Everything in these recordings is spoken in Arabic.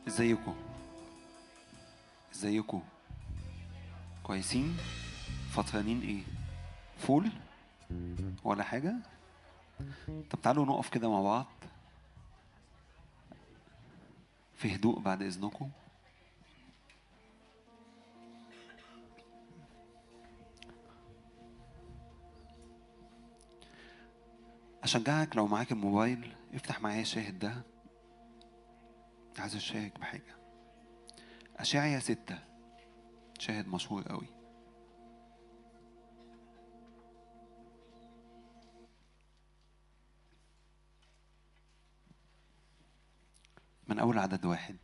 ازيكم؟ ازيكم؟ كويسين؟ فطرانين ايه؟ فول ولا حاجة؟ طب تعالوا نقف كده مع بعض في هدوء بعد اذنكم. اشجعك لو معاك الموبايل افتح معايا الشاهد ده. عايز اشارك بحاجة. اشعيا 6، شاهد مشهور قوي. من اول عدد 1.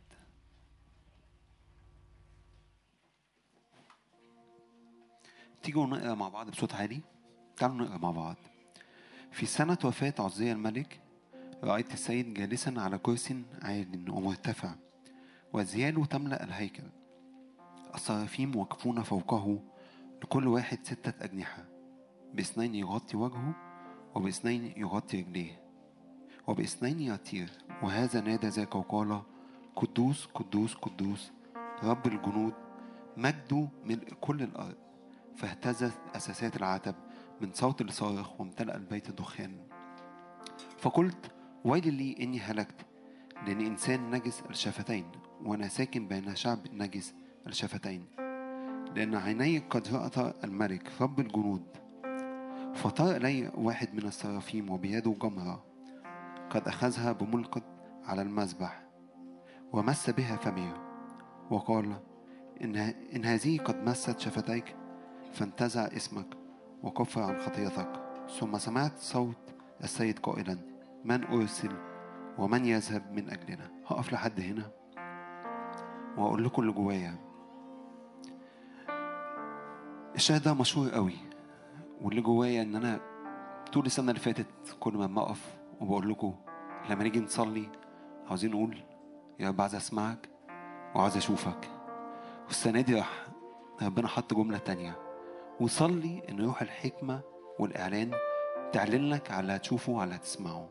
تيجوا نقرا مع بعض بصوت عالي. تعالوا نقرا مع بعض. في سنة وفاة عزية الملك رأيت السيد جالسا على كرسي عال ومرتفع، وأزياله تملأ الهيكل. الصرافيم واقفون فوقه، لكل واحد 6 أجنحة، ب2 يغطي وجهه، وب2 يغطي رجليه، وب2 يطير. وهذا نادى ذاك وقال: قدوس قدوس قدوس رب الجنود، مجده ملء كل الأرض. فاهتزت أساسات العتب من صوت الصارخ، وامتلأ البيت دخان. فقلت: ويل لي إني هلكت، لأني إنسان نجس الشفتين، وأنا ساكن بين شعب نجس الشفتين. لأن عيني قد رأت الملك رب الجنود. فطار إلي واحد من السرافيم وبيده جمرة، قد أخذها بملقط على المذبح، ومس بها فمي، وقال: إن هذه قد مست شفتيك، فانتزع اسمك وكفر عن خطيتك. ثم سمعت صوت السيد قائلا: من أرسل ومن يذهب من أجلنا؟ هقف لحد هنا وأقول لكم اللي جوايا. الشاهد ده مشهور قوي، واللي جوايا إن أنا طول السنة اللي فاتت كل ما أقف وبقول لكم لما نيجي نصلي عاوزين نقول: يا رب عايز أسمعك وعايز أشوفك. والسنة دي راح ربنا حط جملة تانية: وصلي إن روح الحكمة والإعلان تعلن لك على اللي هتشوفه وعلى اللي هتسمعه.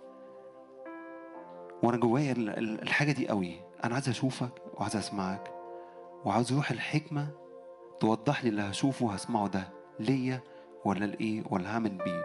وأنا جوايا الحاجة دي قوي. أنا عايز أشوفك وعايز أسمعك، وعاوز روح الحكمة توضح لي اللي هشوفه وهسمعه ده ليا ولا لإيه ولا هعمل بيه.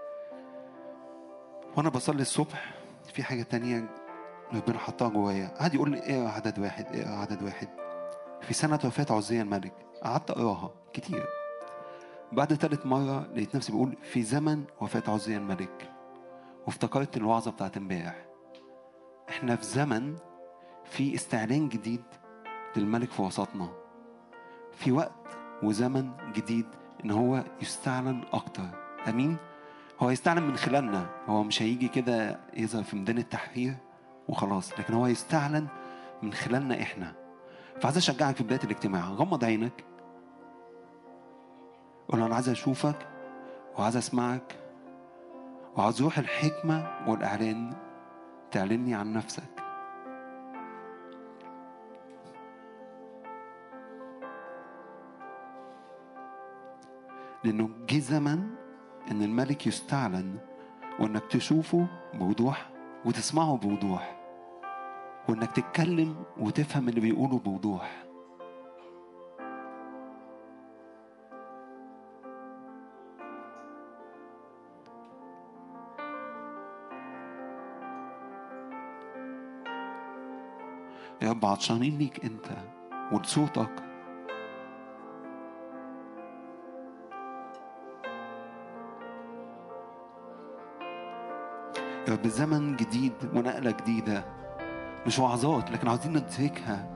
وأنا بصلي الصبح في حاجة تانية ربنا حطها جوايا. قعد يقول لي: اقرا عدد 1، اقرا عدد 1. في سنة وفاة عزية الملك. قعدت أقراها كتير. بعد 3 مرة لقيت نفسي بقول: في زمن وفاة عزية الملك. وافتكرت الوعظة بتاعت امبارح. احنا في زمن في استعلان جديد للملك في وسطنا. في وقت وزمن جديد ان هو يستعلن اكتر. امين. هو يستعلن من خلالنا. هو مش هيجي كده يظهر في ميدان التحرير وخلاص، لكن هو يستعلن من خلالنا احنا. فعايز اشجعك في بداية الاجتماع، غمض عينك، قول: انا عايز اشوفك وعايز اسمعك، وعايز روح الحكمة والاعلان تعلني عن نفسك. لانه جه زمن ان الملك يستعلن، وانك تشوفه بوضوح وتسمعه بوضوح، وانك تتكلم وتفهم اللي بيقوله بوضوح. يا رب عطشانين ليك انت ولصوتك. يا رب زمن جديد ونقلة جديدة، مش وعظات لكن عاوزين ندركها.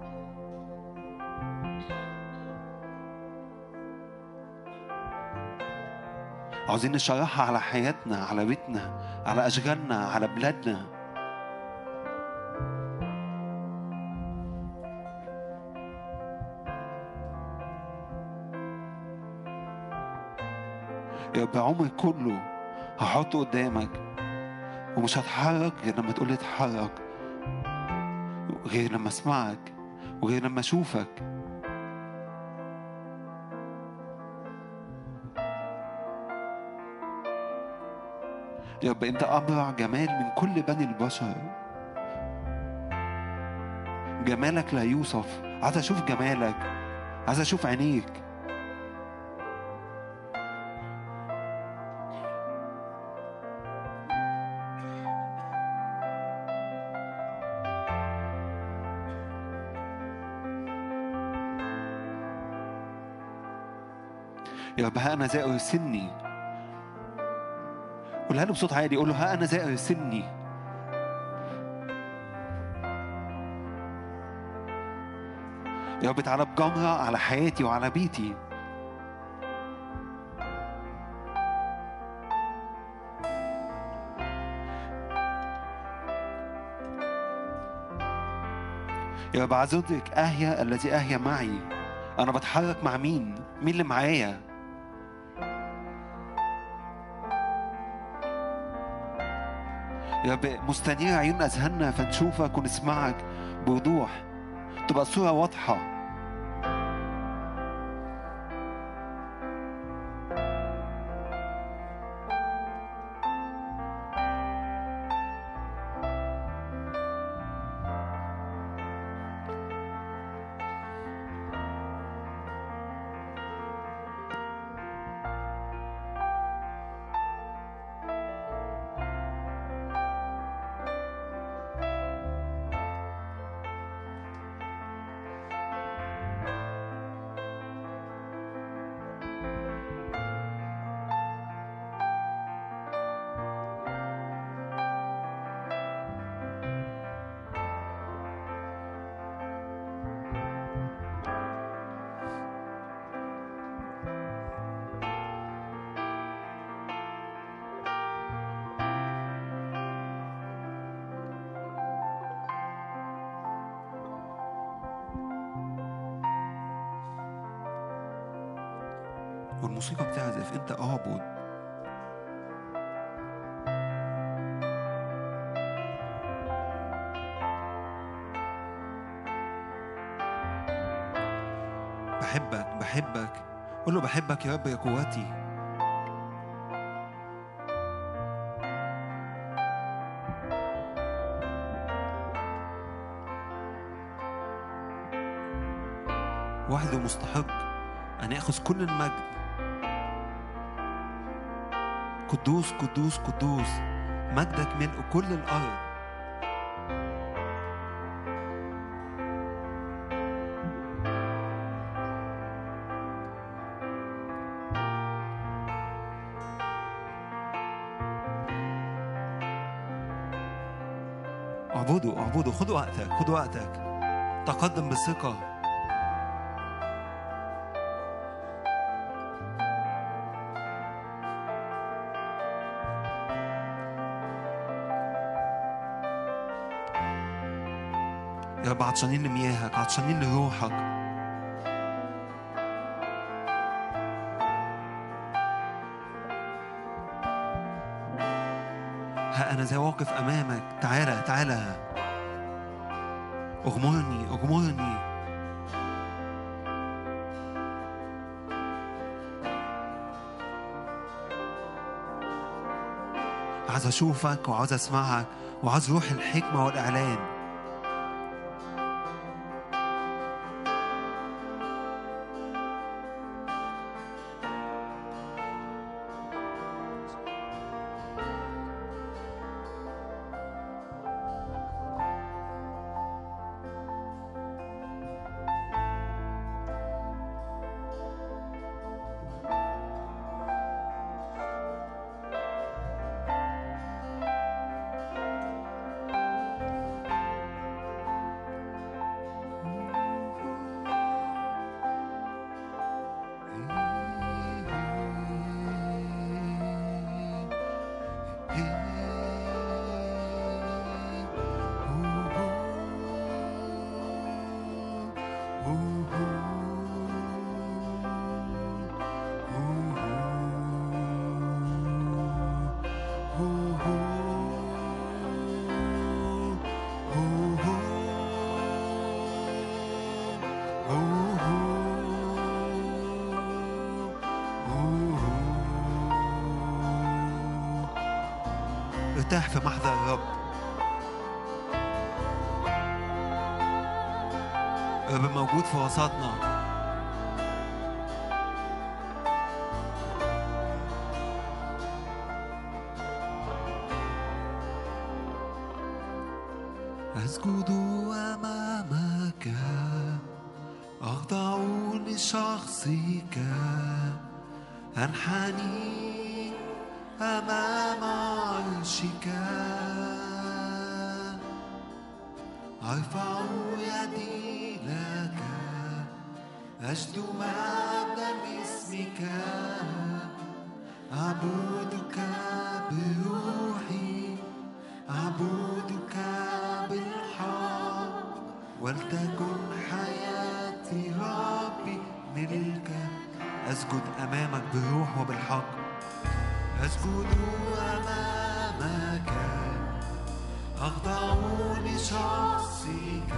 عاوزين نشرحها على حياتنا، على بيتنا، على أشغالنا، على بلادنا. يا رب عمري كله هحطه قدامك، ومش هتحرك غير لما تقولي اتحرك، غير لما اسمعك، وغير لما اشوفك. يا رب انت ابرع جمال من كل بني البشر. جمالك لا يوصف. عايز أشوف جمالك، عايز أشوف عينيك. يا رب ها أنا ذا أرسلني. قولها له بصوت عالي، قول له ها أنا ذا أرسلني. يا رب تعالى بجمرة على حياتي وعلى بيتي. يا رب عايز أدرك أهيا الذي أهيا معي. أنا بتحرك مع مين؟ مين اللي معايا؟ يا رب مستنير عيون أذهاننا فنشوفك ونسمعك بوضوح، تبقى الصورة واضحة. والموسيقى بتعزف، انت اعبد. بحبك بحبك، قول له بحبك يا رب يا قوتي. وحده مستحق أن يأخذ كل المجد. قدوس قدوس قدوس، مجدك ملء كل الأرض. اعبدوا اعبدوا، خدوا وقتك خدوا وقتك، تقدم بثقة. يا رب عطشانين لمياهك، عطشانين لروحك. ها أنا ذا واقف أمامك، تعالى تعالى، اغمرني اغمرني. عايز أشوفك وعايز أسمعك وعايز روح الحكمة والإعلان. ارتاح في محضر الرب. الرب موجود في وسطنا. أسجد أمامك، أخضع لشخصك، أنحني أمام عرشك، أرفع يدي لك، أجد مجدا لاسمك، أعبدك بروحي، أعبدك بالحق، ولتكن حياتي ربي ملكا. أسجد أمامك بالروح وبالحق، أسجد أمامك، أخضع لشخصك،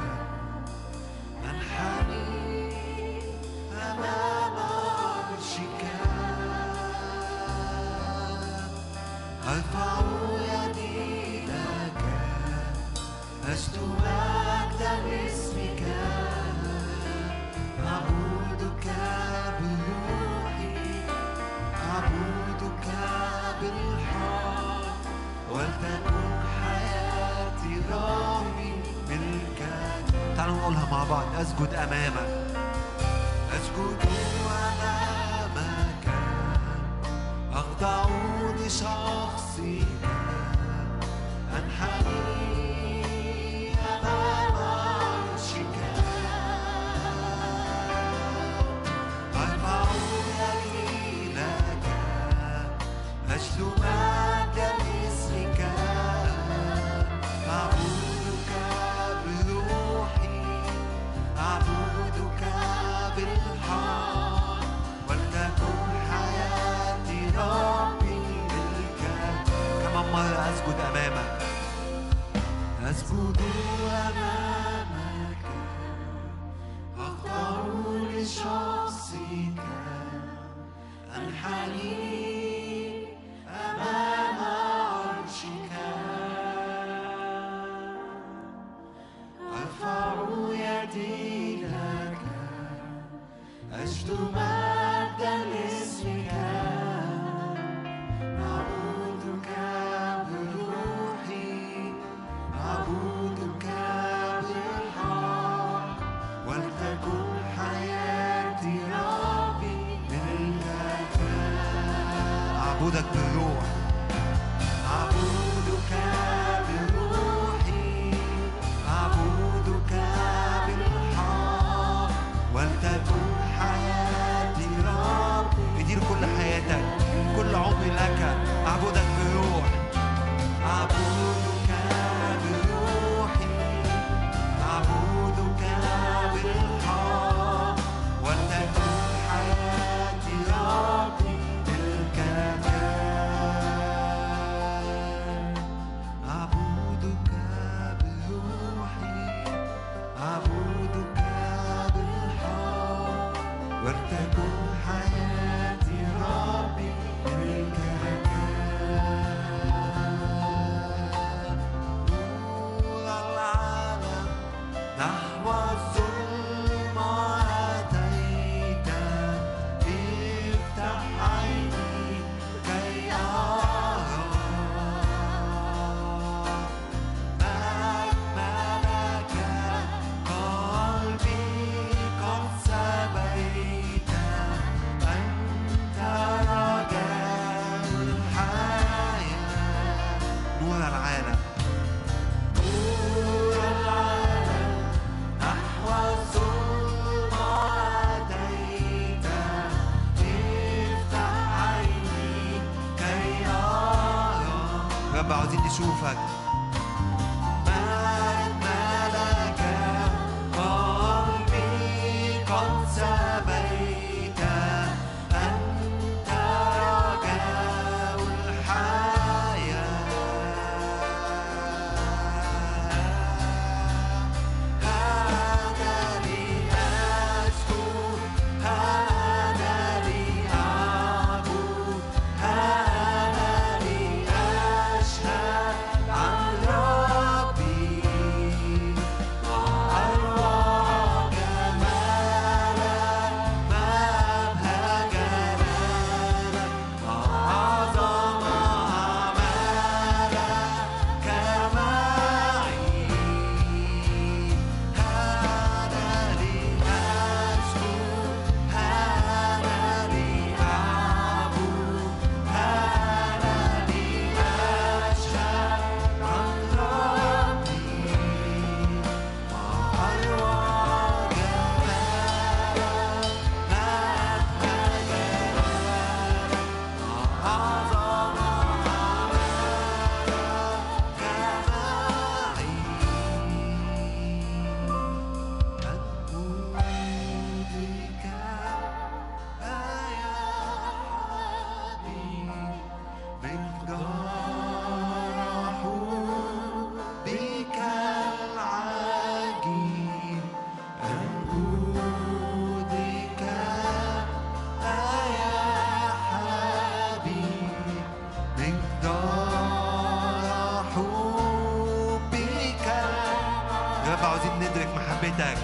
أنحني أمام عرشك، أرفع يدي لك، أجد مجدا لاسمك، أعبدك بروحي، أعبدك بالحق، ولتكن حياتي ربي ملكا. تعالوا نقولها مع بعض. أسجد أمامك، أسجد أمامك، أخضع لشخصك، أنحني أمام عرشك، أرفع يدي لك، أجد مجدا لاسمك، أعبدك بروحي، أعبدك بالحق، ولتكن حياتي ربي ملكا. كمان مرة أسجد أمامك، أسجد أمامك، أخضع لشخصك، أنحني أمام عرشك، أرفع يدي لك، أجد مجدا لاسمك، أعبدك بروحي، أعبدك بالحق، ولتكن حياتي ربي ملكك. أعبدك بالروح، أعبدك بروحي، أعبدك بالحق، ولتكن حياتي ربي. ادير كل حياتك، كل عمري لك. أعبدك بالروح، أعبدك بروحي، أعبدك بالحق، ولتكن حياتي ربي ملكك. عاوزين ندرك محبتك.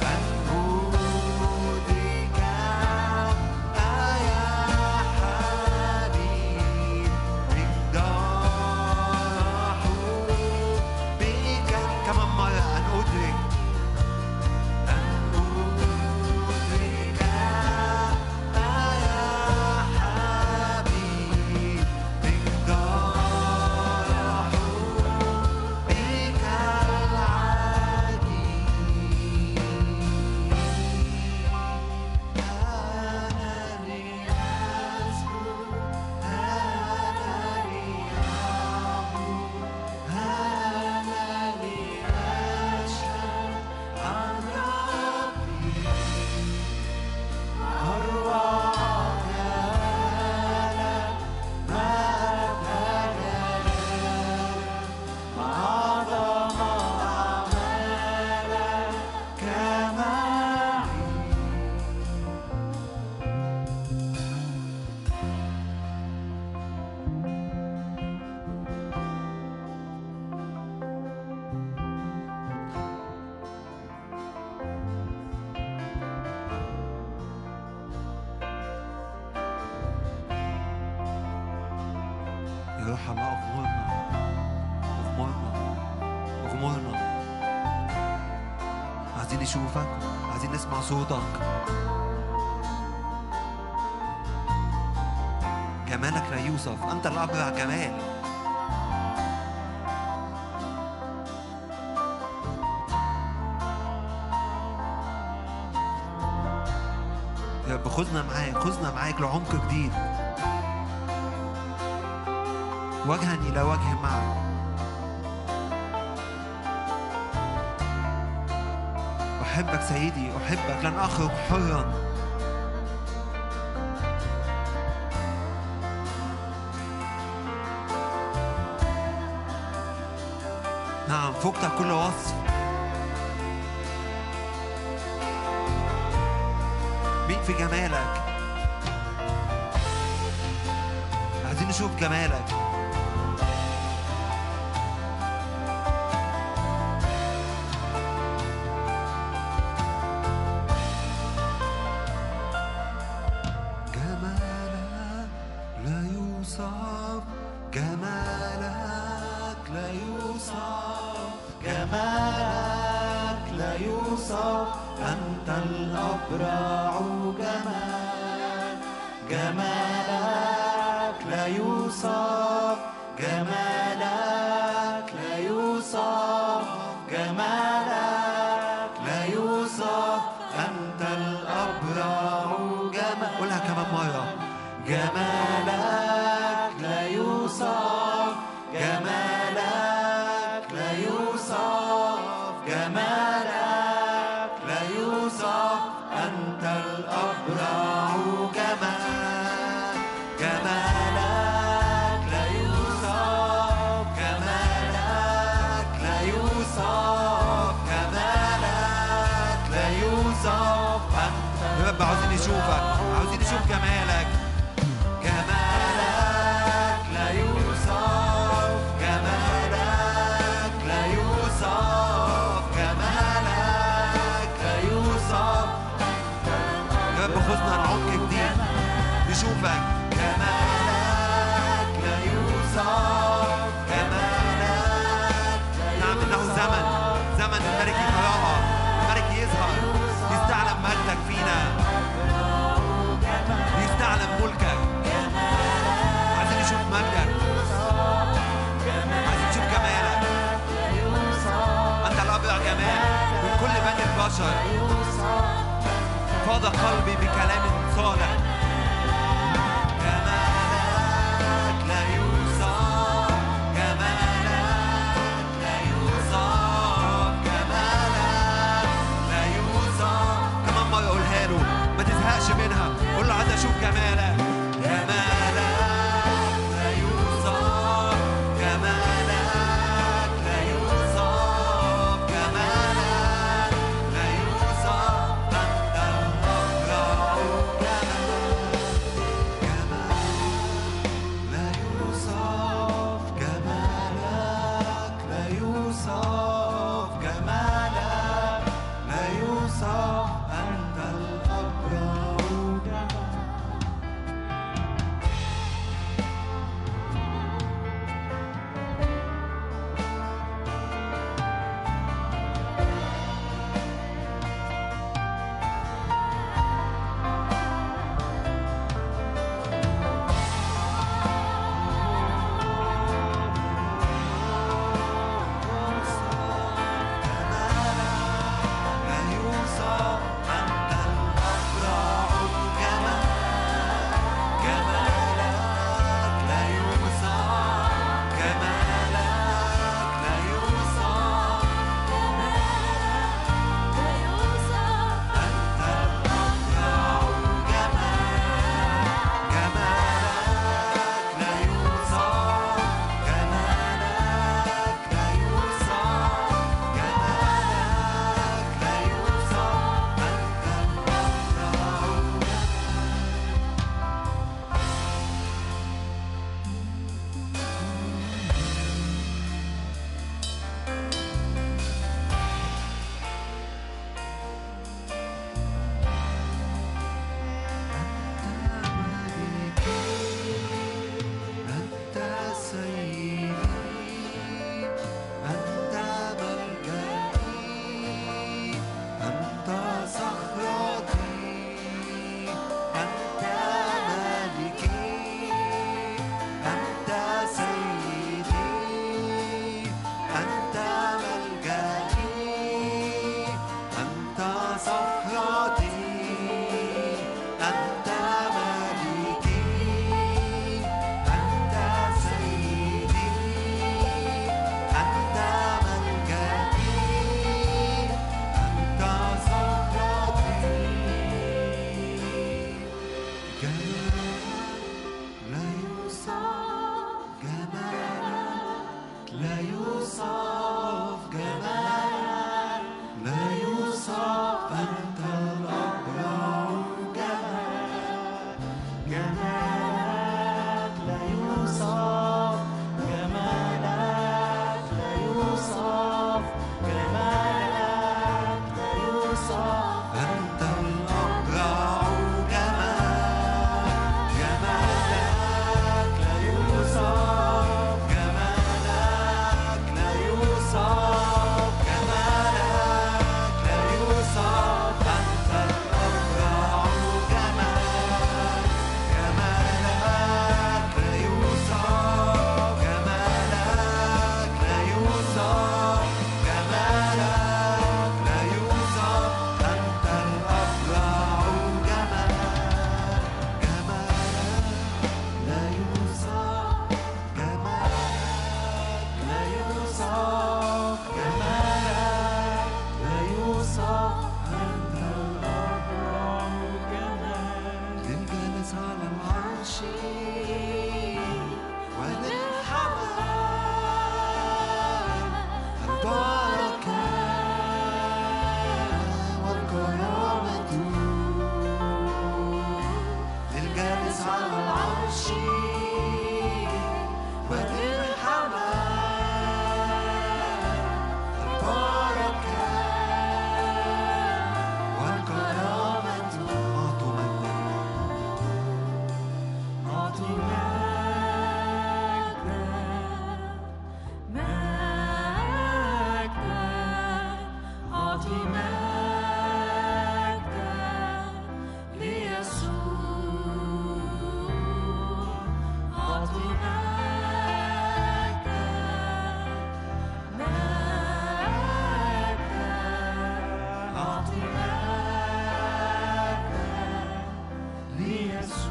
جمالك لا يوصف، أنت الأبرع جمال. يا رب خذنا معاك، خذنا معاك لعمق جديد، وجها إلى وجه معك. أحبك سيدي، أحبك، لن أخرج حرا. نعم، فوقت كل وصف. مين في جمالك؟ عايزين نشوف جمالك. فاض قلبي بكلام صالح. جمالك لا يوصف، جمالك لا يوصف، جمالك لا يوصف. كمان مرة قولها له، ما تزهقش منها، قول له عايز اشوف جمالك.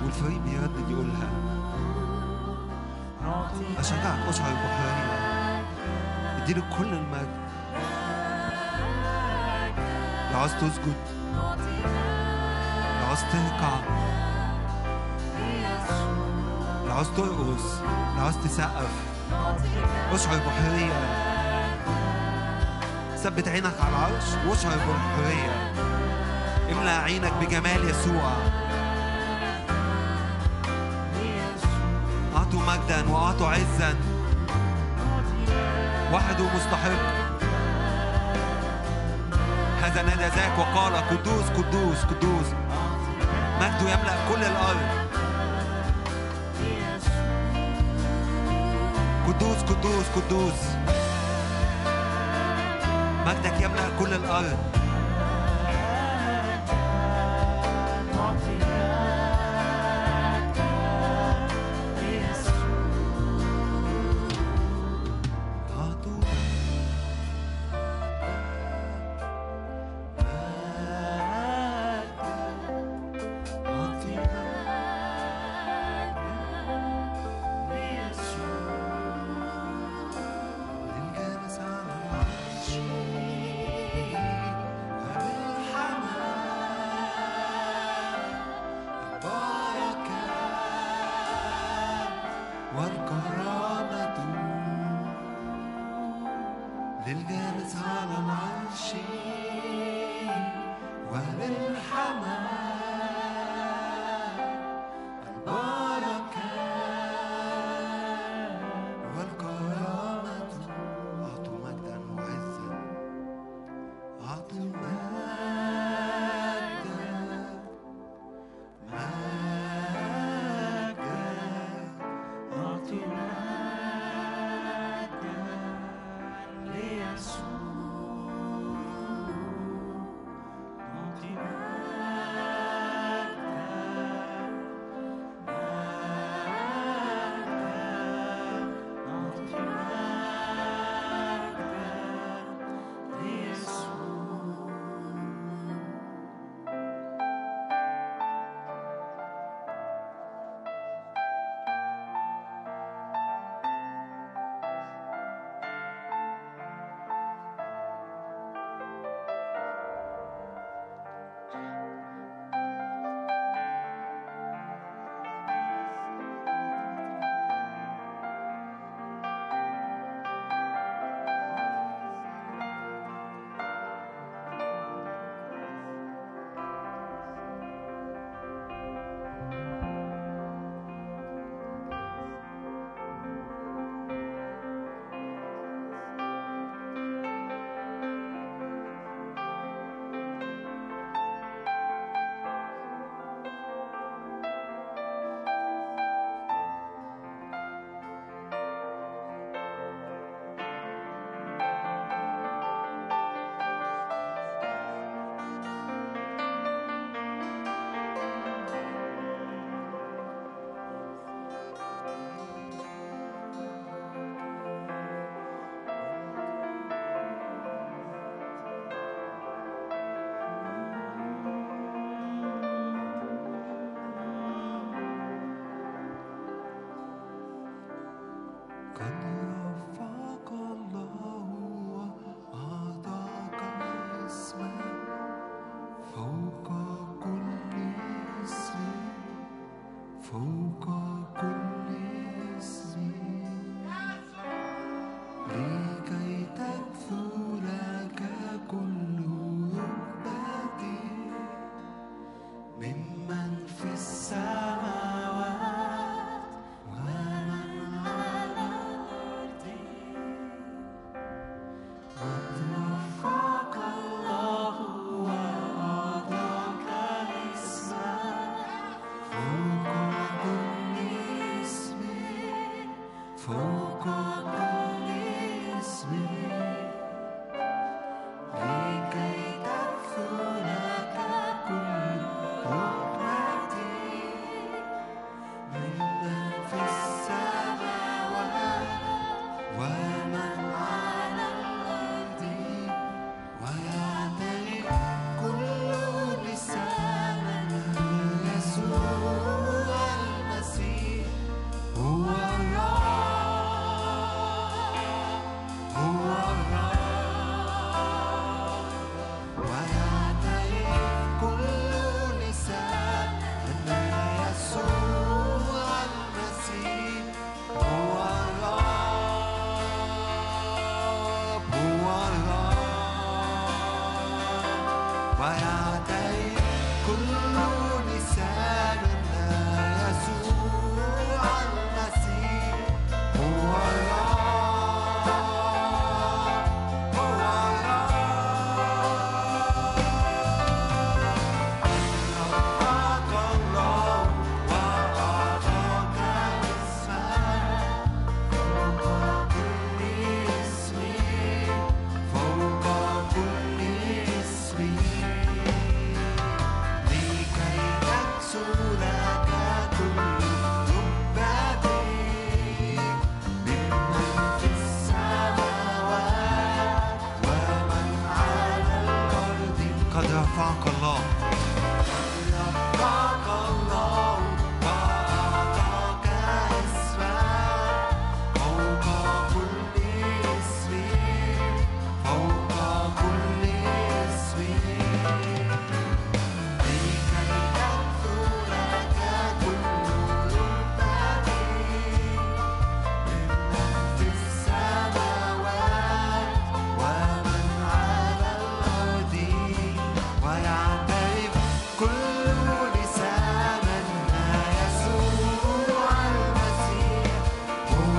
والفريق بيردد يقولها. أشجعك أشعر بحرية، اديله كل المجد. لو عاوز تسجد، لو عاوز تركع، لو عاوز ترقص، لو عاوز تسقف، اشعر بحرية. ثبت عينك على العرش واشعر بالحرية. املأ عينك بجمال يسوع. أعطوا مجدا وأعطوا عزا، وحده مستحق. هذا نادى ذاك وقال قدوس قدوس قدوس، مجده يملأ كل الأرض. قدوس قدوس قدوس، مجدك يملأ كل الأرض. ويعترف كل لسان أن يسوع المسيح هو الله هو الله ربك الله وأعطاك اسما فوق كل اسم فوق كل اسم لكي تكسو لك كل ركبة ممن في السماوات ومن على الأرض قد رفعك الله رفعك الله وأعطاك اسما فوق كل اسم فوق كل اسم لكي تكثر لك كل ركبة ممن في السماوات ومن على الأرض ويعترف كل لسان أن يسوع المسيح هو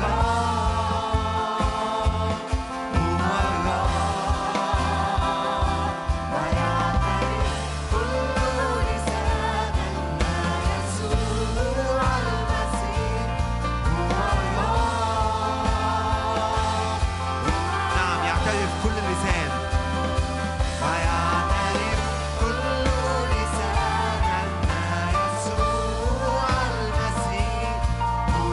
الله هو الله ويعترف كل لسان أن يسوع المسيح هو الله نعم يعترف كل لسان ويعترف كل لسان أن يسوع المسيح هو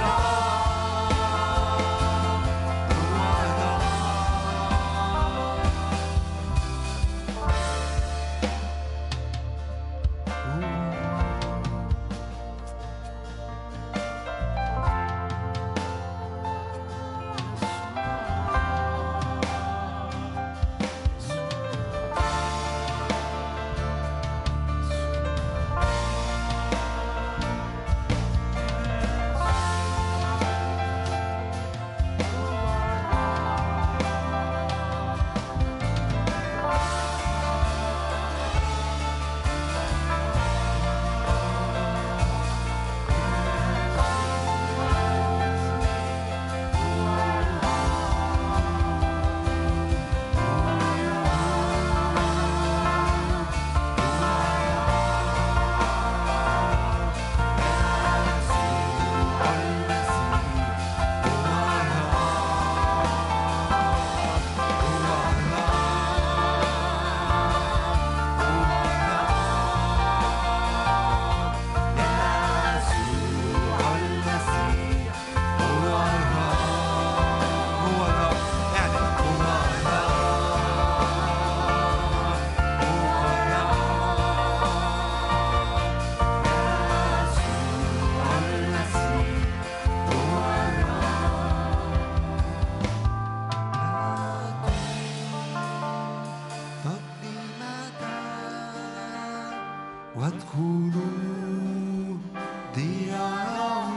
وادخلوا دياره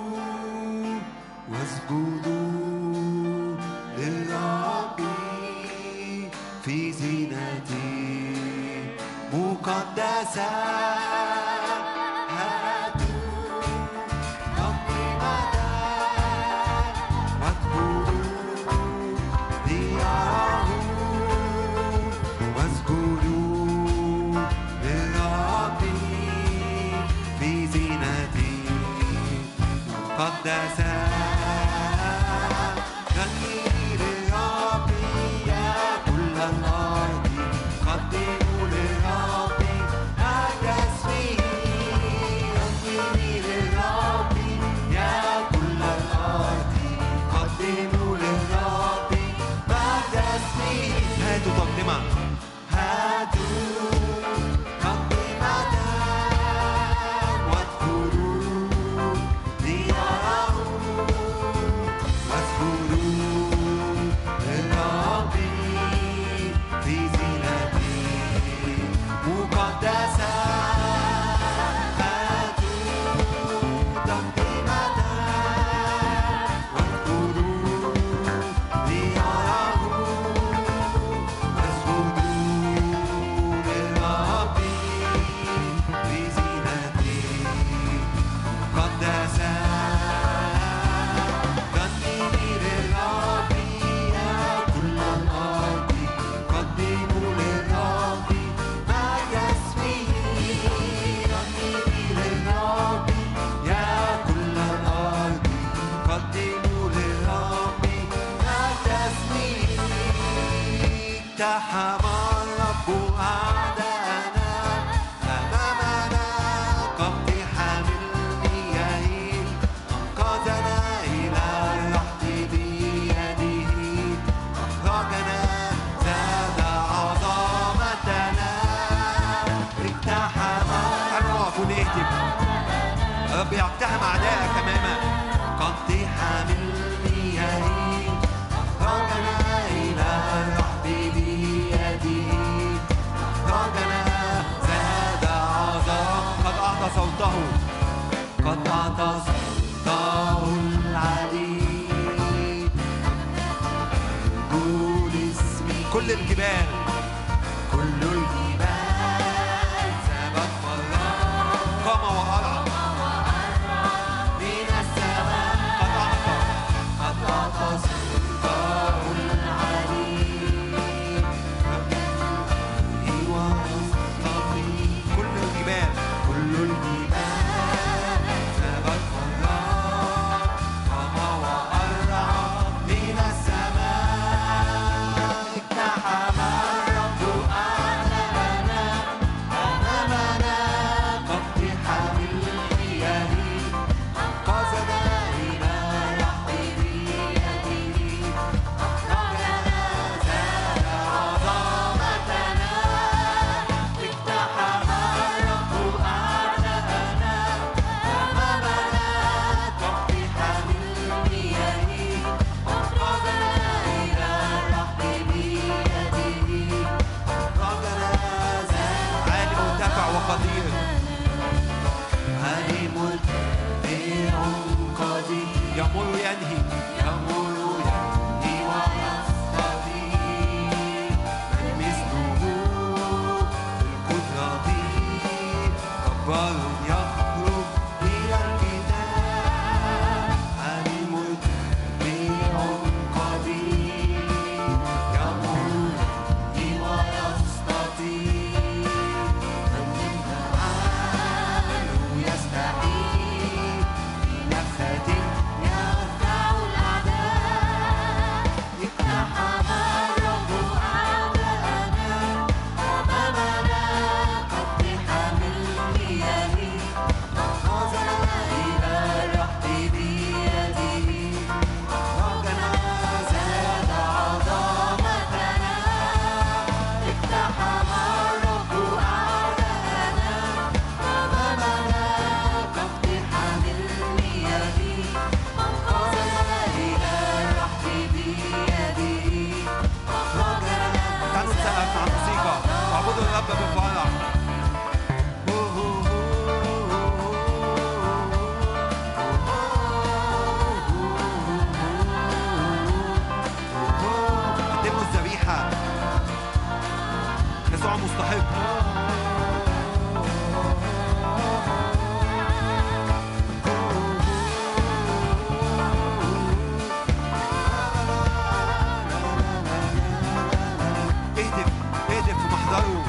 واسجدوا للرب في زينة مقدسة هاتوا تقدمة وادخلوا دياره واسجدوا للرب في زينة مقدسة غني للرب يا كل الأرض قدموا للرب مجد اسمه غني للرب يا كل الأرض قدموا للرب مجد اسمه هاتوا تقدمة هاتوا تقدمة واذكروا دياره واذكروا للرب في زينة مقدسة هاتوا تقدمة واذكروا دياره واذكروا اقتحم الرب أعداءنا أمامنا كاقتحام المياه أنقذنا إلى الرحب بيده أخرجنا زاد عظمتنا اقتحم. تعالوا نقف ونهتف. رب يقتحم أعداءك أمامك كاقتحام المياه أخرجنا إلى الرحب بيده أخرجنا زاد عظام. قد أعطى صوته العلي قول اسمي. كل الجبال ثبت مرات قام وأرعى من السماء. قد أعطى سلطان العلي ويستطيع. كل الجبال ثبت مرات قام وأرعى من السماء. اقتحم الرب أعداءنا أمامنا كاقتحام المياه أنقذنا إلى رحب بيده أخرجنا زاد عظمتنا. اقتحم الرب أعداءنا أمامنا كاقتحام المياه أخرجنا إلى رحب بيده أخرجنا زاد. عالي مرتفع وقدير عالي مرتفع قدير يمر ينهي ويستطيع. من مثله في القدرة جبار يخرج إلى الكتاب. عالي مرتفع قدير يمر ينهي ويستطيع. من تعالوا يستحيل بنفخة يخدع الأعداء. اقتحم الرب أعداءنا أمامنا كاقتحام المياه أنقذنا إلى الرحب بيده أخرجنا زاد عظمتنا. اقتحم الرب أعداءنا أمامنا كاقتحام المياه أنقذنا إلى الرحب بيده أخرجنا. تعالوا نسقف مع الموسيقى واعبدوا الرب بفرح. قدموا الذبيحة. يسوع مستحق. اهدف في محضره.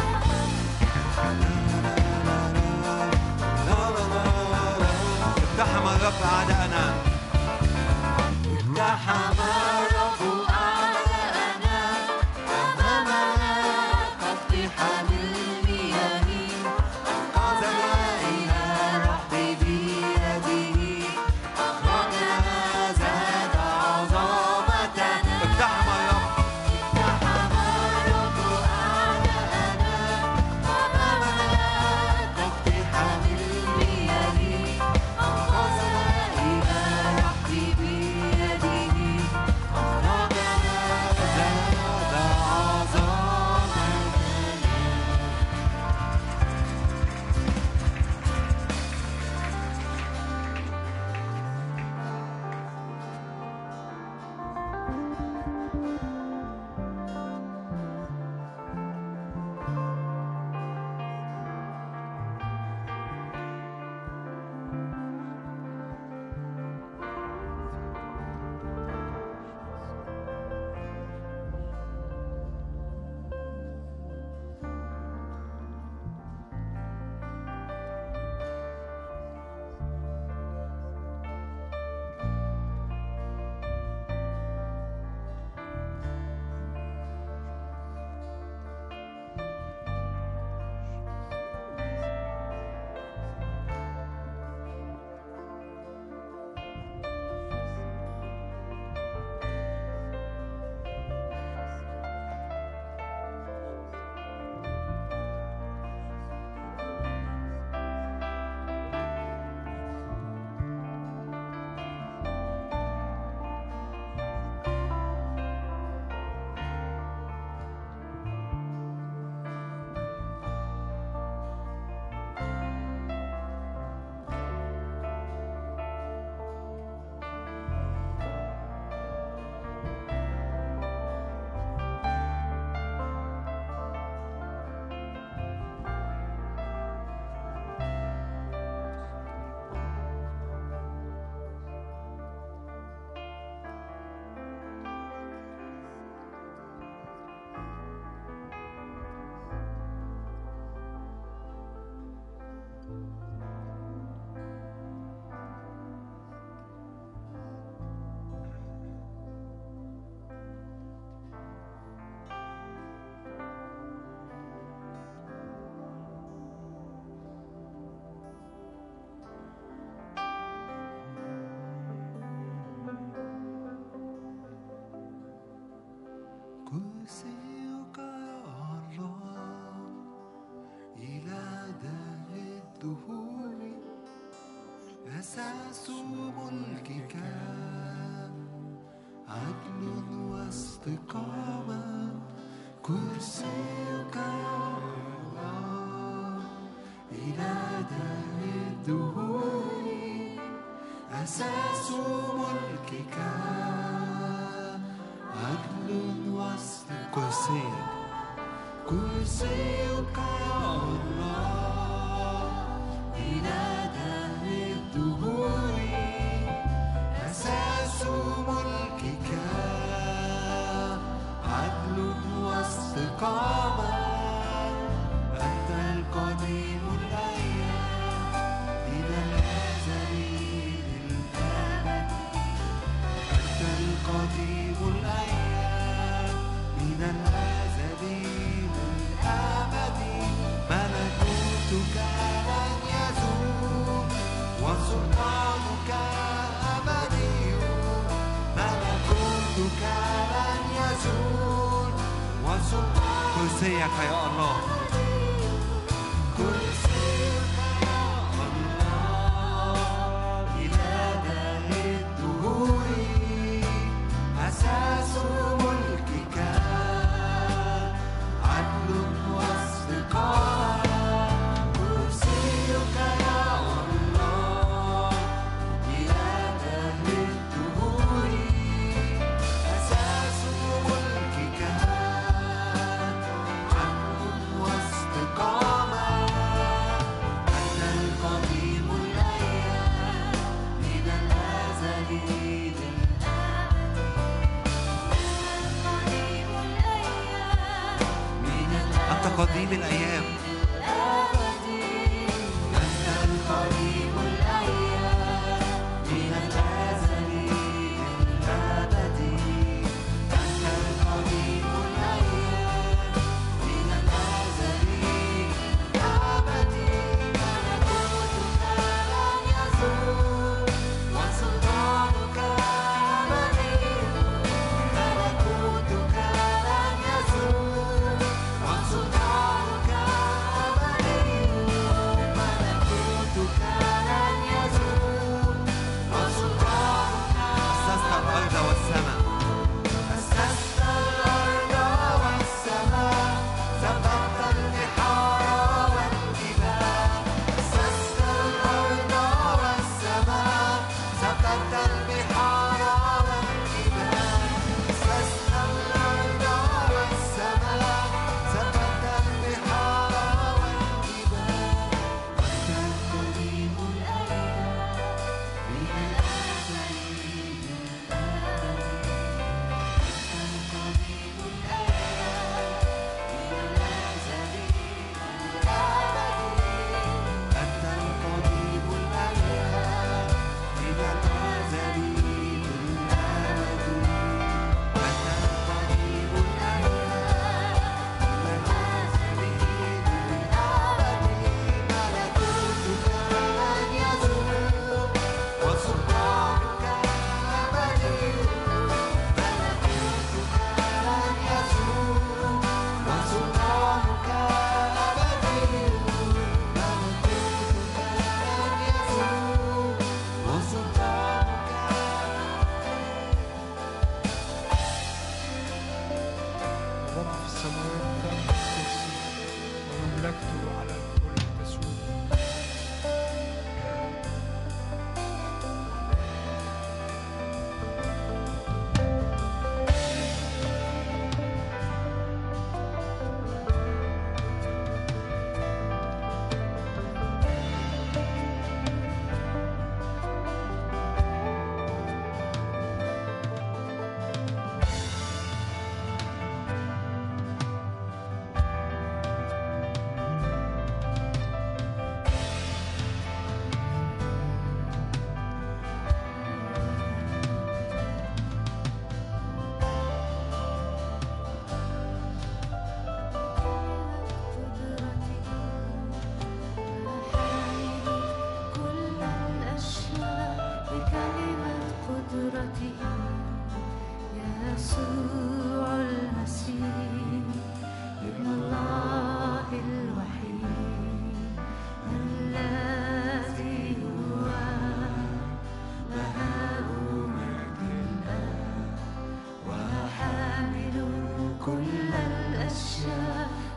اقتحم الرب أعداءنا. اقتحم الرب أعداءنا أمامنا كاقتحام المياه كرسيك يا الله إلى دار الدهور أساس ملكك عدل واستقامة كرسيك يا الله إلى دار الدهور أساس ملكك عدل واستقامة كرسيك يا الله إلى دار الدهور أساس ملكك عدل واستقامة أنت القديم الأيام من الأزل للأبد أنت القديم الأيام من الأزل للأبد ملكوتك لن يزول وسلطانك أبدي ملكوتك لن يزول وسلطانك كرسيك يا الله كرسيك يا الله إلى دار الدهور أساس ملكك عدل واستقامة كرسيك يا الله إلى دار الدهور أساس ملكك عدل واستقامة أنت القديم الأيام من الأزل أنت قديم الأيام أنت القديم الأيام من الأزل للأبد أنت القديم الأيام من الأزل للأبد ملكوتك لن يزول وسلطانك أبدي ملكوتك لن يزول وسلطانك أبدي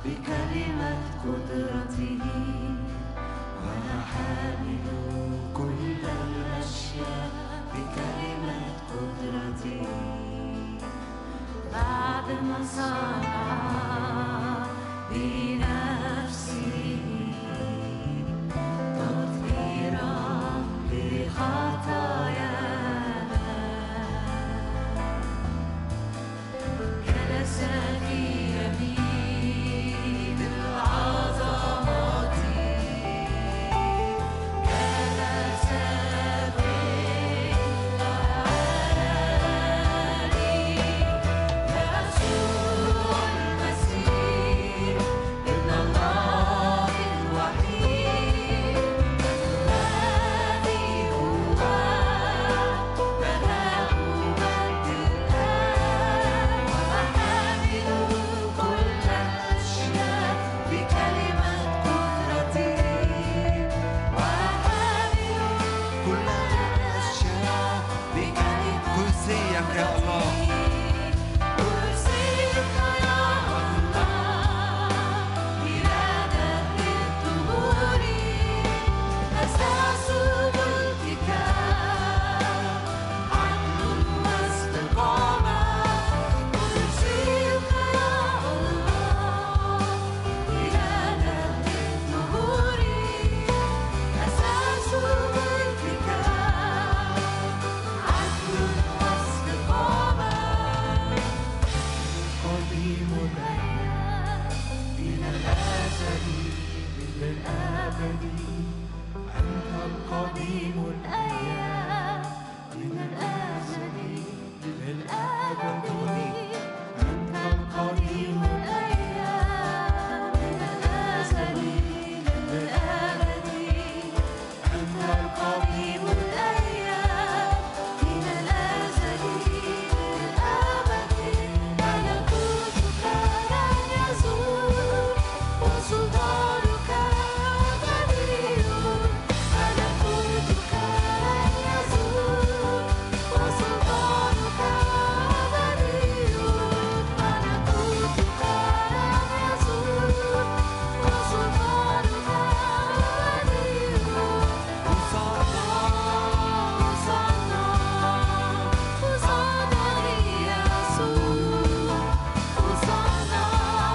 بكلمة قدرته وحامل كل الأشياء بكلمة قدرته بعد ما صنع بنفسه تطهيرا لخطايانا جلس في يمين العظمات جلس بالأعالي يسوع المسيح ابن الله الوحيد الذي هو بهاء مجد الآب وحامل كل الأشياء بكلمة قدرته وحامل كل الأشياء بكلمة كرسيك يا الله كرسيك يا الله إلى دهر الدهور أساس ملكك عدل واستقامة كرسيك يا الله إلى دهر الدهور أساس ملكك عدل واستقامة قديم الأيام إلى الأزل للأبد أنت القديم الأيام من الأزل للأبد أنت القديم الأيام من الأزل للأبد أنت القديم الأيام من الأزل للأبد ملكوتك لن يزول وسلطانك غني ملكوتك لن يزول وسلطانك غني ملكوتك لن يزول وسلطانك غني وصلنا وصلنا ليسوع وصلنا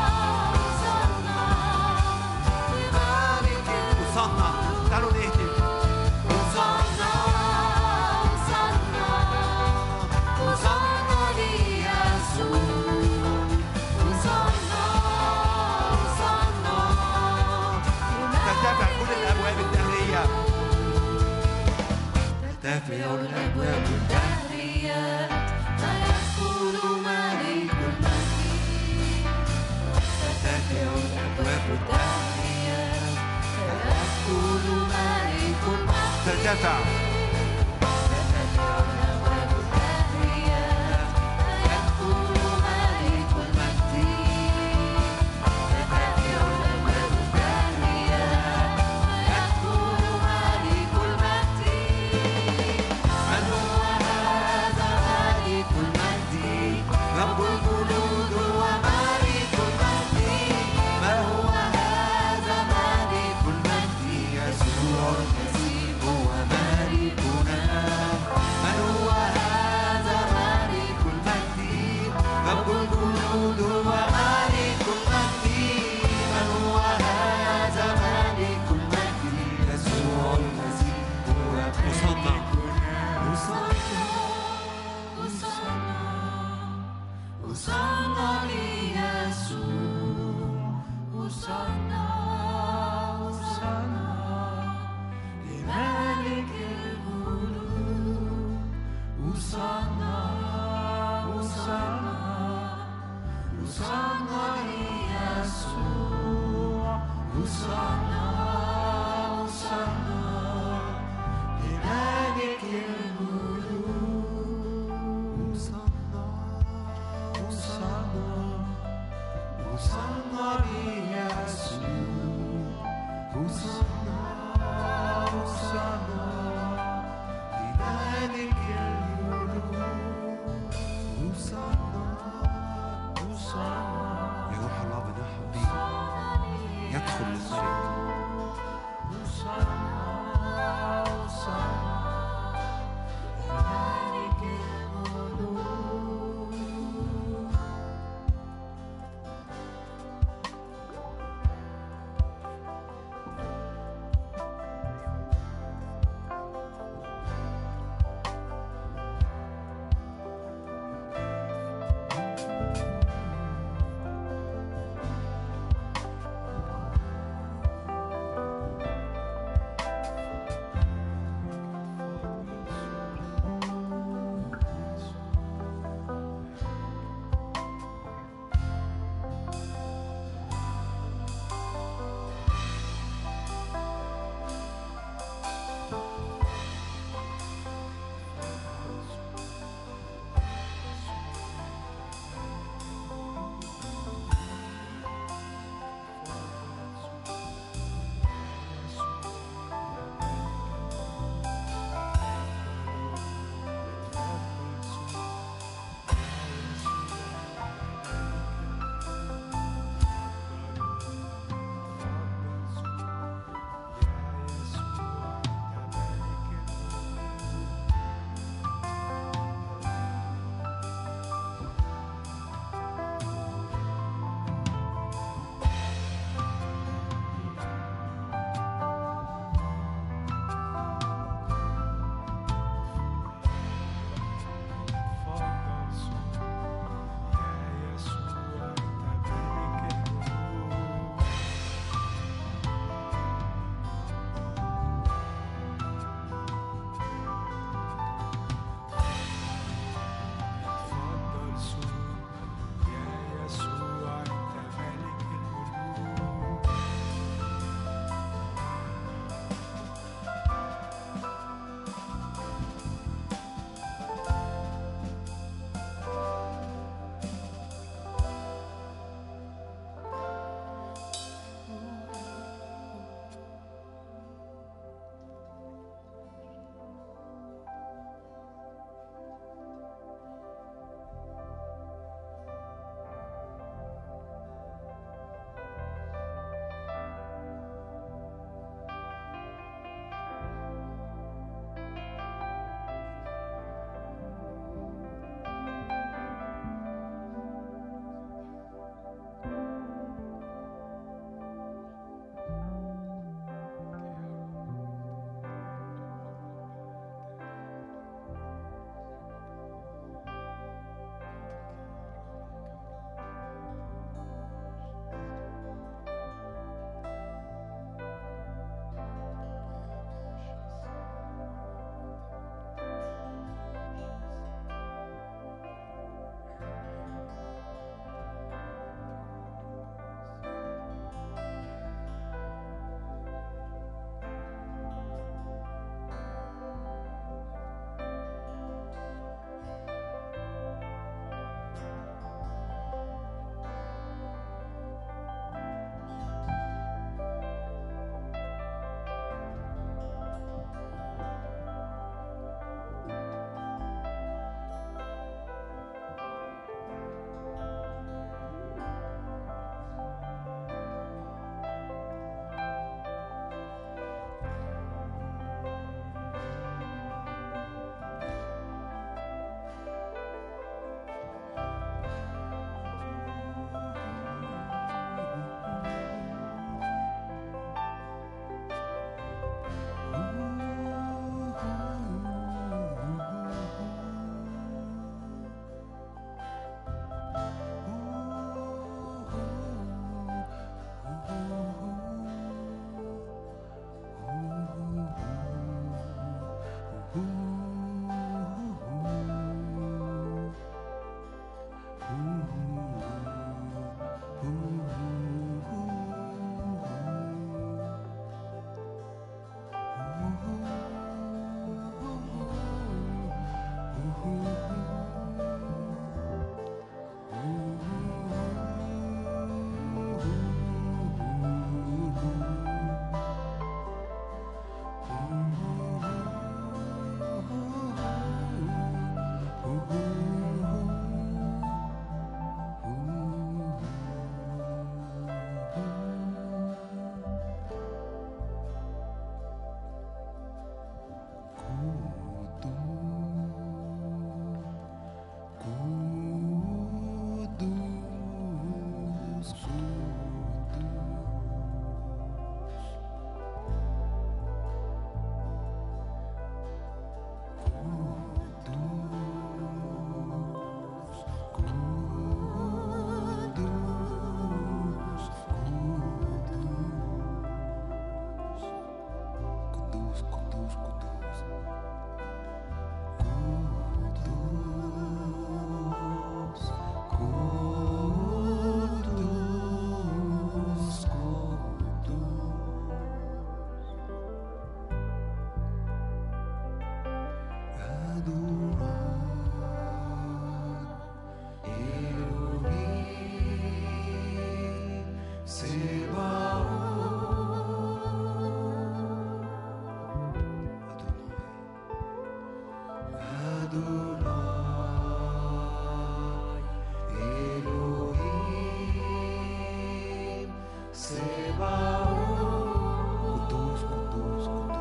لملك وصلنا تعالوا نهتف وصلنا ليسوع وصلنا ترتفع كل الأبواب الدهرية ترتفع الأبواب الدهرية فيدخل ملك المجيد ترتفع الأبواب الدهرية فيدخل ملك المجيد ترتفع ترتفع الأبواب الدهرية فيدخل ملك المجيد ترتفع الأبواب الدهرية فيدخل ملك المجيد من هو هذا ملك المجد رب الجنود وملك المجد ما هو هذا ملك المجد يسوع المسيح هو ملكنا من هو هذا ملك المجد رب الجنود وملك المجد من هو هذا ملك المجد يسوع المسيح هو وصلنا وصلنا ليسوع وصلنا لملك الملوك وصلنا ليسوع وصلنا لملك الملوك وصلنا ليسوع يدخل الملك. قدوس قدوس قدوس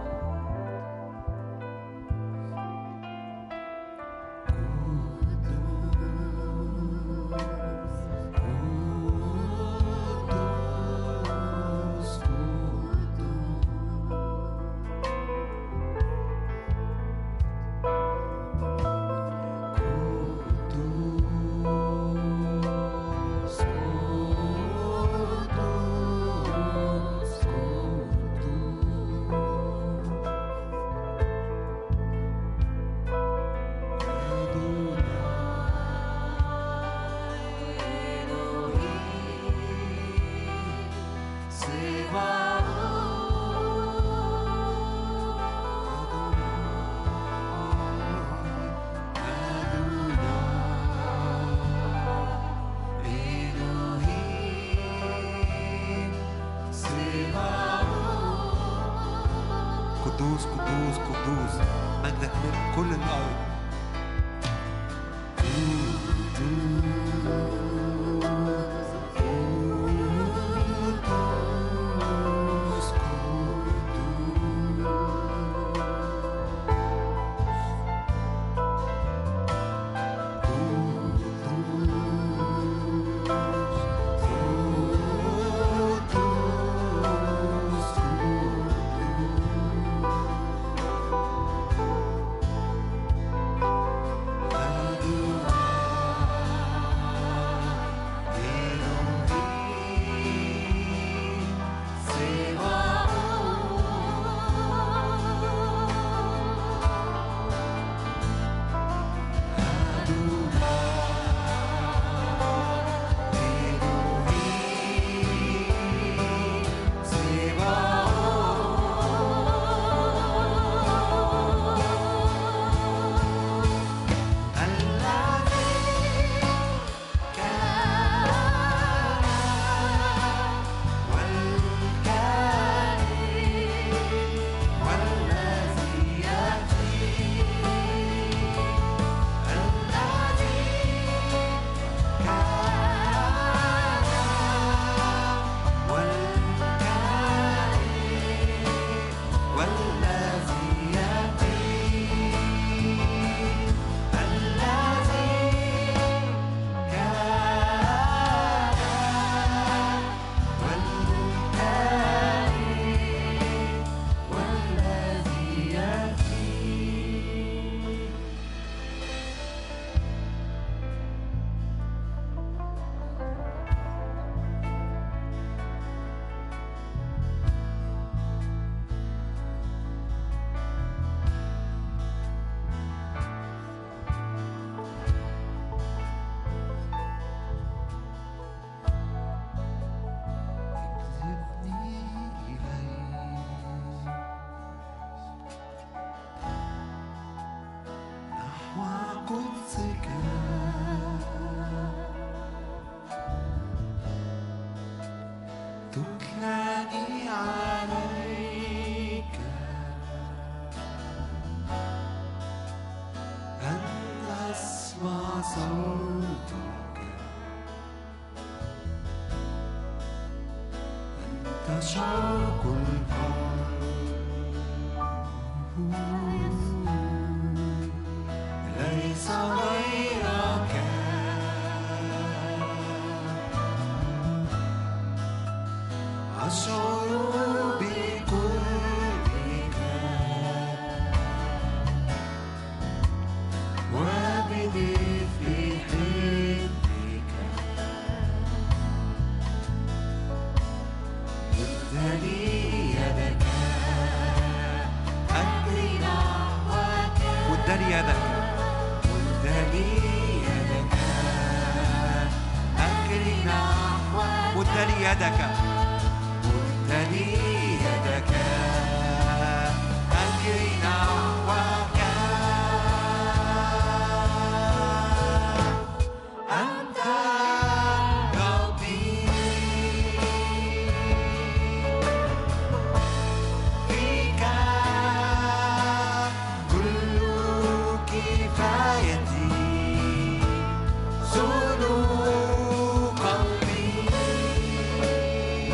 قدوس قدوس قدوس مجدك من كل الأرض. تطلعني عليك أن أسمع صوتك أنت شوق القلب ليس غيرك أشعر بقربك وبدفء حبك مد لي يدك أجري نحوك مد لي يدك مد لي يدك أجري نحوك مد لي يدك لي يدك أجري نحوك أنت ربي فيك كل كفايتي سلوك قلبي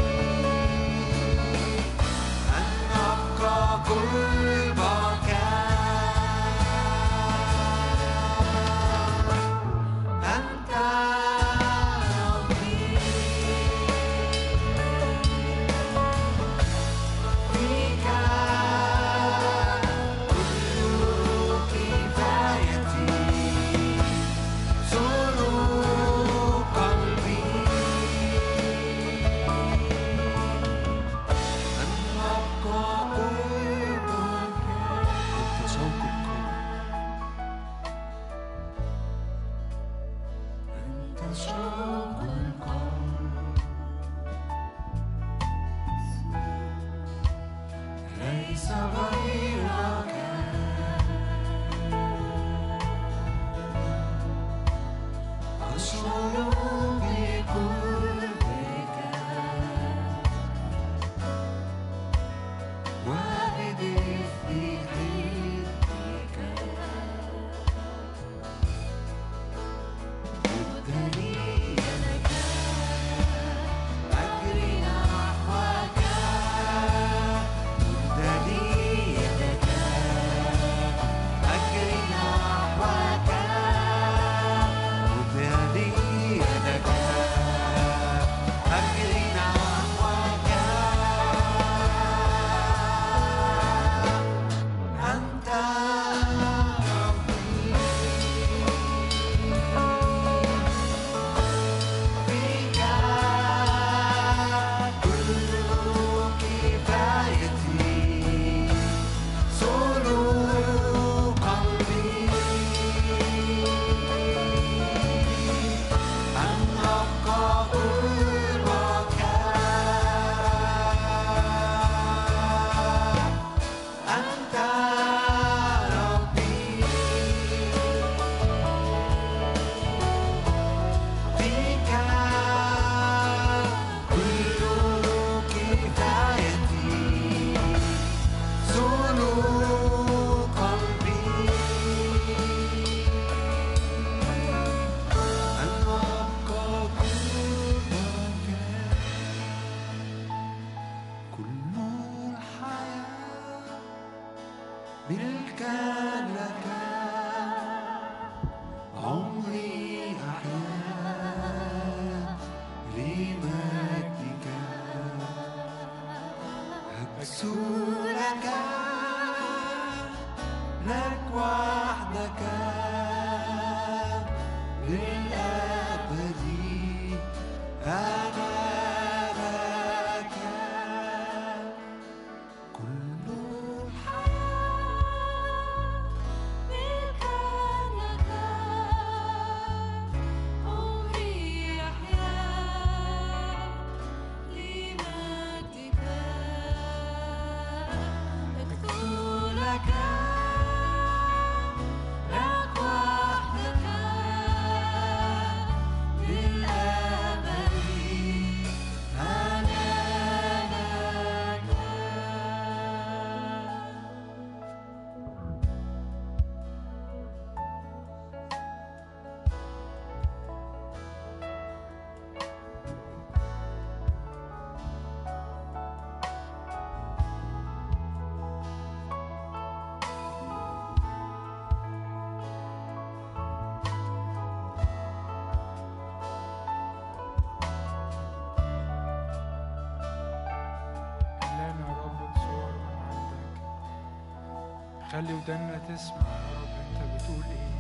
خلي ودنا تسمع يا رب انت بتقول ايه.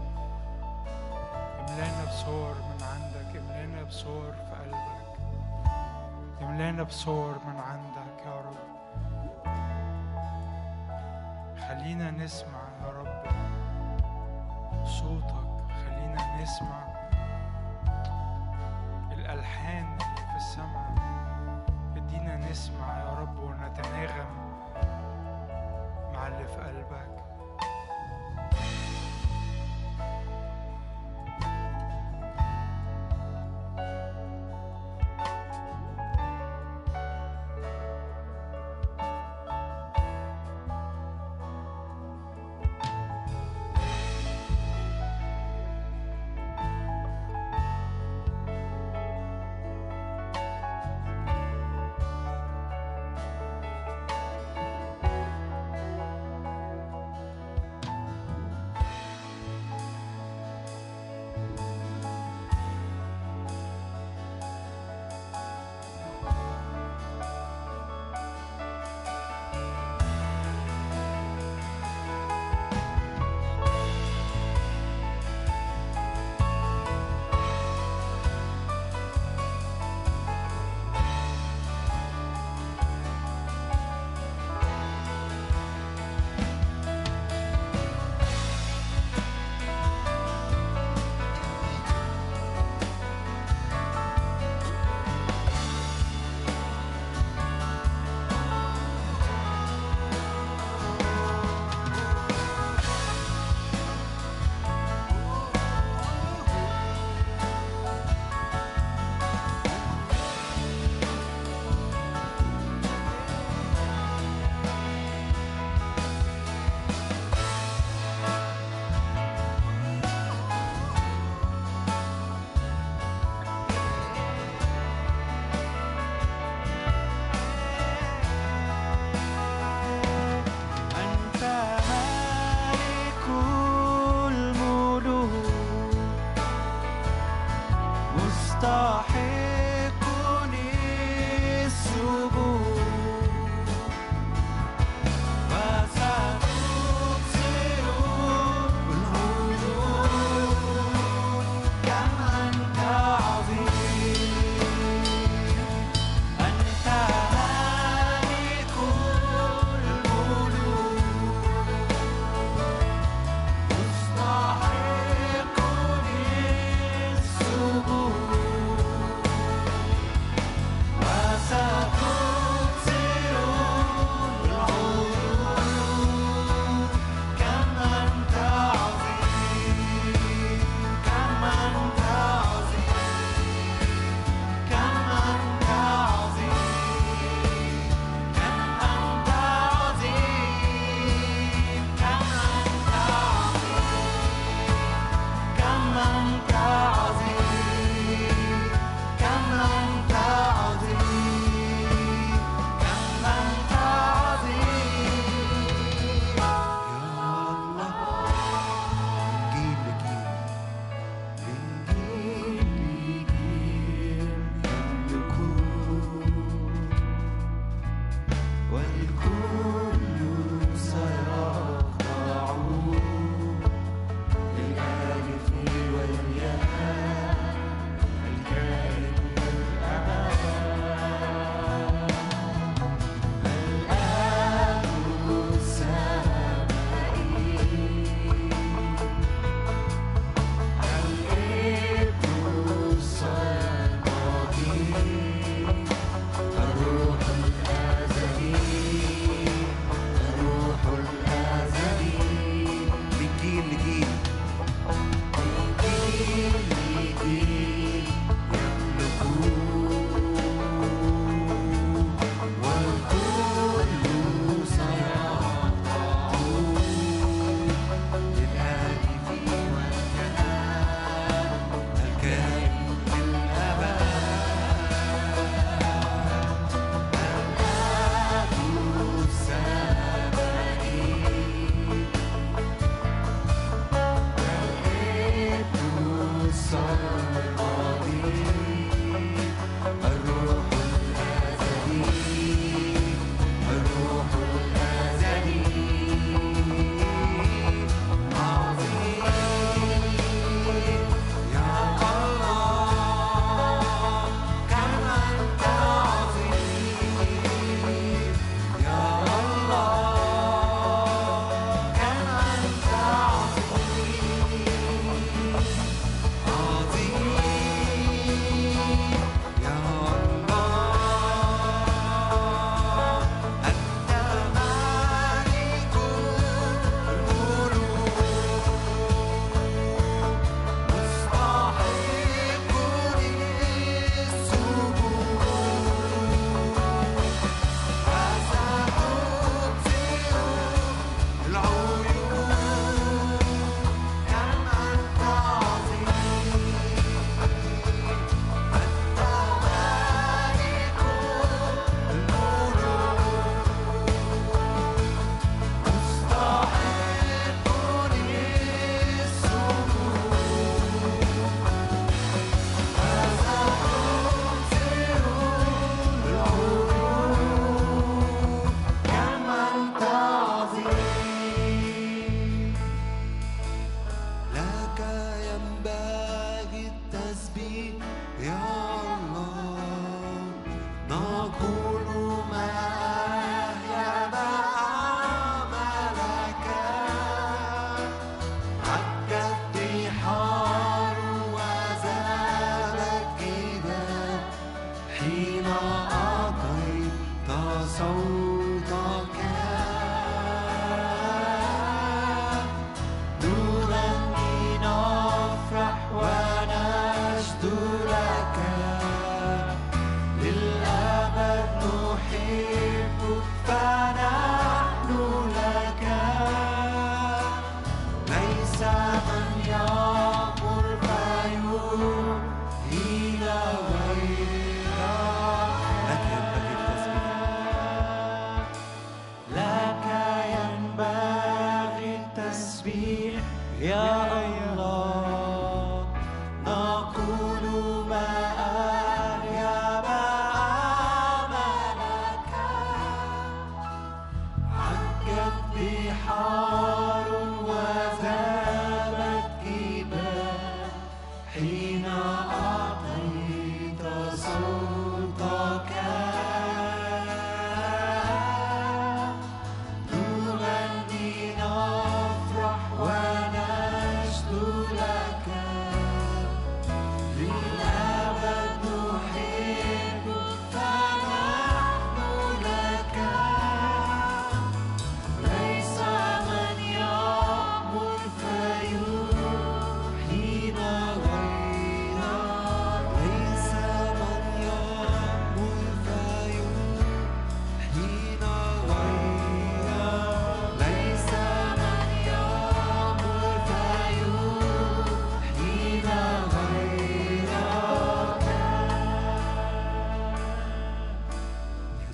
املانا بصور من عندك، املانا بصور في قلبك، املانا بصور من عندك يا رب. خلينا نسمع يا رب صوتك، خلينا نسمع الألحان اللي في السماء. ادينا نسمع يا رب ونتناغم مع اللي في قلبك.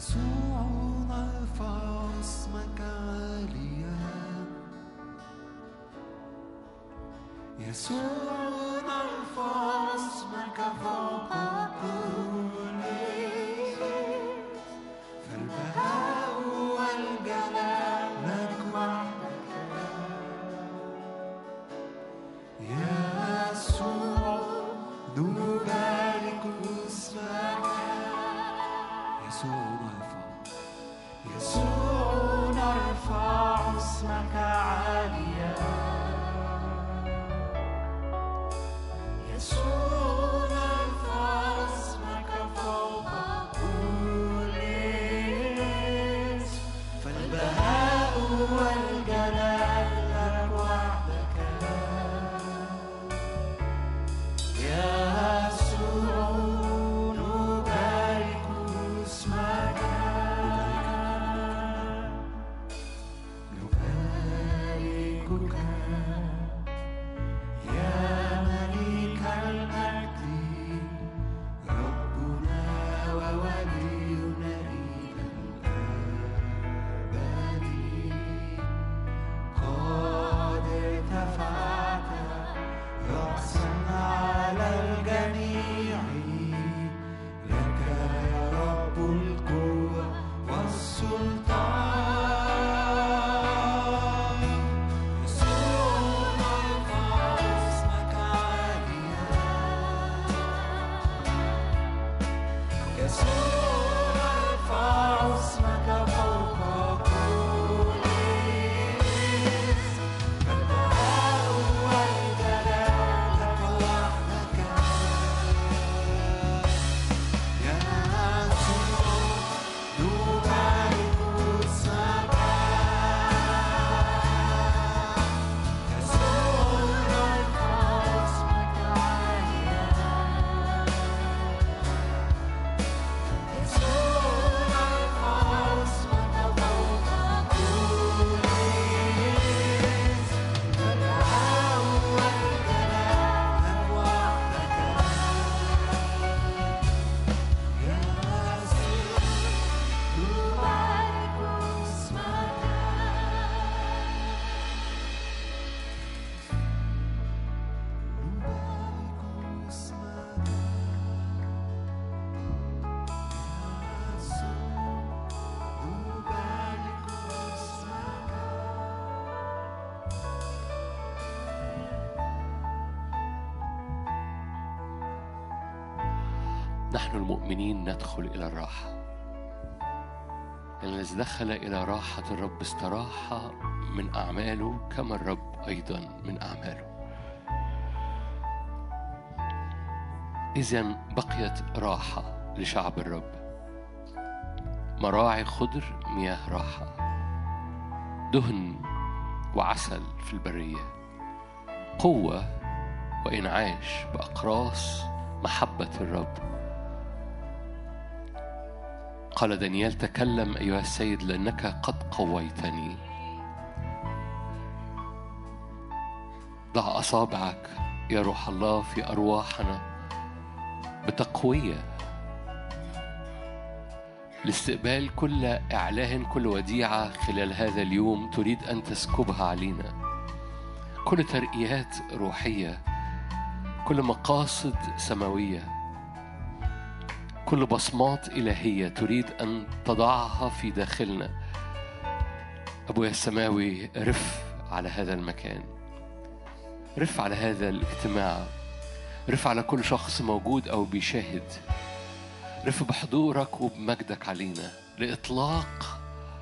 يسوع نرفع اسمك عاليا يسوع نرفع اسمك فوق كل فالبهاء والجلال لك وحدك يسوع نبارك اسمك يسوع نرفع اسمك عاليا يسوع نرفع اسمك فوق كل اسم فالبهاء والجلال لك وحدك يسوع نبارك اسمك نباركك يا ملك المجد ربنا وولينا إلى الأبد قد ارتفعت رأسا على الجميع لك يا رب القوة والسلطان يسوع نرفع اسمك عاليا يسوع نرفع اسمك فوق كل اسم فالبهاء والجلال لك وحدك يا يسوع نبارك اسمك يسوع نرفع اسمك عاليا يسوع نرفع اسمك فوق كل اسم فالبهاء والجلال لك وحدك يا يسوع نبارك اسمك نبارك اسمك نحن المؤمنين ندخل إلى الراحة، لأن الذي دخل إلى راحة الرب استراح من أعماله كما الرب أيضا من أعماله. إذن بقيت راحة لشعب الرب، مراعي خضر، مياه راحة، دهن وعسل في البرية، قوة وإنعاش بأقراص محبة الرب. قال دانيال: تكلم أيها السيد لأنك قد قويتني. ضع أصابعك يا روح الله في أرواحنا بتقوية لاستقبال كل إعلان، كل وديعة خلال هذا اليوم تريد أن تسكبها علينا، كل ترقيات روحية، كل مقاصد سماوية، كل بصمات إلهية تريد أن تضعها في داخلنا. أبويا السماوي، رف على هذا المكان، رف على هذا الاجتماع، رف على كل شخص موجود أو بيشاهد، رف بحضورك وبمجدك علينا لإطلاق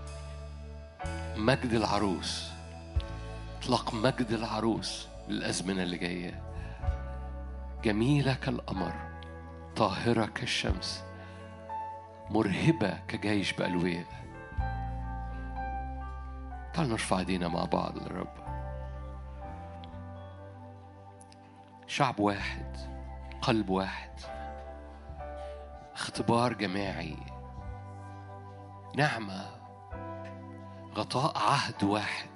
مجد العروس، إطلاق مجد العروس للأزمنة اللي جاية. جميلة كالقمر، طاهرة كالشمس، مرهبة كجيش بألوية. تعال نرفع ايدينا مع بعض للرب. شعب واحد، قلب واحد، اختبار جماعي، نعمة، غطاء عهد واحد،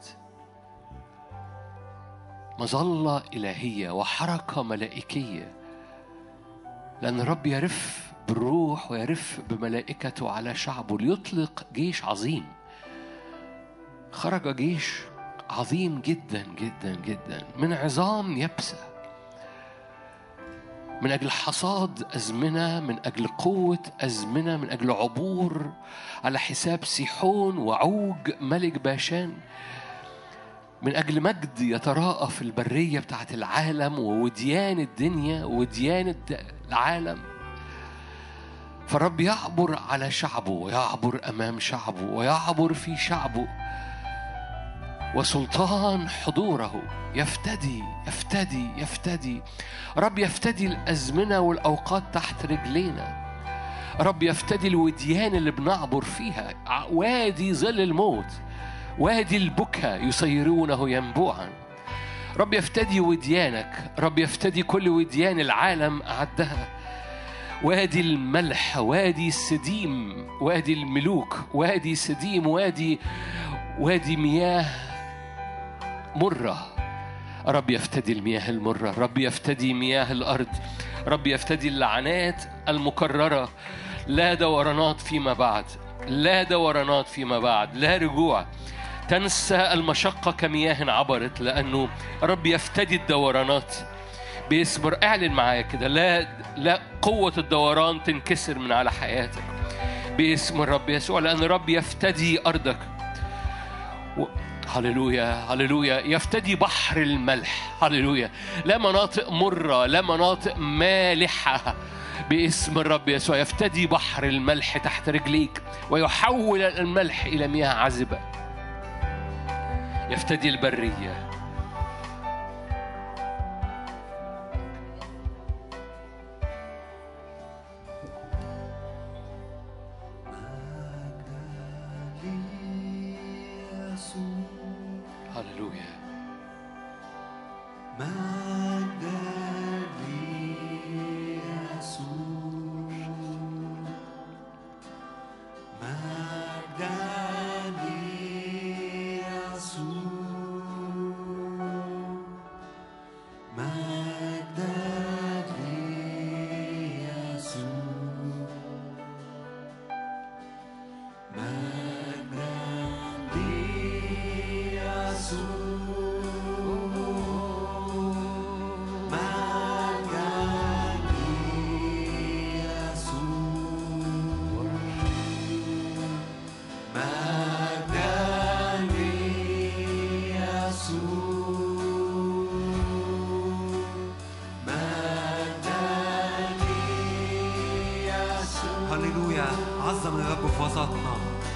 مظلة إلهية وحركة ملائكية، لأن الرب يرف بالروح ويرف بملائكته على شعبه ليطلق جيش عظيم. خرج جيش عظيم جدا جدا جدا من عظام يبسة، من أجل حصاد أزمنة، من أجل قوة أزمنة، من أجل عبور على حساب سيحون وعوج ملك باشان، من أجل مجد يتراءى في البرية بتاعت العالم ووديان الدنيا ووديان العالم. فالرب يعبر على شعبه ويعبر أمام شعبه ويعبر في شعبه، وسلطان حضوره يفتدي يفتدي يفتدي. رب يفتدي الأزمنة والأوقات تحت رجلينا. رب يفتدي الوديان اللي بنعبر فيها، وادي ظل الموت، وادي البكا يصيرونه ينبوعا. رب يفتدي وديانك، رب يفتدي كل وديان العالم أعدها. وادي الملح، وادي السديم، وادي الملوك، وادي سديم، وادي مياه مرة. رب يفتدي المياه المرة، رب يفتدي مياه الأرض، رب يفتدي اللعنات المكررة. لا دورانات فيما بعد، لا دورانات فيما بعد، لا رجوع. تنسى المشقة كمياه عبرت، لأنه رب يفتدي الدورانات بيصبر. اعلن معايا كده، لا قوة الدوران تنكسر من على حياتك باسم الرب يسوع، لأن الرب يفتدي أرضك. هللويا هللويا. يفتدي بحر الملح. هللويا. لا مناطق مرة، لا مناطق مالحة باسم الرب يسوع. يفتدي بحر الملح تحت رجليك ويحول الملح إلى مياه عذبة. يفتدي البرية. هللويا. هللويا. عظم الرب في وسطنا.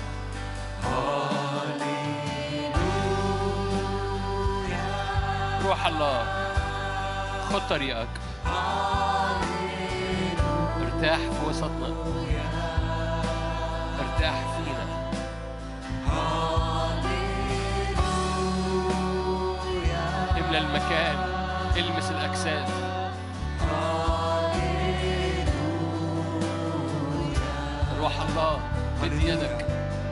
روح الله خد طريقك. ارتاح في وسطنا، ارتاح فينا. املى المكان، المس الأجساد. روح الله مد يدك.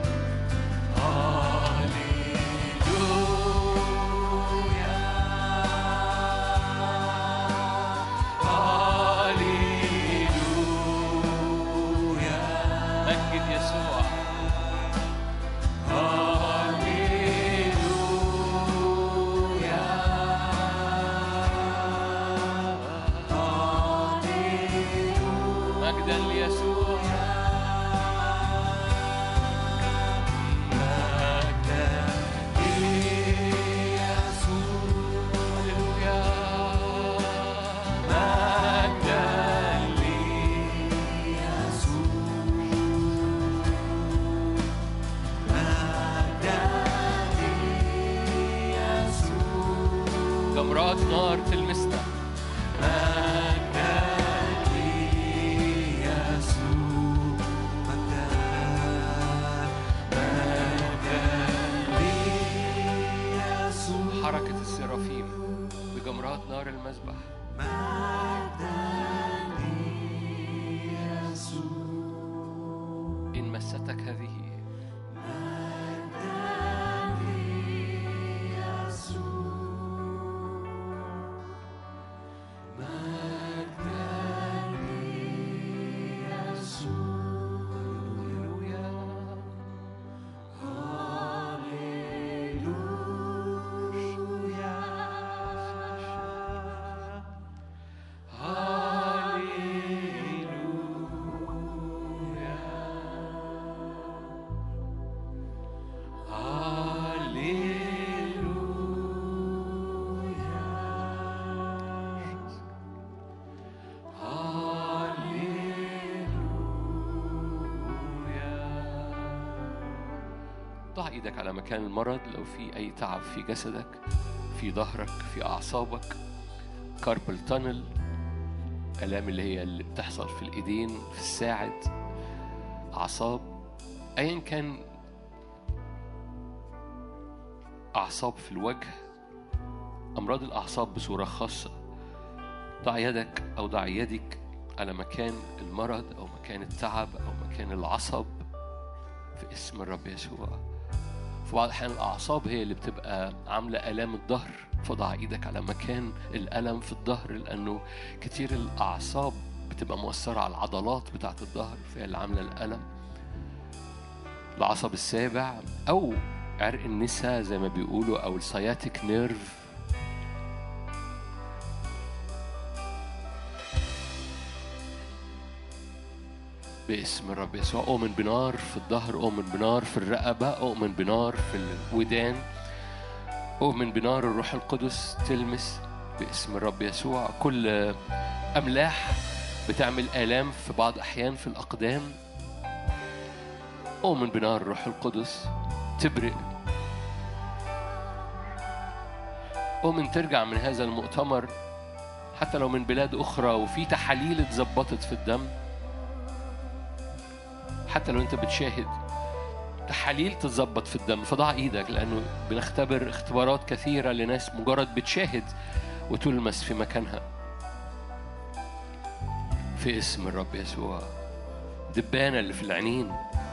جمرات نار تلمسنا. حركة السرافيم بجمرات نار المذبح. إن مستك هذه ضع ايدك على مكان المرض. لو في اي تعب في جسدك، في ظهرك، في اعصابك، كاربل تانل، الام اللي بتحصل في الايدين، في الساعد، اعصاب، ايا كان، اعصاب في الوجه، امراض الاعصاب بصوره خاصه، ضع يدك او ضع يدك على مكان المرض او مكان التعب او مكان العصب في اسم الرب يسوع. في بعض الأحيان الأعصاب هي اللي بتبقى عاملة آلام الظهر، فضع إيدك على مكان الألم في الظهر، لأنه كتير الأعصاب بتبقى مؤثرة على العضلات بتاعة الظهر، فهي اللي عاملة الألم. العصب السابع أو عرق النسا زي ما بيقولوا، أو السياتيك نيرف. باسم الرب يسوع أؤمن بنار في الظهر، أؤمن بنار في الرقبة، أؤمن بنار في الودان، أؤمن بنار الروح القدس تلمس باسم الرب يسوع كل أملاح بتعمل آلام في بعض أحيان في الأقدام. أؤمن بنار الروح القدس تبرئ. أؤمن ترجع من هذا المؤتمر حتى لو من بلاد أخرى وفي تحاليل اتظبطت في الدم، حتى لو أنت بتشاهد تحاليل تتظبط في الدم، فضع إيدك، لأنه بنختبر اختبارات كثيرة لناس مجرد بتشاهد وتلمس في مكانها في اسم الرب يسوع. دبانة اللي في العينين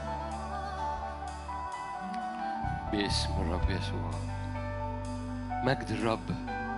باسم الرب يسوع. مجد الرب.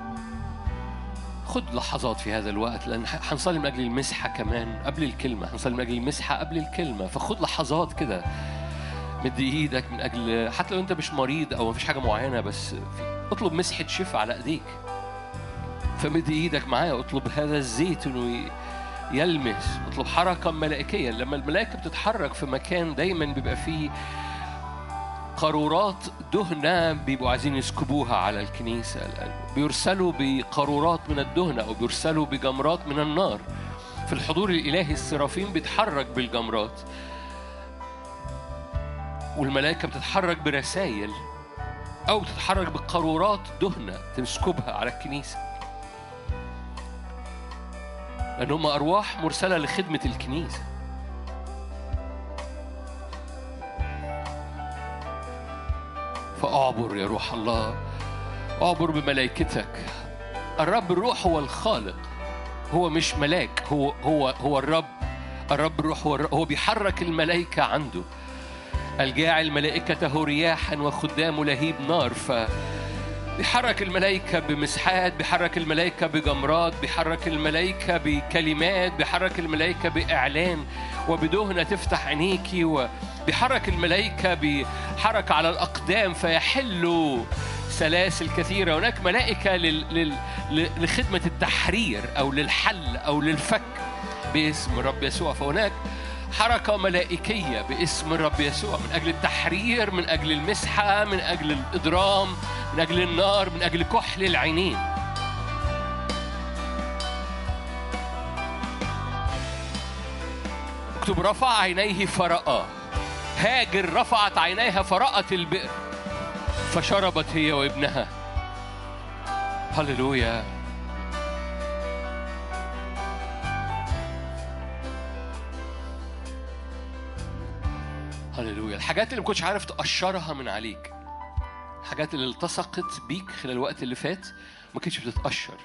خد لحظات في هذا الوقت، لأن هنصلي من أجل المسحة كمان قبل الكلمة، هنصلي من أجل المسحة قبل الكلمة، فخد لحظات كده مد إيدك من أجل، حتى لو أنت مش مريض أو مفيش حاجة معينة، بس اطلب مسحة شفاء على إيديك، فمد إيدك معايا، اطلب هذا الزيت إنه يلمس، اطلب حركة ملائكية. لما الملائكة بتتحرك في مكان دايما بيبقى فيه قارورات دهنة بيبقوا عايزين يسكبوها على الكنيسة، بيرسلوا بقارورات من الدهنة أو بيرسلوا بجمرات من النار. في الحضور الإلهي السرافين بيتحرك بالجمرات، والملائكة بتتحرك برسائل أو تتحرك بقارورات دهنة تسكبها على الكنيسة، لأنهم أرواح مرسلة لخدمة الكنيسة. فأعبر يا روح الله، أعبر بملائكتك. الرب الروح هو الخالق، هو مش ملاك، هو الرب. الرب الروح هو بيحرك الملائكة عنده. الجاعل ملائكته رياحا وخدام لهيب نار، بيحرك الملائكة بمسحات، بيحرك الملائكة بجمرات، بيحرك الملائكة بكلمات، بيحرك الملائكة بإعلان وبدهنة تفتح عينيكي، وبيحرك الملائكة بحركة على الأقدام فيحلوا سلاسل كثيرة. هناك ملائكة لخدمة التحرير أو للحل أو للفك باسم الرب يسوع. فهناك حركة ملائكية باسم الرب يسوع من أجل التحرير، من أجل المسحة، من أجل الإضرام، من أجل النار، من أجل كحل العينين. اكتب رفع عينيه فرأى. هاجر رفعت عينيها فرأت البئر فشربت هي وابنها. هللويا. هللويا. الحاجات اللي ما كنتش عارف تقشرها من عليك، الحاجات اللي التصقت بيك خلال الوقت اللي فات ما كنتش بتتقشر،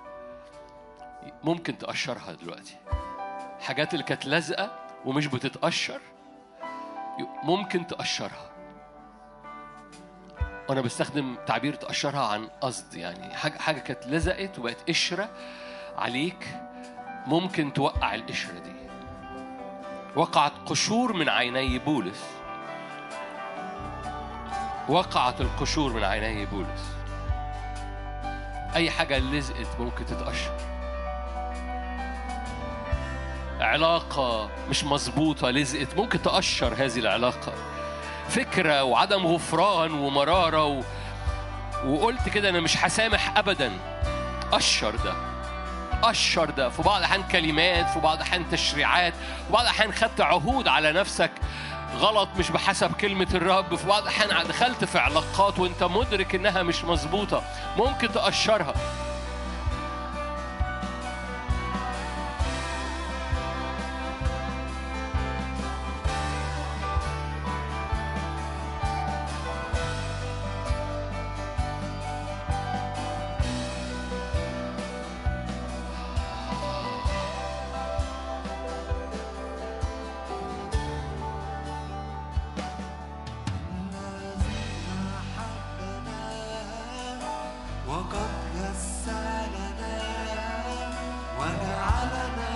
ممكن تقشرها دلوقتي. حاجات اللي كانت لازقة ومش بتتقشر ممكن تقشرها. وأنا بستخدم تعبير تقشرها عن قصد، يعني حاجة كانت لزقت وبقت قشرة عليك، ممكن توقع القشرة دي. وقعت قشور من عيني بولس، وقعت القشور من عيني بولس. أي حاجة لزقت ممكن تتقشر. علاقة مش مظبوطة لزقت ممكن تقشر هذه العلاقة. فكرة وعدم غفران ومرارة وقلت كده أنا مش هسامح أبدا، قشر ده، قشر ده. في بعض الأحيان كلمات، في بعض الأحيان تشريعات، في بعض الأحيان خدت عهود على نفسك غلط، مش بحسب كلمة الرب. في بعض الأحيان دخلت في علاقات وأنت مدرك إنها مش مظبوطة، ممكن تقشرها. وقد غسلنا وجعلنا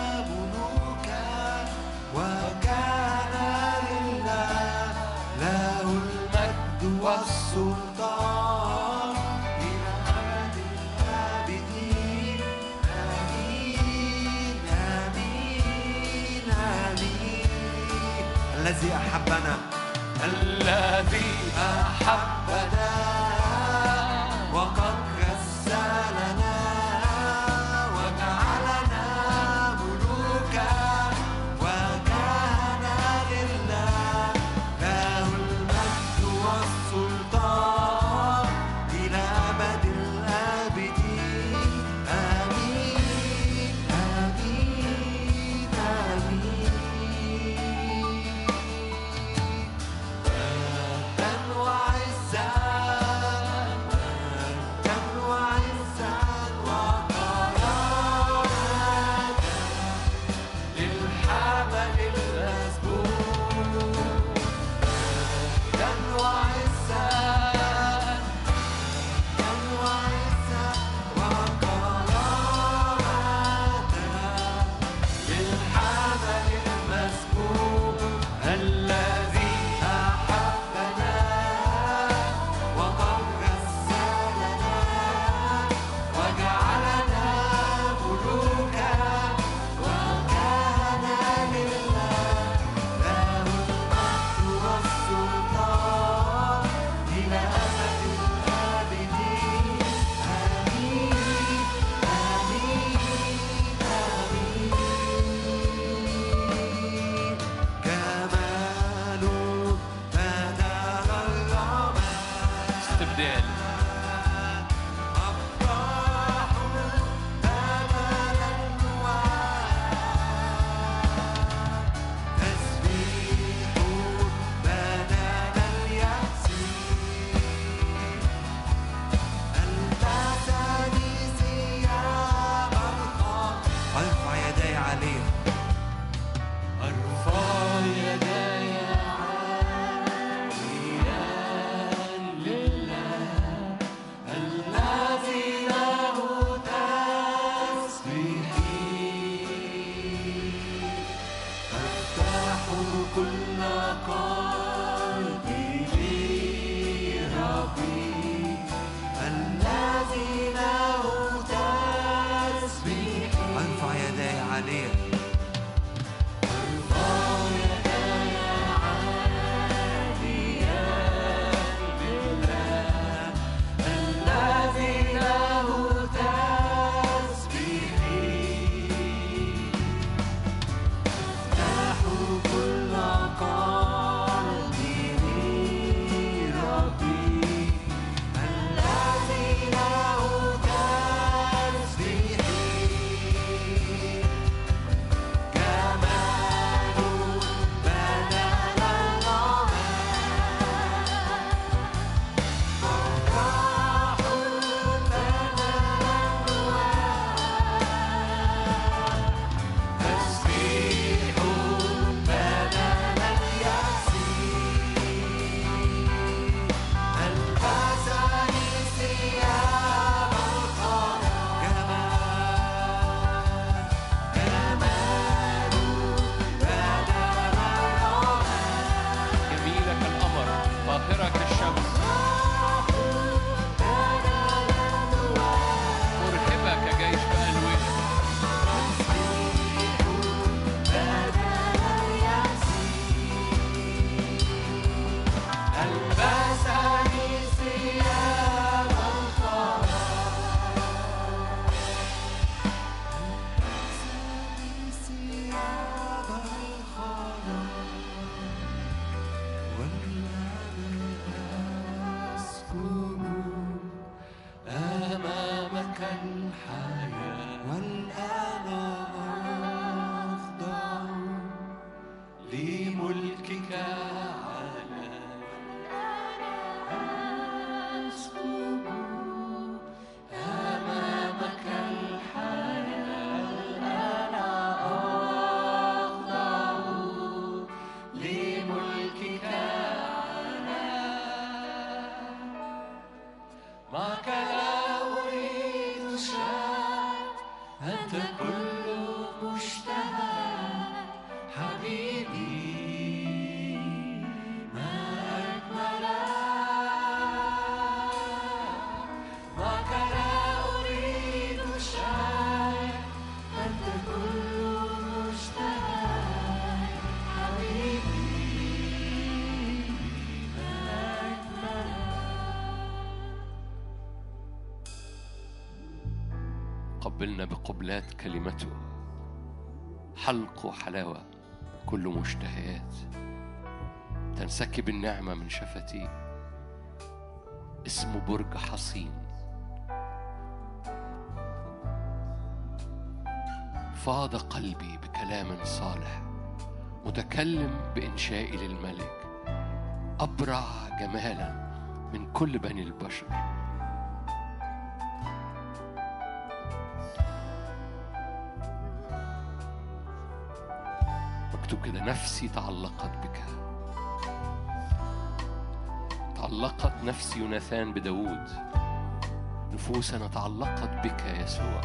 ملوكا وكان لله له المجد والسلطان إلى أبد الآبدين. آمين آمين آمين. الذي أحبنا وقد غسلنا وجعلنا ملوكا وكان لله له المجد والسلطان إلى أبد الآبدين. آمين آمين آمين. مجداً وعزاً أسكب أمامك الحياة والآن أخضع لملكك على أسكب أمامك الحياة الآن أخضع لملكك على معك لا أريد شيء أنت كل مشتهى حبيبي ما أجملك معك لا أريد شيء أنت كل مشتهى حبيبي ما أجملك قبلنا بقبلات كلمته حلق وحلاوة كل مشتهيات تنسكب النعمة من شفتي اسمه برج حصين فاض قلبي بكلام صالح متكلم بإنشائي للملك أبرع جمالا من كل بني البشر مكتوب كده نفسي تعلقت بك تعلقت نفس يوناثان بداود نفوسنا تعلقت بك يا يسوع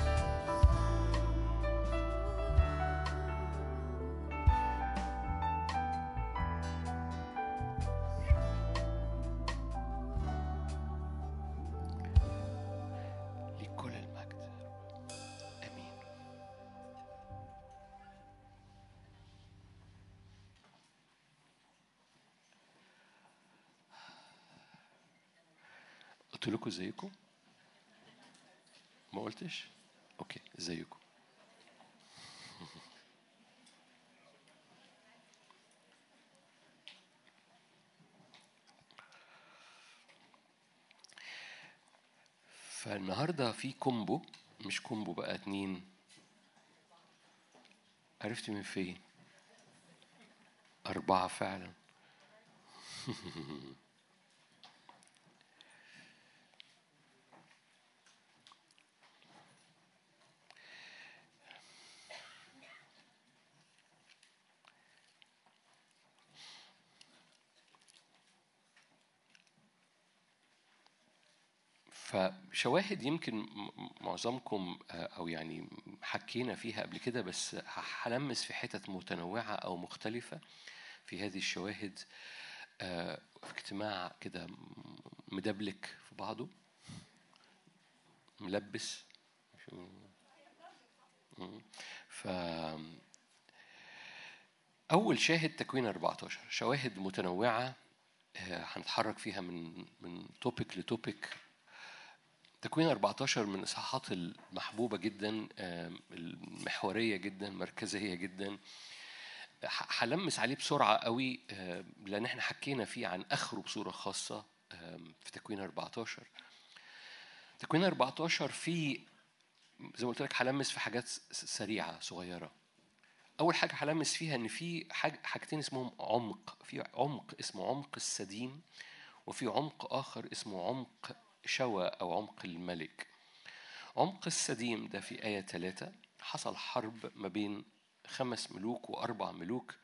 لكل المجد آمين. قلت لكم ازيكم؟ ما قلتش؟ اوكي ازيكم؟ فالنهارده في كومبو مش كومبو بقى 2 عرفت من فين؟ 4 فعلا فشواهد يمكن معظمكم أو يعني حكينا فيها قبل كده بس هلمس في حتت متنوعة أو مختلفة في هذه الشواهد في اجتماع كده مدبلك في بعضه ملبس ف أول شاهد تكوين 14 شواهد متنوعة هنتحرك فيها من توبيك لتوبيك. تكوين 14 من الإصحاحات المحبوبة جدا المحورية جدا مركزية جدا. هلمس عليه بسرعة قوي لأن احنا حكينا فيه عن آخره بصورة خاصة في تكوين 14. تكوين 14 فيه زي ما قلت لك هلمس في حاجات سريعة صغيرة. أول حاجة هلمس فيها إن في حاجتين اسمهم عمق. في عمق اسمه عمق السديم وفي عمق آخر اسمه عمق شوى أو عمق الملك. عمق السديم ده في آية 3 حصل حرب ما بين 5 ملوك و4 ملوك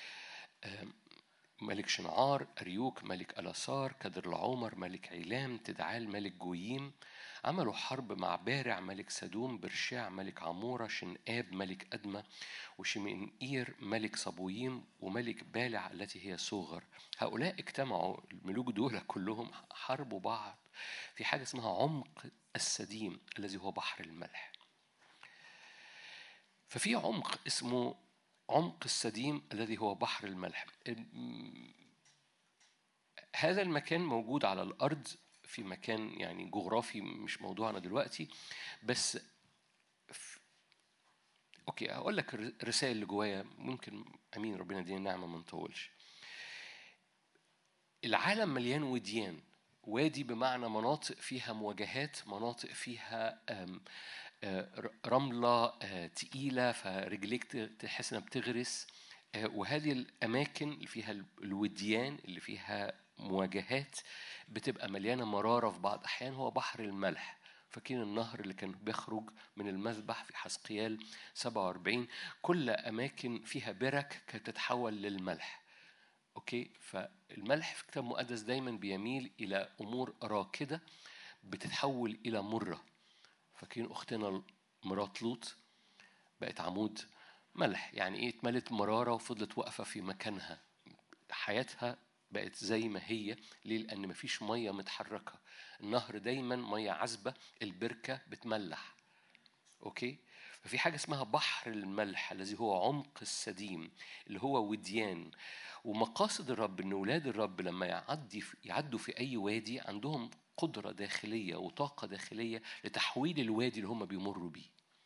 ملك شنعار أريوك ملك ألاسار كدر العمر ملك عيلام تدعال ملك جويم. عملوا حرب مع بارع ملك سدوم برشاع ملك عمورة شنآب ملك أدمى وشمئير ملك صبويم وملك بالع التي هي صوغر. هؤلاء اجتمعوا الملوك دول كلهم حاربوا بعض في حاجة اسمها عمق السديم الذي هو بحر الملح. ففي عمق اسمه عمق السديم الذي هو بحر الملح. هذا المكان موجود على الأرض في مكان يعني جغرافي مش موضوعنا دلوقتي بس أوكي أقول لك الرسائل اللي جوايا ممكن أمين ربنا يدينا نعمة ما نطولش. العالم مليان وديان. وادي بمعنى مناطق فيها مواجهات، مناطق فيها رملة تقيلة فرجليك تحس انها بتغرس. وهذه الأماكن اللي فيها الوديان اللي فيها مواجهات بتبقى مليانة مرارة في بعض أحيان. هو بحر الملح. فاكرين النهر اللي كان بيخرج من المذبح في حزقيال 47؟ كل أماكن فيها برك كانت تتحول للملح. أوكي، فالملح في الكتاب المقدس دايما بيميل إلى أمور راكدة بتتحول إلى مرة. فاكرين أختنا مرات لوط بقت عمود ملح. يعني إيه؟ اتملت مرارة وفضلت واقفة في مكانها، حياتها بقت زي ما هي. ليه؟ لأن مفيش مية متحركة. النهر دايما مية عذبة، البركة بتملح. أوكي، ففي حاجة اسمها بحر الملح الذي هو عمق السديم اللي هو وديان. ومقاصد الرب إن أولاد الرب لما يعدوا في أي وادي عندهم قدرة داخلية وطاقة داخلية لتحويل الوادي اللي هم بيمروا بيه.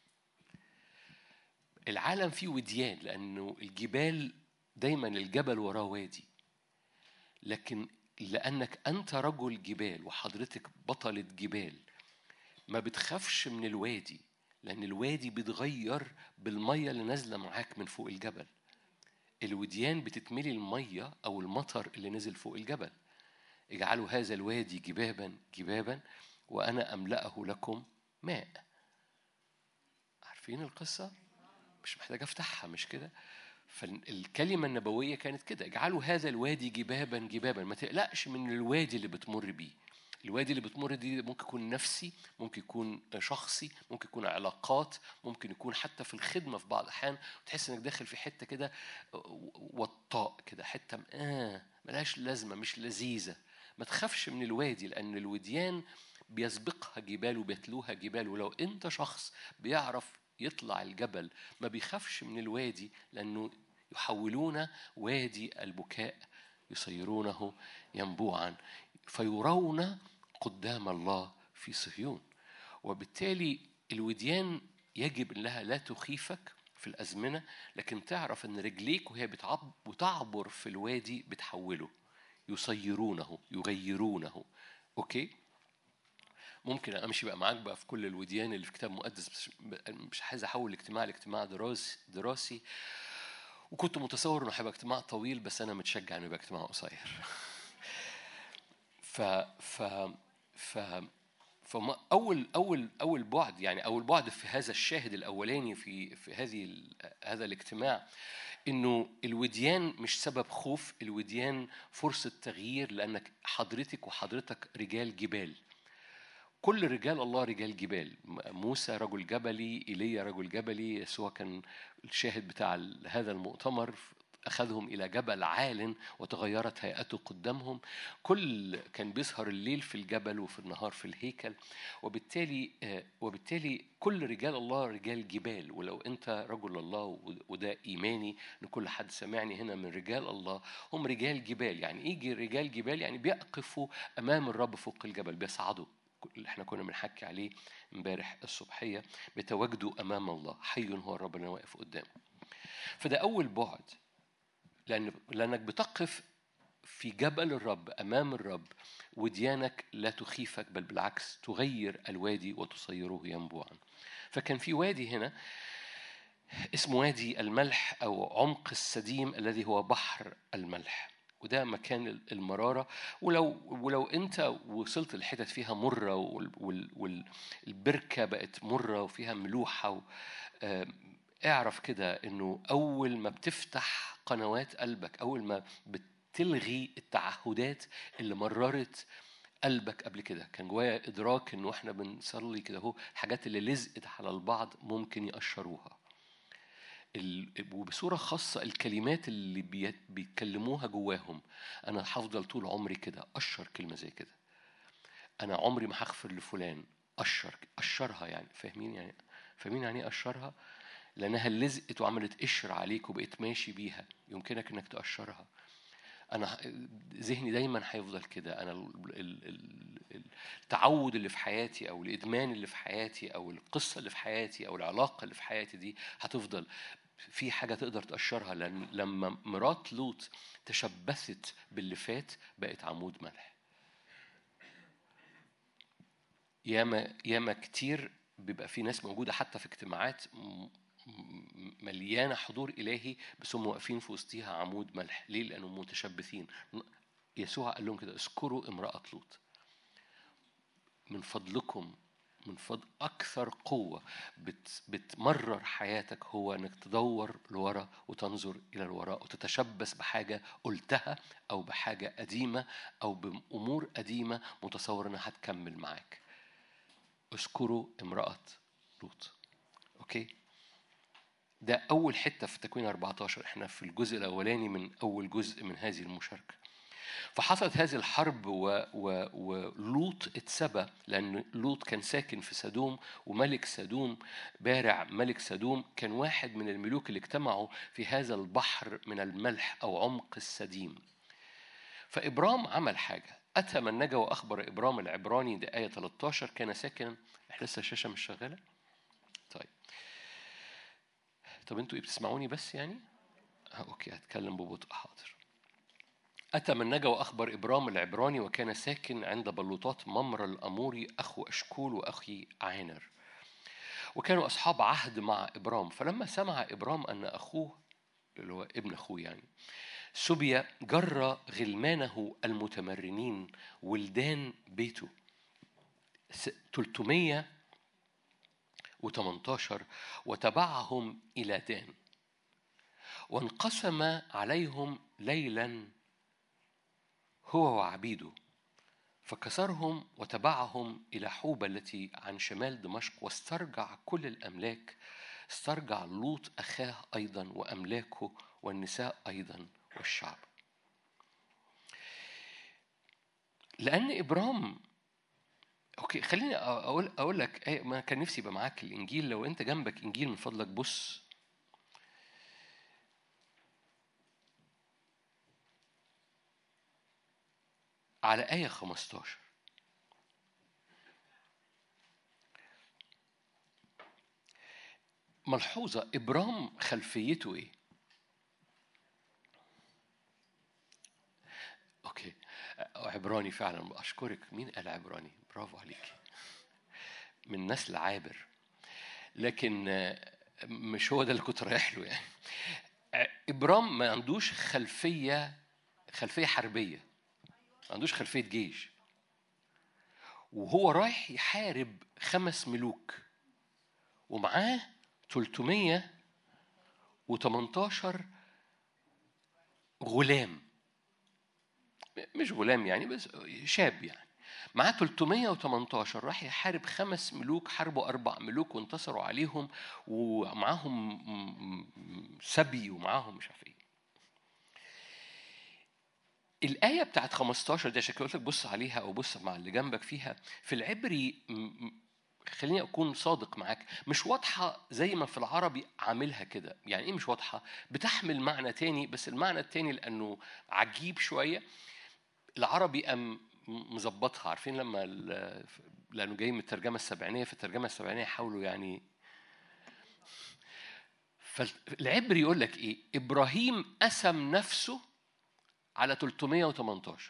العالم فيه وديان لأنه الجبال دايما الجبل وراه وادي. لكن لأنك أنت رجل جبال وحضرتك بطلة جبال ما بتخافش من الوادي، لأن الوادي بيتغير بالمية اللي نازلة معاك من فوق الجبل. الوديان بتتملي المية أو المطر اللي نزل فوق الجبل. اجعلوا هذا الوادي جبابا جبابا وأنا أملأه لكم ماء. عارفين القصة؟ مش محتاج أفتحها، مش كده؟ فالكلمة النبوية كانت كده: اجعلوا هذا الوادي جبابا جبابا. ما تقلقش من الوادي اللي بتمر بيه. الوادي اللي بتمر دي ممكن يكون نفسي، ممكن يكون شخصي، ممكن يكون علاقات، ممكن يكون حتى في الخدمة في بعض الأحيان تحس إنك داخل في حتة كده وطاء كده، حتة ملهاش لازمة، مش لذيذة. ما تخافش من الوادي لأن الوديان بيسبقها جبال وبيتلوها جبال. ولو أنت شخص بيعرف يطلع الجبل ما بيخافش من الوادي، لأنه يحولون وادي البكاء يصيرونه ينبوعا فيرون قدام الله في صهيون. وبالتالي الوديان يجب أنها لا تخيفك في الأزمنة، لكن تعرف أن رجليك وهي بتعبر في الوادي بتحوله، يصيرونه، يغيرونه. أوكي، ممكن أمشي بقى معاك بقى في كل الوديان اللي في كتاب مقدس، بس مش عايز أحول الاجتماع لاجتماع دراسي. وكنت متصور إنه هيبقى اجتماع طويل، بس أنا متشجع إنه يبقى اجتماع قصير. فما أول بعد، يعني أول بعد في هذا الشاهد الأولاني في هذا الاجتماع، إنه الوديان مش سبب خوف. الوديان فرصة تغيير، لأنك حضرتك وحضرتك رجال جبال. كل رجال الله رجال جبال. موسى رجل جبلي، إيليا رجل جبلي، يسوع كان الشاهد بتاع هذا المؤتمر، أخذهم إلى جبل عال وتغيرت هيئته قدامهم. كل كان بيسهر الليل في الجبل وفي النهار في الهيكل. وبالتالي كل رجال الله رجال جبال. ولو أنت رجل الله، وده إيماني إن كل حد سمعني هنا من رجال الله هم رجال جبال. يعني إيه رجال جبال؟ يعني بيقفوا أمام الرب فوق الجبل، بيصعدوا. اللي احنا كنا بنحكي عليه امبارح الصبحية، بتواجدوا أمام الله. حي هو الرب اللي واقف قدامه. فده أول بعد، لأنك بتقف في جبل الرب أمام الرب، وديانك لا تخيفك بل بالعكس تغير الوادي وتصيره ينبوعا. فكان في وادي هنا اسمه وادي الملح أو عمق السديم الذي هو بحر الملح، وده مكان المرارة. ولو أنت وصلت الحتت فيها مرة والبركة بقت مرة وفيها ملوحة، اعرف كده إنه أول ما بتفتح قنوات قلبك، أول ما بتلغي التعهدات اللي مررت قلبك قبل كده، كان جوايا إدراك إنه إحنا بنصلي كده هو الحاجات اللي لزقت على البعض ممكن يقشروها. وبصورة خاصة الكلمات اللي بيتكلموها جواهم. أنا هفضل طول عمري كده أشر كلمة زي كده، أنا عمري ما هغفر لفلان. أشرها يعني، فاهمين يعني إيه أشرها؟ لأنها لزقت وعملت قشر عليك وبقيت ماشي بيها، يمكنك إنك تقشرها. أنا ذهني دايما هيفضل كده. أنا التعود اللي في حياتي أو الإدمان اللي في حياتي أو القصة اللي في حياتي أو العلاقة اللي في حياتي دي هتفضل في حاجة تقدر تقشرها، لأن لما مرات لوط تشبثت باللي فات بقت عمود ملح. ياما كتير بيبقى في ناس موجودة حتى في اجتماعات مليانة حضور إلهي، بس هم واقفين في وسطيها عمود ملح. ليه؟ لأنهم متشبثين. يسوع قال لهم كده: اذكروا امرأة لوط. من فضلكم، من فضل أكثر قوة بتمرر حياتك هو أنك تدور لورا وتنظر إلى الوراء وتتشبث بحاجة قلتها أو بحاجة قديمة أو بأمور قديمة متصور أنها هتكمل معاك. اذكروا امرأة لوط. أوكي؟ ده أول حتة في تكوين 14. إحنا في الجزء الأولاني من أول جزء من هذه المشاركة. فحصلت هذه الحرب ولوط اتسبى، لأن لوط كان ساكن في سدوم، وملك سدوم بارع ملك سدوم كان واحد من الملوك اللي اجتمعوا في هذا البحر من الملح أو عمق السديم. فإبرام عمل حاجة، أتى من نجا وأخبر إبرام العبراني. ده آية 13. كان ساكنا، إحنا لسه الشاشة مش شغالة؟ طب أنتوا بتسمعوني بس يعني؟ أوكي، هتكلم ببطء. حاضر. أتى من نجا وأخبر إبرام العبراني وكان ساكن عند بلوطات ممر الأموري أخو أشكول وأخي عانر، وكانوا أصحاب عهد مع إبرام. فلما سمع إبرام أن أخوه، اللي هو ابن أخوه يعني، سبي، جر غلمانه المتمرنين ولدان بيته 318 وتبعهم إلى دان، وانقسم عليهم ليلا هو وعبيده، فكسرهم وتبعهم إلى حوبة التي عن شمال دمشق، واسترجع كل الأملاك. استرجع لوط أخاه أيضا وأملاكه والنساء أيضا والشعب. لأن إبرام، أوكي خليني أقول لك ما كان نفسي يبقى معاك الإنجيل. لو أنت جنبك إنجيل من فضلك بص على آية 15. ملحوظة، إبرام خلفيته إيه؟ أوكي، عبراني فعلا. أشكرك. مين قال عبراني؟ برافو عليك، من نسل عابر. لكن مش هو ده اللي كنت رايح له يعني. إبرام ما عندوش خلفية حربية، ما عندوش خلفية جيش، وهو رايح يحارب 5 ملوك ومعاه 318 غلام. مش غلام يعني، بس شاب يعني. معاه 318 راح يحارب 5 ملوك، حاربوا 4 ملوك وانتصروا عليهم، ومعاهم سبي ومعاهم مش عارف ايه. الآية بتاعت 15 دي عشان قلت لك بص عليها أو بص مع اللي جنبك فيها. في العبري خليني أكون صادق معاك، مش واضحة زي ما في العربي عاملها كده. يعني إيه مش واضحة؟ بتحمل معنى تاني، بس المعنى التاني لأنه عجيب شوية العربي مظبطها. عارفين لأنه جاي من الترجمة السبعينية، في الترجمة السبعينية حاولوا يعني. فالعبري يقول لك إيه؟ إبراهيم قسم نفسه على 318.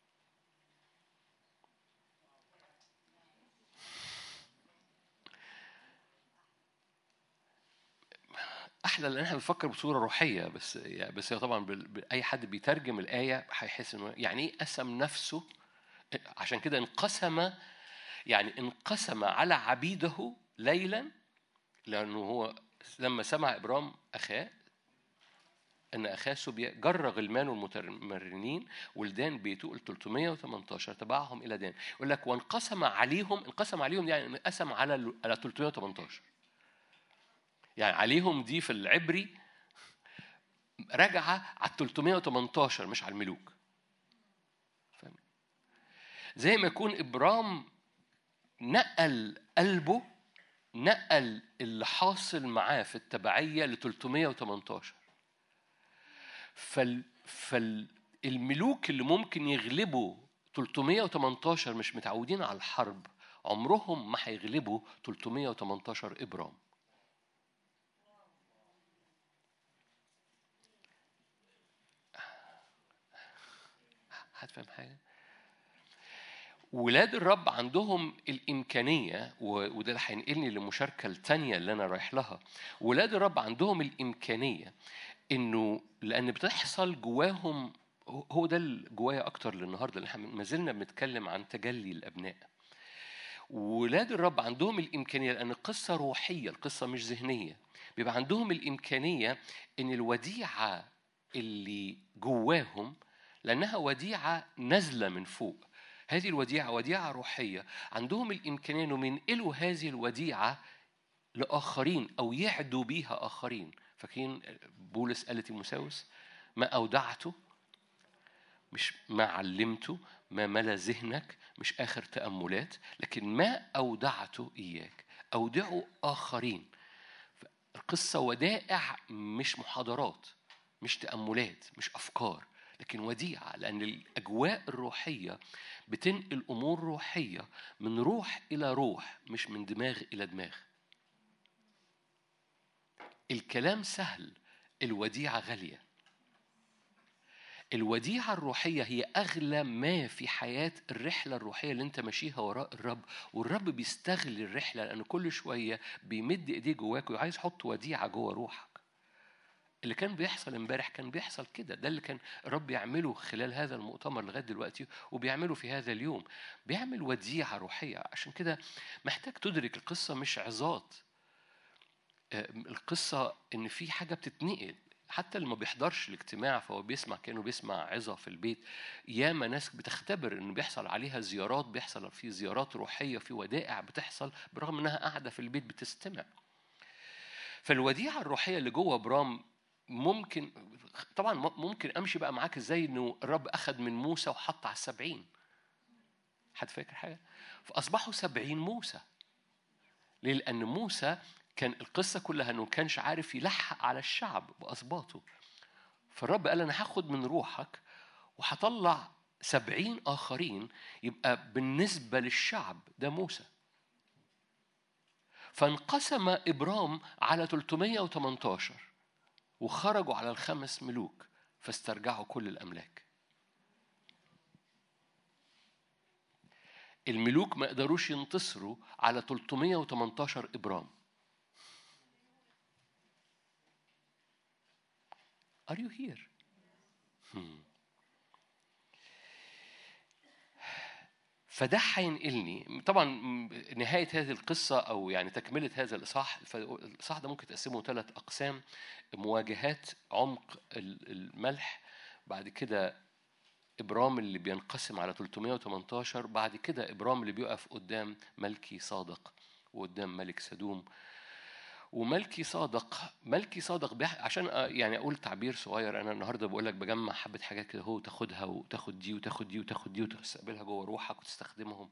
احلى لان احنا بنفكر بصوره روحيه، بس طبعا اي حد بيترجم الايه هيحس انه يعني ايه قسم نفسه. عشان كده انقسم، يعني انقسم على عبيده ليلا، لانه هو لما سمع ابرام اخاه ان اخاه سبي، جر غلمانه المتمرنين ولدان بيته 318 تبعهم الى دان. يقول لك وانقسم عليهم. انقسم عليهم يعني انقسم على 318. يعني عليهم دي في العبري راجعه على 318 مش على الملوك. فاهم؟ زي ما يكون ابرام نقل قلبه، نقل اللي حاصل معاه في التبعيه ل 318. فالملوك اللي ممكن يغلبوا 318 مش متعودين على الحرب، عمرهم ما هيغلبوا 318 إبرام. حد فاهم حاجة؟ ولاد الرب عندهم الإمكانية، وده اللي هينقلني للمشاركة التانية اللي أنا رايح لها. ولاد الرب عندهم الإمكانية إنه لأن بتحصل جواهم، هو ده اللي جوايا أكتر للنهاردة، اللي احنا ما زلنا بنتكلم عن تجلي الأبناء. ولاد الرب عندهم الإمكانية، لأن القصة روحية، القصة مش ذهنية، بيبقى عندهم الإمكانية إن الوديعة اللي جواهم، لأنها وديعة نازلة من فوق، هذه الوديعة وديعة روحية، عندهم الإمكانية إنهم ينقلوا هذه الوديعة لآخرين أو يعدوا بيها آخرين. فاكرين بولس قال لتيموثاوس ما أودعته، مش ما علمته، ما ملا ذهنك، مش آخر تأملات، لكن ما أودعته إياك أودعوا آخرين. القصة ودائع، مش محاضرات، مش تأملات، مش أفكار، لكن وديعة، لأن الأجواء الروحية بتنقل أمور روحية من روح إلى روح، مش من دماغ إلى دماغ. الكلام سهل، الوديعة غالية. الوديعة الروحية هي أغلى ما في حياة الرحلة الروحية اللي أنت ماشيها وراء الرب. والرب بيستغل الرحلة، لأنه كل شوية بيمد إيديه جواك وعايز يحط وديعة جوا روحك. اللي كان بيحصل امبارح كان بيحصل كده، ده اللي كان الرب يعمله خلال هذا المؤتمر لغاية دلوقتي، وبيعمله في هذا اليوم، بيعمل وديعة روحية. عشان كده محتاج تدرك القصة مش عظات، القصة إن في حاجة بتتنقل. حتى اللي ما بيحضرش الاجتماع فهو بيسمع كأنه بيسمع عظة في البيت. ياما ناس بتختبر إنه بيحصل عليها زيارات، بيحصل في زيارات روحية، في ودائع بتحصل برغم إنها قاعدة في البيت بتستمع. فالوديعة الروحية اللي جوه برام ممكن طبعا ممكن أمشي بقى معاك إزاي إنه الرب أخذ من موسى وحط على 70. حد فاكر حاجة؟ فأصبحوا 70 موسى. ليه؟ لأن موسى كان القصة كلها أنه كانش عارف يلحق على الشعب بأسباطه. فالرب قال أنا هاخد من روحك وهطلع 70 آخرين، يبقى بالنسبة للشعب ده موسى. فانقسم إبرام على 318 وخرجوا على ال5 ملوك فاسترجعوا كل الأملاك. الملوك ما قدروش ينتصروا على 318 إبرام. Are you here? فده هينقلني طبعا نهاية هذه القصة أو يعني تكملة هذا الإصحاح. فالإصحاح ده ممكن تقسمه 3 أقسام: مواجهات عمق الملح، بعد كده إبرام اللي بينقسم على 318، بعد كده إبرام اللي بيقف قدام ملكي صادق وقدام ملك سدوم. وملكي صادق عشان يعني اقول تعبير صغير، انا النهارده بقول لك بجمع حبه حاجات كده، هو تاخدها وتاخد دي وتاخد دي وتاخد دي وتستقبلها جوه روحك وتستخدمهم.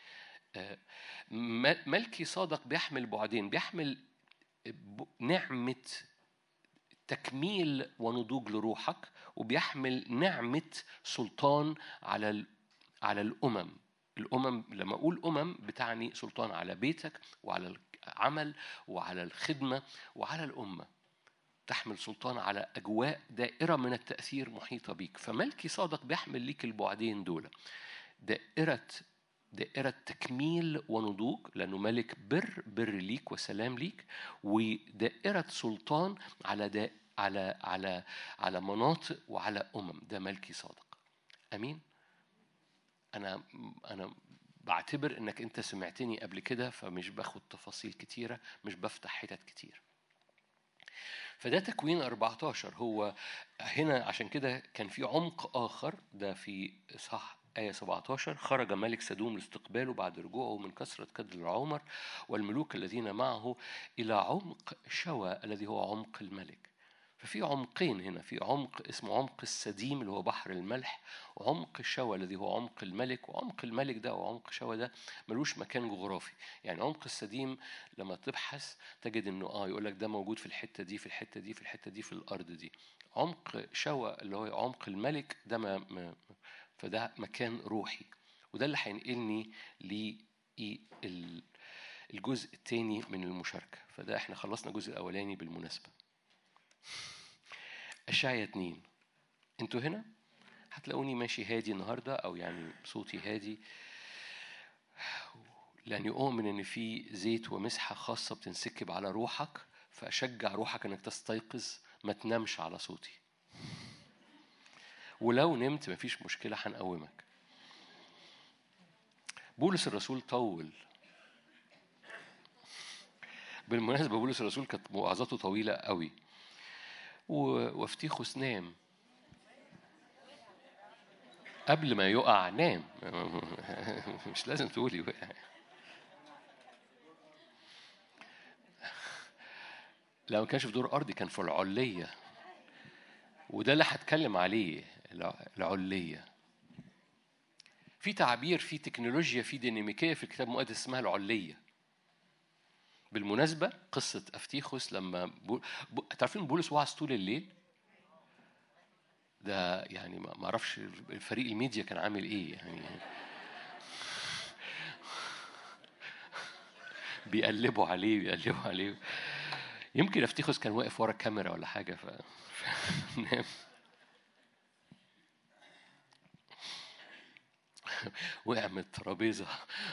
ملكي صادق بيحمل بعدين، بيحمل نعمه تكميل ونضوج لروحك، وبيحمل نعمه سلطان على الامم. لما اقول بتعني سلطان على بيتك وعلى العمل وعلى الخدمة وعلى الأمة. تحمل سلطان على أجواء دائرة من التأثير محيطة بيك. فملكي صادق بيحمل ليك البعدين دول، دائرة تكميل ونضوج، لأنه ملك بر ليك وسلام ليك، ودائرة سلطان على مناطق وعلى ده ملكي صادق. أمين. أنا بعتبر إنك أنت سمعتني قبل كده، فمش باخد تفاصيل كتيرة، مش بفتح حتت كتير. فده تكوين 14 هو هنا. عشان كده كان في عمق آخر، ده في صح آية 17: خرج ملك سدوم لاستقباله بعد رجوعه من كثرة كدر العمر والملوك الذين معه إلى عمق شوى الذي هو عمق الملك. ففي عمقين هنا، في عمق اسمه عمق السديم اللي هو بحر الملح، وعمق شوى الذي هو عمق الملك. وعمق الملك ده وعمق شوى ده ملوش مكان جغرافي. يعني عمق السديم لما تبحث تجد انه يقول لك ده موجود في الحته دي في الحته دي في الحته دي في الارض دي. عمق شوى اللي هو عمق الملك ده فده مكان روحي. وده اللي هينقلني للجزء الثاني من المشاركه. فده احنا خلصنا الجزء الاولاني بالمناسبه. أشعياء 2. انتوا هنا؟ هتلاقوني ماشي هادي النهاردة، أو يعني صوتي هادي، لأني أؤمن إن في زيت ومسحة خاصة بتنسكب على روحك، فأشجع روحك إنك تستيقظ، ما تنامش على صوتي. ولو نمت مفيش مشكلة، هنقومك. بولس الرسول طول. بالمناسبة بولس الرسول كانت وعظاته طويلة قوي، وافتيخوس نام قبل ما يقع، نام. مش لازم تقولي وقع. لا، ما كانش في دور أرضي، كان في العلية، وده اللي هتكلم عليه. العلية في تعبير، في تكنولوجيا، في ديناميكية في الكتاب المقدس اسمها العلية. بالمناسبة قصة أفتيخوس لما تعرفين بولس وعظ طول الليل، ده يعني ما أعرفش فريق الميديا كان عامل إيه يعني. بيقلبوا عليه. يمكن أفتيخوس كان واقف ورا الكاميرا ولا حاجة نام. وقع من الترابيزة.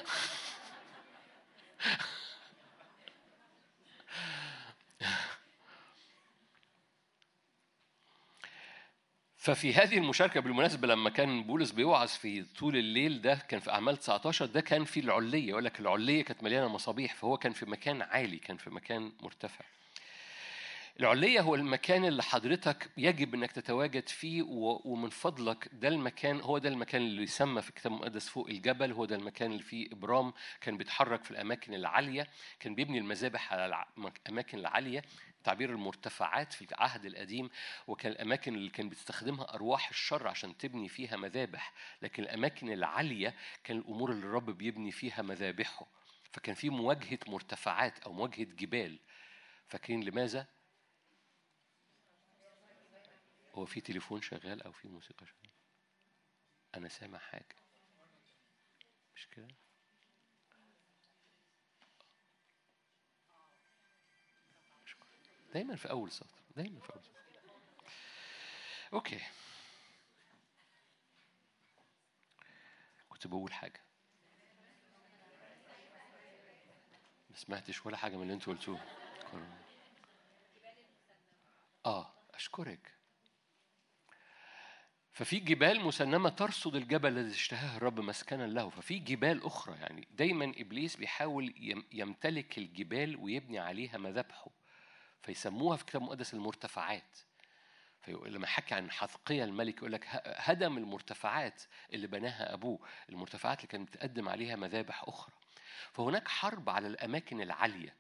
ففي هذه المشاركة بالمناسبة لما كان بولس بيوعظ في طول الليل، ده كان في أعمال 19، ده كان في العلية. يقول لك العلية كانت مليانة مصابيح، فهو كان في مكان عالي، كان في مكان مرتفع. العلية هو المكان اللي حضرتك يجب أنك تتواجد فيه، ومن فضلك ده المكان، هو ده المكان اللي يسمى في الكتاب المقدس فوق الجبل. هو ده المكان اللي فيه إبرام كان بيتحرك في الأماكن العالية، كان بيبني المذابح على الأماكن العالية، تعبير المرتفعات في العهد القديم. وكان الأماكن اللي كان بتستخدمها أرواح الشر عشان تبني فيها مذابح، لكن الأماكن العالية كان الأمور اللي الرب بيبني فيها مذابحه. فكان في مواجهة مرتفعات أو مواجهة جبال. فاكرين لماذا؟ هو في تليفون شغال أو في موسيقى شغال؟ أنا سامع حاجة، مش كده؟ دايما في أول سطر، دايما في أول سطر. أوكي، كنت بقول حاجة ما سمعتش ولا حاجة من اللي أنتوا قلتوه. أشكرك. ففي جبال مسنمة ترصد الجبل الذي اشتهاه الرب مسكنا له. ففي جبال أخرى، يعني دايما إبليس بيحاول يمتلك الجبال ويبني عليها مذابحه، فيسموها في الكتاب المقدس المرتفعات. لما حكي عن حثقيا الملك يقول لك هدم المرتفعات اللي بناها أبوه، المرتفعات اللي كانت بتقدم عليها مذابح أخرى. فهناك حرب على الأماكن العالية.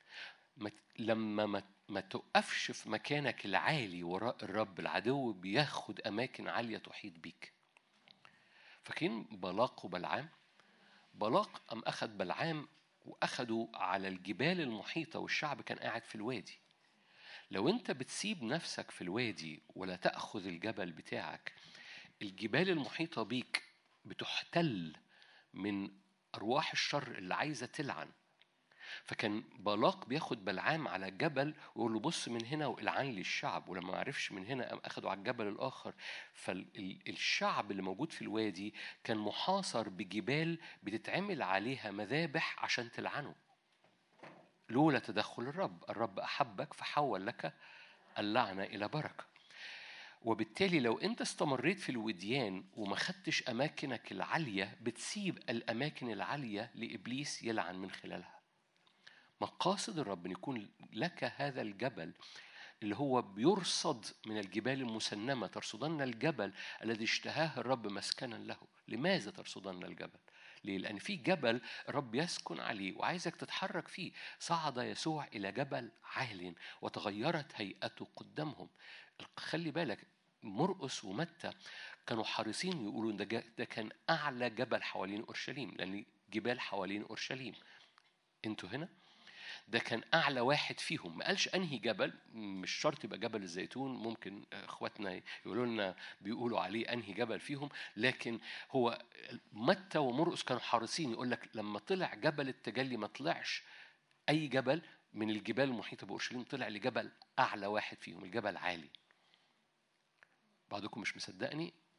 لما ما تقفش في مكانك العالي وراء الرب، العدو بياخد أماكن عالية تحيط بيك. فاكرين بلاق وبلعام؟ بلاق أخذ بلعام وأخدوا على الجبال المحيطة، والشعب كان قاعد في الوادي. لو أنت بتسيب نفسك في الوادي ولا تأخذ الجبل بتاعك، الجبال المحيطة بيك بتحتل من أرواح الشر اللي عايزة تلعن. فكان بلاق بياخد بلعام على الجبل ويقول له بص من هنا والعن لي الشعب، ولما ما عرفش من هنا أخده على الجبل الآخر. فالشعب اللي موجود في الوادي كان محاصر بجبال بتتعمل عليها مذابح عشان تلعنه. لولا تدخل الرب أحبك فحول لك اللعنة إلى بركة. وبالتالي لو أنت استمريت في الوديان وما خدتش أماكنك العالية، بتسيب الأماكن العالية لإبليس يلعن من خلالها. مقاصد الرب أن يكون لك هذا الجبل اللي هو بيرصد من الجبال المسنمة. ترصدن الجبل الذي اشتهاه الرب مسكنا له. لماذا ترصدن الجبل؟ ليه؟ لأن في جبل الرب يسكن عليه وعايزك تتحرك فيه. صعد يسوع إلى جبل عال وتغيرت هيئته قدامهم. خلي بالك، مرقس ومتى كانوا حريصين يقولوا ده كان أعلى جبل حوالين أورشليم، لأن جبال حوالين أورشليم. أنتوا هنا؟ ده كان أعلى واحد فيهم. ما قالش أنهي جبل، مش شرط يبقى جبل الزيتون، ممكن إخواتنا يقولوا لنا بيقولوا عليه أنهي جبل فيهم. لكن هو متى ومرقس كانوا حريصين يقول لك لما طلع جبل التجلي ما طلعش أي جبل من الجبال المحيطة بأورشليم، طلع لجبل أعلى واحد فيهم، الجبل عالي. بعضكم مش مصدقني،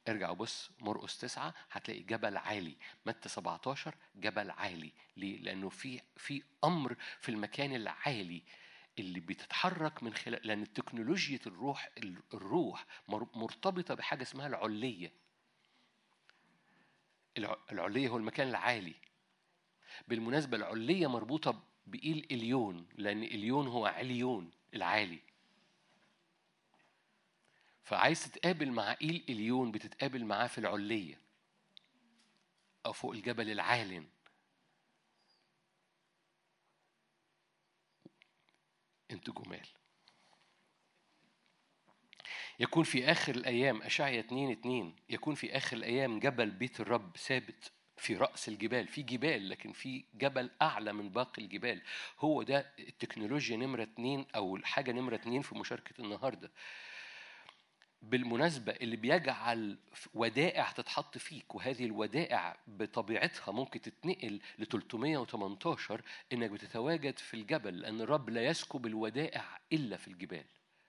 ارجع وبص مرقس 9 هتلاقي جبل عالي. متى 17 جبل عالي. ليه؟ لأنه في أمر في المكان العالي اللي بتتحرك من خلال، لأن تكنولوجيا الروح مرتبطة بحاجة اسمها العلية. العلية هو المكان العالي. بالمناسبة العلية مربوطة بإيل إليون، لأن إليون هو عليون العالي. فعايز تتقابل مع إيل إليون بتتقابل معاه في العلية أو فوق الجبل العالٍ. انتوا جمال. يكون في آخر الأيام، أشعيا 2:2، يكون في آخر الأيام جبل بيت الرب ثابت في رأس الجبال. في جبال لكن في جبل أعلى من باقي الجبال. هو ده التكنولوجيا نمرة 2 أو الحاجة نمرة 2 في مشاركة النهاردة. بالمناسبة اللي بيجعل ودائع تتحط فيك، وهذه الودائع بطبيعتها ممكن تتنقل ل 318، إنك بتتواجد في الجبل، لأن الرب لا يسكب الودائع إلا في الجبال.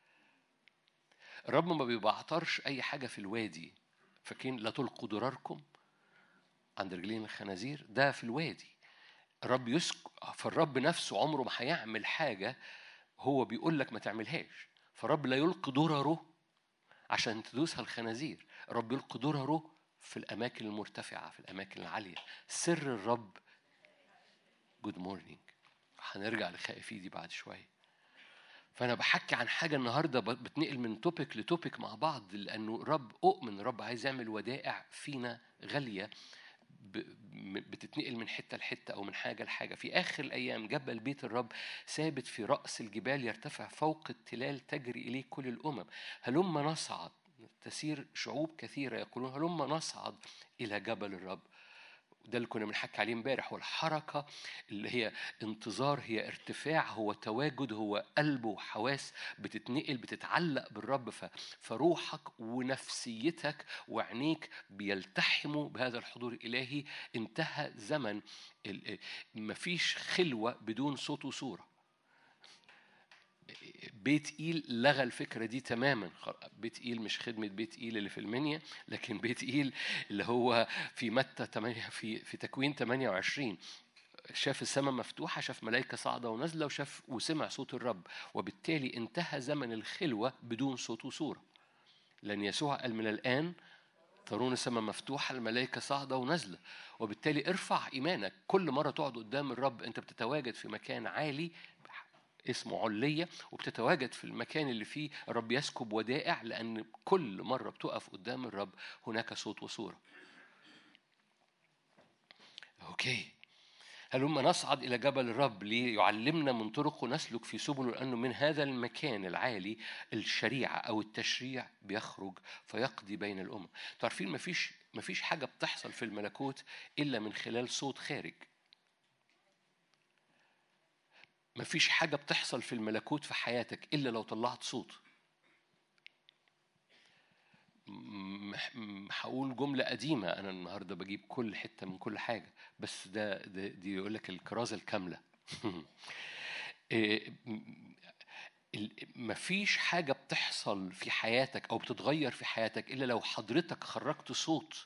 الرب ما بيبعترش أي حاجة في الوادي. فاكرين لا تلقوا ضراركم عند رجلين الخنازير؟ ده في الوادي. الرب فالرب نفسه عمره ما هيعمل حاجة هو بيقول لك ما تعملهاش. فالرب لا يلقي ضرره عشان تدوسها الخنازير. الرب يلقي ضرره في الأماكن المرتفعة، في الأماكن العالية. سر الرب. جود مورنينج. هنرجع لخائفي دي بعد شوية. فأنا بحكي عن حاجة النهاردة بتنقل من توبيك لتوبيك مع بعض، لأنه الرب أؤمن الرب عايز يعمل ودائع فينا غالية بتتنقل من حتة لحتة أو من حاجة لحاجة. في آخر الأيام جبل بيت الرب ثابت في رأس الجبال، يرتفع فوق التلال، تجري إليه كل الأمم. هلما نصعد، تسير شعوب كثيرة يقولون هلما نصعد إلى جبل الرب. ده اللي كنا بنحكي عليه امبارح. والحركة اللي هي انتظار، هي ارتفاع، هو تواجد، هو قلب وحواس بتتنقل، بتتعلق بالرب. فروحك ونفسيتك وعينيك بيلتحموا بهذا الحضور الإلهي. انتهى زمن مفيش خلوة بدون صوت وصورة. بيت إيل لغى الفكرة دي تماما. بيت إيل مش خدمة بيت إيل اللي في المنيا، لكن بيت إيل اللي هو في متى 8 في تكوين 28. شاف السماء مفتوحة، شاف ملائكة صاعدة ونازلة، وسمع صوت الرب. وبالتالي انتهى زمن الخلوة بدون صوت وصورة، لأن يسوع قال من الآن ترون السماء مفتوحة، الملائكة صاعدة ونازلة. وبالتالي ارفع إيمانك. كل مرة تقعد قدام الرب أنت بتتواجد في مكان عالي اسمه علية، وبتتواجد في المكان اللي فيه الرب يسكب ودائع، لأن كل مرة بتقف قدام الرب هناك صوت وصورة. أوكي. هلما نصعد إلى جبل الرب ليعلمنا من طرقه نسلك في سبله، لأنه من هذا المكان العالي الشريعة أو التشريع بيخرج فيقضي بين الأمم. تعرفين مفيش حاجة بتحصل في الملكوت إلا من خلال صوت خارج. مفيش حاجة بتحصل في الملكوت في حياتك إلا لو طلعت صوت. هقول جملة قديمة، أنا النهاردة بجيب كل حتة من كل حاجة، بس دي يقول لك الكرازة الكاملة. مفيش حاجة بتحصل في حياتك أو بتتغير في حياتك إلا لو حضرتك خرجت صوت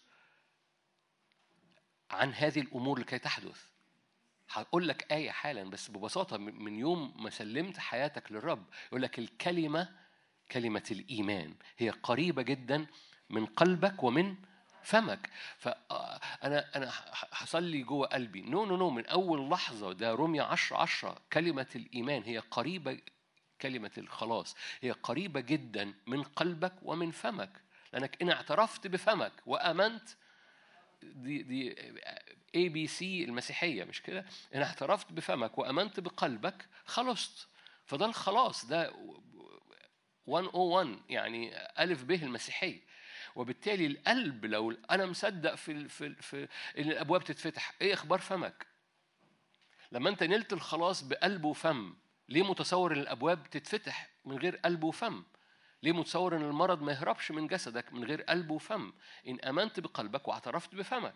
عن هذه الأمور لكي تحدث. هقول لك آية حالا بس ببساطة. من يوم ما سلمت حياتك للرب يقول لك الكلمة، كلمة الإيمان، هي قريبة جدا من قلبك ومن فمك. فأنا هصلي جوه قلبي نو من أول لحظة. ده رومية 10:10. كلمة الإيمان هي قريبة، كلمة الخلاص هي قريبة جدا من قلبك ومن فمك، لأنك إن اعترفت بفمك وآمنت. دي ABC المسيحية، مش كده؟ إن اعترفت بفمك وآمنت بقلبك خلصت. فده الخلاص، ده 101 يعني ألف به المسيحية. وبالتالي القلب، لو أنا مصدق في إن الأبواب تتفتح، إيه أخبار فمك؟ لما أنت نلت الخلاص بقلب وفم، ليه متصور إن الأبواب تتفتح من غير قلب وفم؟ ليه متصور إن المرض ما يهربش من جسدك من غير قلب وفم؟ إن آمنت بقلبك واعترفت بفمك.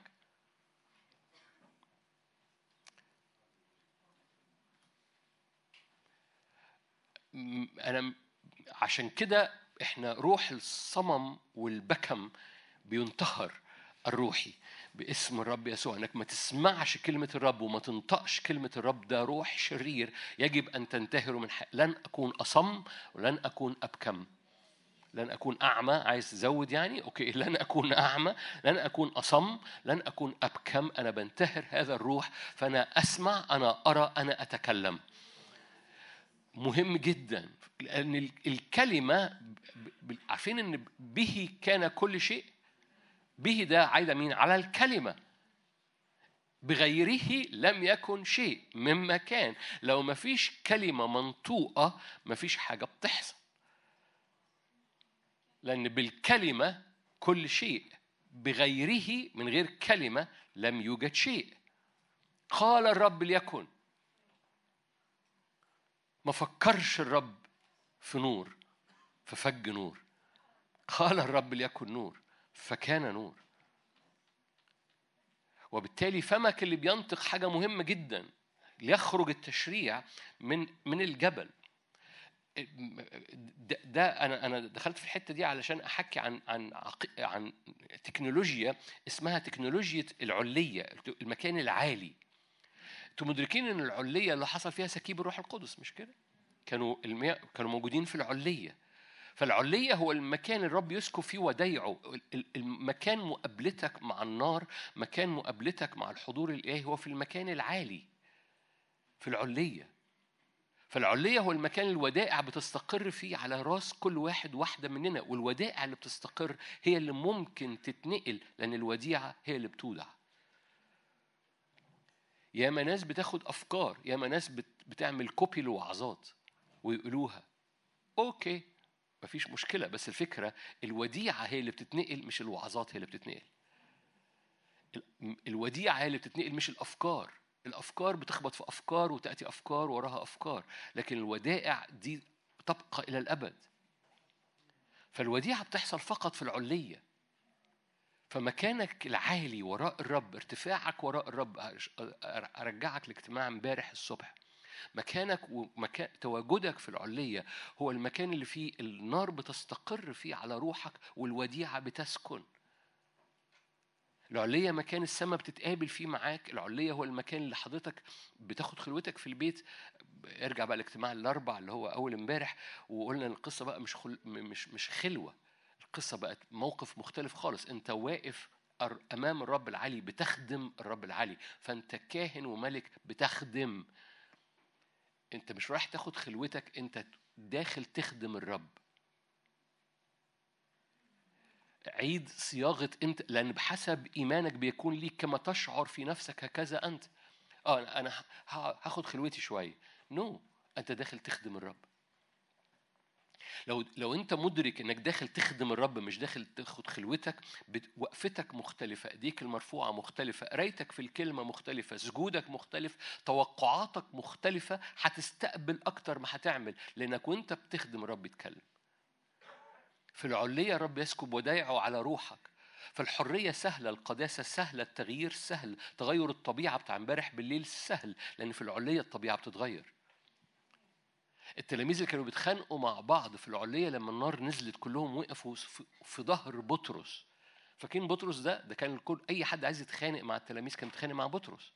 أنا عشان كده إحنا روح الصمم والبكم بينتهر الروحي باسم الرب يسوع. انك ما تسمعش كلمة الرب وما تنطقش كلمة الرب، ده روح شرير يجب ان تنتهره من حق. لن اكون اصم ولن اكون ابكم. لن أكون أعمى، عايز تزود يعني؟ أوكي، لن أكون أعمى، لن أكون أصم، لن أكون أبكم. أنا بنتهر هذا الروح، فأنا أسمع، أنا أرى، أنا أتكلم. مهم جدا، لأن الكلمة عارفين أن به كان كل شيء. به ده عايد مين؟ على الكلمة. بغيره لم يكن شيء مما كان. لو ما فيش كلمة منطوقة ما فيش حاجة بتحصل، لأن بالكلمة كل شيء، بغيره من غير كلمة لم يوجد شيء. قال الرب ليكن. ما فكرش الرب في نور ففج نور. قال الرب ليكن نور فكان نور. وبالتالي فمك اللي بينطق حاجة مهمة جدا. ليخرج التشريع من الجبل. ده أنا دخلت في الحتة دي علشان أحكي عن تكنولوجيا اسمها تكنولوجيا العلية، المكان العالي. أنتم مدركين إن العلية اللي حصل فيها سكيب الروح القدس، مش كده؟ كانوا موجودين في العلية. فالعلية هو المكان الرب يسكب فيه ودايعه. المكان مقابلتك مع النار، مكان مقابلتك مع الحضور الإلهي هو في المكان العالي، في العلية. فالعلية هو المكان الودائع بتستقر فيه على راس كل واحد واحدة مننا. والودائع اللي بتستقر هي اللي ممكن تتنقل، لأن الوديعة هي اللي بتودع. ياما ناس بتاخد أفكار، ياما ناس بتعمل كوبي لوعظات ويقولوها. أوكي، مفيش مشكلة، بس الفكرة الوديعة هي اللي بتتنقل، مش الوعظات هي اللي بتتنقل. الوديعة هي اللي بتتنقل، مش الأفكار. الأفكار بتخبط في أفكار وتأتي أفكار وراها أفكار، لكن الودائع دي تبقى إلى الأبد. فالوديعة بتحصل فقط في العلية. فمكانك العالي وراء الرب، ارتفاعك وراء الرب. أرجعك لاجتماع امبارح الصبح. مكانك ومكان تواجدك في العلية هو المكان اللي فيه النار بتستقر فيه على روحك والوديعة بتسكن. العلية مكان السماء بتتقابل فيه معاك. العلية هو المكان اللي حضرتك بتاخد خلوتك في البيت. ارجع بقى الاجتماع الأربع اللي هو أول امبارح، وقلنا ان القصة بقى مش خلوة. القصة بقت موقف مختلف خالص. انت واقف أمام الرب العلي بتخدم الرب العلي، فانت كاهن وملك بتخدم. انت مش رايح تاخد خلوتك، انت داخل تخدم الرب. عيد صياغة انت، لأن بحسب إيمانك بيكون ليك كما تشعر في نفسك هكذا أنت. أنا هاخد خلوتي شوية. أنت داخل تخدم الرب. لو أنت مدرك إنك داخل تخدم الرب مش داخل تاخد خلوتك، وقفتك مختلفة، إيديك المرفوعة مختلفة، قرايتك في الكلمة مختلفة، سجودك مختلف، توقعاتك مختلفة، هتستقبل أكتر ما هتعمل، لأنك وأنت بتخدم الرب يتكلم. في العلية الرب يسكب ودايعه على روحك. فالحرية سهلة، القداسة سهلة، التغيير سهل، تغير الطبيعة بتاع امبارح بالليل سهل، لأن في العلية الطبيعة بتتغير. التلاميذ اللي كانوا بيتخانقوا مع بعض في العلية لما النار نزلت كلهم وقفوا في ظهر بطرس. فاكرين بطرس ده كان الكل، أي حد عايز يتخانق مع التلاميذ كان يتخانق مع بطرس.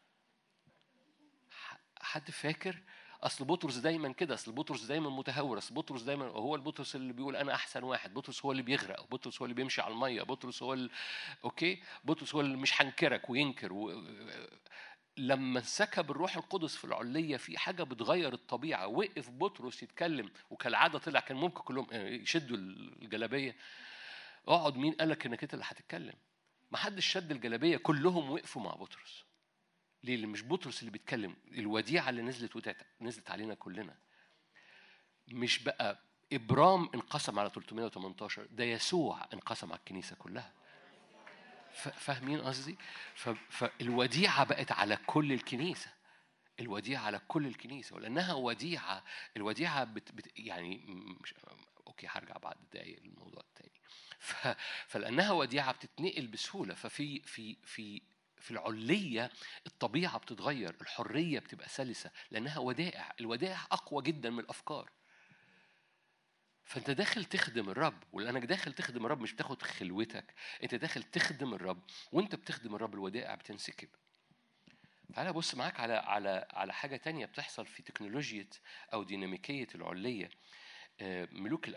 حد فاكر؟ أصل بطرس دايما كده، أصل بطرس دايما متهور، أصل بطرس دايما هو البطرس اللي بيقول أنا أحسن واحد، بطرس هو اللي بيغرق، بطرس هو اللي بيمشي على المية، بطرس هو أوكي، بطرس هو اللي مش هنكرك وينكر لما سكب الروح القدس في العلية في حاجة بتغير الطبيعة. وقف بطرس يتكلم وكالعادة طلع كان ممكن كلهم يشدوا الجلابية. اقعد، مين قالك انك انت اللي هتتكلم؟ ما حدش شد الجلابية، كلهم وقفوا مع بطرس. ليه؟ اللي مش بطرس اللي بيتكلم، الوديعة اللي نزلت علينا كلنا. مش بقى إبرام انقسم على 318، ده يسوع انقسم على الكنيسة كلها. فاهمين قصدي؟ فالوديعة بقت على كل الكنيسة. الوديعة على كل الكنيسة، ولأنها وديعة. الوديعة يعني مش أوكي، هرجع بعد دقايق الموضوع التاني. فلأنها وديعة بتتنقل بسهولة. ففي في في في العلية الطبيعة بتتغير، الحرية بتبقى سلسة، لأنها ودائع. الودائع أقوى جدا من الأفكار. فأنت داخل تخدم الرب، ولأنك داخل تخدم الرب مش بتاخد خلوتك، أنت داخل تخدم الرب، وأنت بتخدم الرب الودائع بتنسكب. تعالى بص معاك على حاجة تانية بتحصل في تكنولوجيا أو ديناميكية العلية. ملوك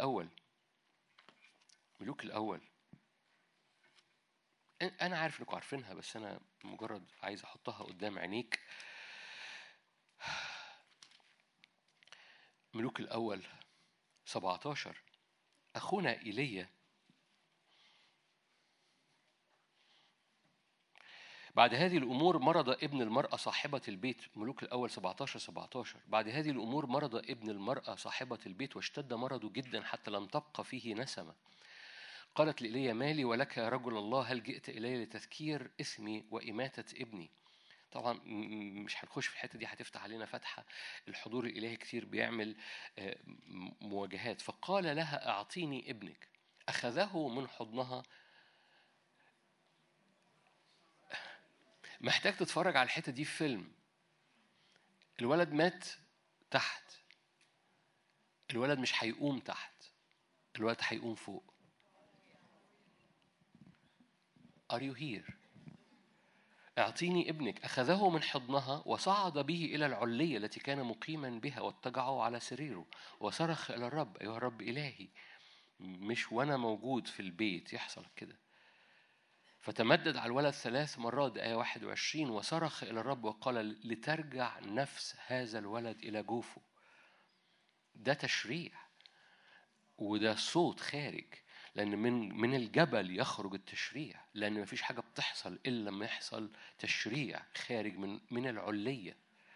الأول أنا عارف إنكم عارفينها، بس أنا مجرد عايز أحطها قدام عينيك. ملوك الأول 17. أخونا إيليا بعد هذه الأمور مرض ابن المرأة صاحبة البيت. ملوك الأول 17. بعد هذه الأمور مرض ابن المرأة صاحبة البيت واشتد مرضه جدا حتى لم تبقى فيه نسمة. قالت لإيليا: مالي ولك يا رجل الله؟ هل جئت إلي لتذكير إثمي وإماتة ابني؟ طبعا مش هنخش في الحتة دي، هتفتح علينا فتحة. الحضور الإلهي كتير بيعمل مواجهات. فقال لها: أعطيني ابنك. أخذه من حضنها. محتاج تتفرج على الحتة دي في فيلم. الولد مات تحت، الولد مش هيقوم تحت، الولد هيقوم فوق. Are you here؟ اعطيني ابنك. أخذه من حضنها وصعد به إلى العلية التي كان مقيما بها واتجعه على سريره وصرخ إلى الرب: أيها الرب إلهي. مش وأنا موجود في البيت يحصل كده. فتمدد على الولد 3 مرات، آية 21، وصرخ إلى الرب وقال: لترجع نفس هذا الولد إلى جوفه. ده تشريع وده صوت خارج، لأن من الجبل يخرج التشريع، لأن مفيش حاجة بتحصل إلا لما يحصل تشريع خارج من العلية.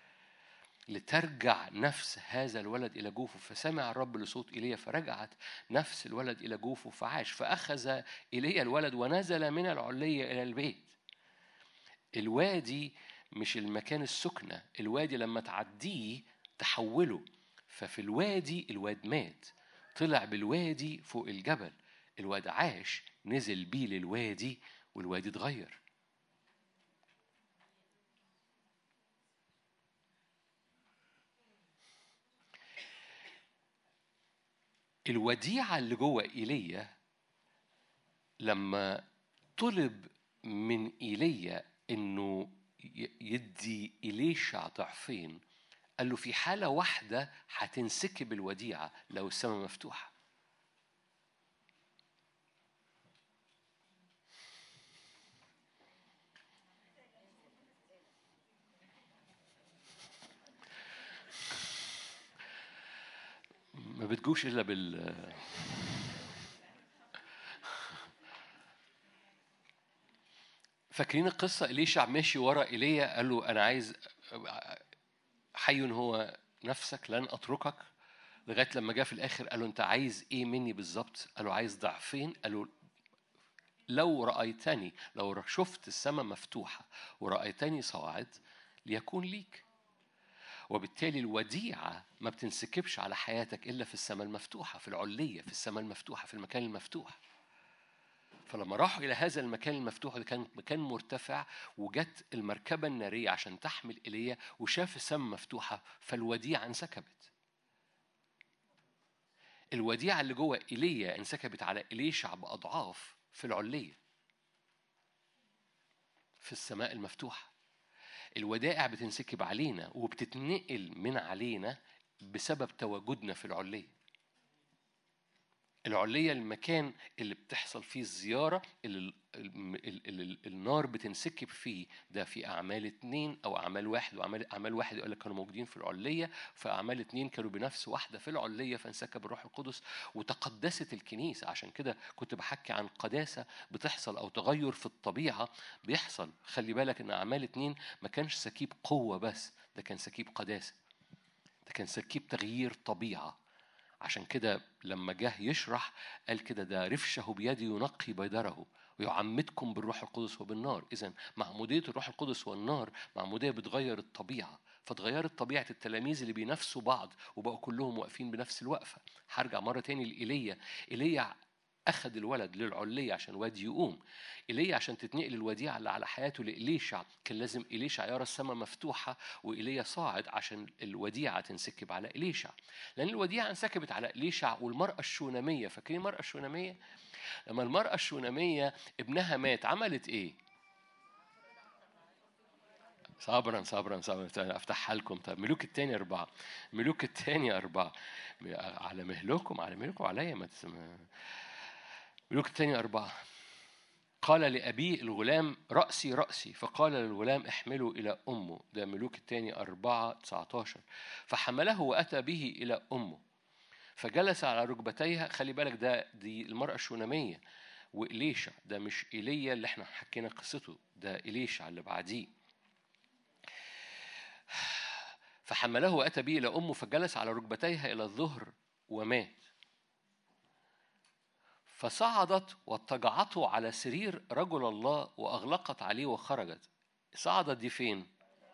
لترجع نفس هذا الولد إلى جوفه. فسمع الرب لصوت إيليا فرجعت نفس الولد إلى جوفه فعاش. فأخذ إيليا الولد ونزل من العلية إلى البيت. الوادي مش المكان السكنة، الوادي لما تعديه تحوله. ففي الوادي الواد مات، طلع بالوادي فوق الجبل، الواد عاش، نزل بيه للوادي والوادي اتغير. الوديعة اللي جوه إيليا لما طلب من إيليا إنه يدي إليشع ضعفين، قال له في حالة واحدة هتنسكب الوديعة لو السماء مفتوحة. ما بتجوش إلا فاكرين القصة؟ إليشع ماشي ورا إيليا، قال له: أنا عايز، حي هو نفسك لن أتركك، لغاية لما جاء في الآخر قال له: أنت عايز إيه مني بالظبط؟ قال له: عايز ضعفين. قال له: لو رأيتني، لو شفت السماء مفتوحة ورأيتني صاعد ليكون ليك. وبالتالي الوديعة ما بتنسكبش على حياتك إلا في السماء المفتوحة، في العلية، في السماء المفتوحة، في المكان المفتوح. فلما راحوا إلى هذا المكان المفتوح، ده كان مكان مرتفع، وجت المركبة النارية عشان تحمل إيليا وشاف السماء مفتوحة، فالوديعة انسكبت. الوديعة اللي جوه إيليا انسكبت على إليشع بأضعاف في العلية، في السماء المفتوحة. الودائع بتنسكب علينا وبتتنقل من علينا بسبب تواجدنا في العلية. العلية المكان اللي بتحصل فيه الزيارة، اللي النار بتنسكب فيه. ده في أعمال 2 أو أعمال 1. وأعمال 1 يقول لك كانوا موجودين في العلية، فأعمال 2 كانوا بنفس واحدة في العلية، فانسكب الروح القدس وتقدست الكنيسة. عشان كده كنت بحكي عن قداسة بتحصل أو تغير في الطبيعة بيحصل. خلي بالك إن أعمال 2 ما كانش سكيب قوة بس، ده كان سكيب قداسة، ده كان سكيب تغيير طبيعة. عشان كده لما جه يشرح قال كده: ده رفشه بيدي ينقي بيدره ويعمدكم بالروح القدس وبالنار. إذن معمودية الروح القدس والنار معمودية بتغير الطبيعة. فتغيرت طبيعة التلاميذ اللي بينافسوا بعض وبقوا كلهم واقفين بنفس الوقفة. هرجع مرة تاني لإيليا. إيليا أخذ الولد للعلية عشان الواد يقوم. إيليا عشان تتنقل الوديعة اللي على حياته لإليشع كان لازم إليشع يرى السماء مفتوحة وإيليا صاعد عشان الوديعة تنسكب على إليشع، لأن الوديعة انسكبت على إليشع. والمرأة الشونامية، فاكرين المرأة الشونامية؟ لما المرأة الشونامية ابنها مات عملت إيه؟ صبرا افتحها لكم. طب ملوك الثاني 4، ملوك الثاني 4 على مهلكم عليا ما تسمع. ملوك الثاني 4 قال لأبيه الغلام رأسي، فقال للغلام احمله إلى أمه. ده ملوك الثاني 4:19. فحمله وأتى به إلى أمه فجلس على ركبتيها. خلي بالك دي المرأة الشونامية، وإليشع ده مش إيليا اللي احنا حكينا قصته، ده إليشع اللي بعديه. فحمله وأتى به إلى أمه فجلس على ركبتيها إلى الظهر ومات. فصعدت واضطجعته على سرير رجل الله وأغلقت عليه وخرجت. صعدت دي فين؟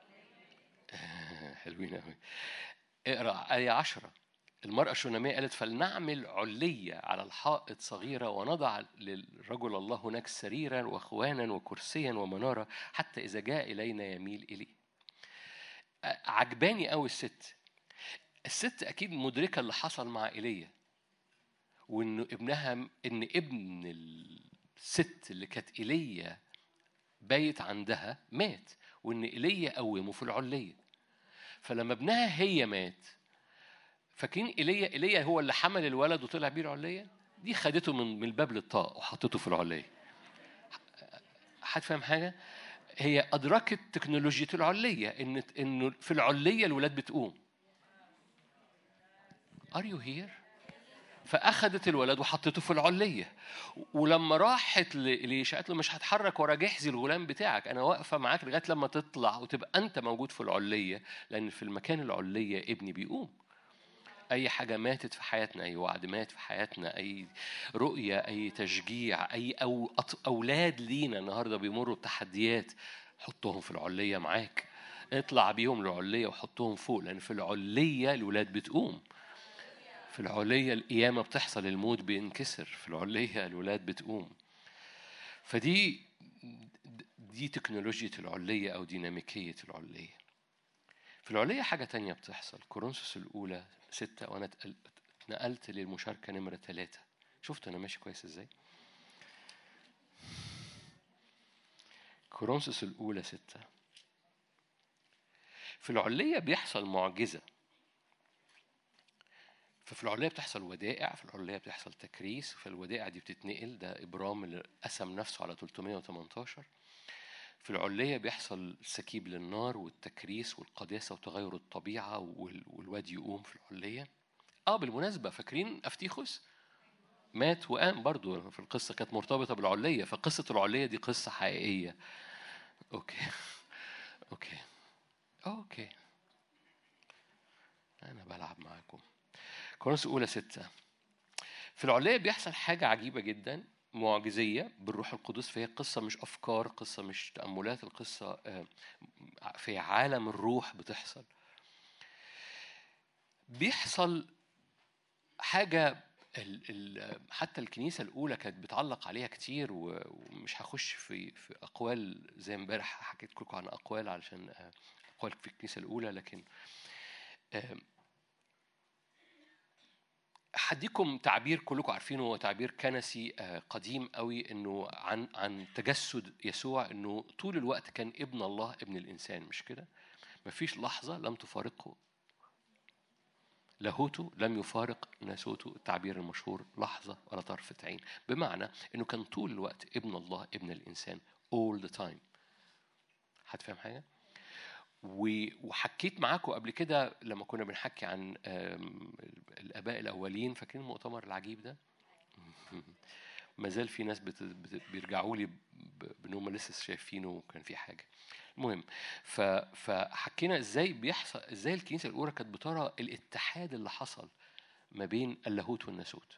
حلوين أوي. اقرأ آية 10. المرأة الشونامية قالت فلنعمل علية على الحائط صغيرة ونضع للرجل الله هناك سريرا وخوانا وكرسيا ومنارة حتى إذا جاء إلينا يميل إليه. عجباني أوي الست أكيد مدركة اللي حصل مع إيليا، وإن ابن الست اللي كانت إيليا بايت عندها مات، وإن إيليا قومه في العلية. فلما ابنها هي مات، فاكرين إيليا هو اللي حمل الولد وطلع بيه العلية. دي خدته من الباب للطاق وحطته في العلية. حد فاهم حاجة؟ هي أدركت تكنولوجيا العلية، إنه في العلية الولاد بتقوم. Are you here؟ فأخذت الولد وحطته في العلية. ولما راحت لإليشع قالت له مش هتحرك ورا جحزي الغلام بتاعك، أنا واقفة معاك لغاية لما تطلع وتبقى أنت موجود في العلية، لأن في المكان العلية ابني بيقوم. أي حاجة ماتت في حياتنا، أي وعد مات في حياتنا، أي رؤية، أي تشجيع، أي أولاد لينا النهاردة بيمروا بتحديات، حطهم في العلية معاك. اطلع بيهم العلية وحطهم فوق، لأن في العلية الولاد بتقوم. في العلية القيامة بتحصل، الموت بينكسر، في العلية الولاد بتقوم. فدي تكنولوجيا العلية أو ديناميكية العلية. في العلية حاجة تانية بتحصل. كورنثوس الأولى 6، وأنا اتنقلت للمشاركة نمرة 3. شفت أنا ماشي كويس إزاي؟ كورنثوس الأولى 6. في العلية بيحصل معجزة. ففي العلية بتحصل ودائع، في العلية بتحصل تكريس، في الودائع دي بتتنقل. ده إبرام اللي قسم نفسه على 318. في العلية بيحصل سكيب للنار والتكريس والقداسة وتغير الطبيعة والواد يقوم في العلية. بالمناسبة فاكرين أفتيخوس مات وقام برضو، في القصة كانت مرتبطة بالعلية. فقصة العلية دي قصة حقيقية. أوكي أنا بلعب معاكم. كورنثوس الأولى 6. في العلية بيحصل حاجة عجيبة جدا، معجزية بالروح القدس. فهي قصة مش أفكار، قصة مش تأملات، القصة في عالم الروح بتحصل. بيحصل حاجة حتى الكنيسة الأولى كانت بتعلق عليها كتير، ومش هخش في أقوال زي امبارح حكيت لكم عن أقوال علشان أقوال في الكنيسة الأولى. لكن حديكم تعبير كلكم عارفينه، هو تعبير كنسي قديم قوي، انه عن تجسد يسوع، انه طول الوقت كان ابن الله ابن الانسان، مش كده؟ مفيش لحظه لم تفارقه لاهوته، لم يفارق ناسوته. التعبير المشهور لحظه ولا طرفه عين، بمعنى انه كان طول الوقت ابن الله ابن الانسان all the time. هتفهم حاجه؟ وحكيت معاكم قبل كده لما كنا بنحكي عن الآباء الأولين. فاكرين المؤتمر العجيب ده؟ ما زال في ناس بيرجعوا لي بأنهم لسه شايفينه وكان في حاجة. المهم فحكينا ازاي بيحصل، ازاي الكنيسة الأولى كانت بترى الاتحاد اللي حصل ما بين اللاهوت والناسوت.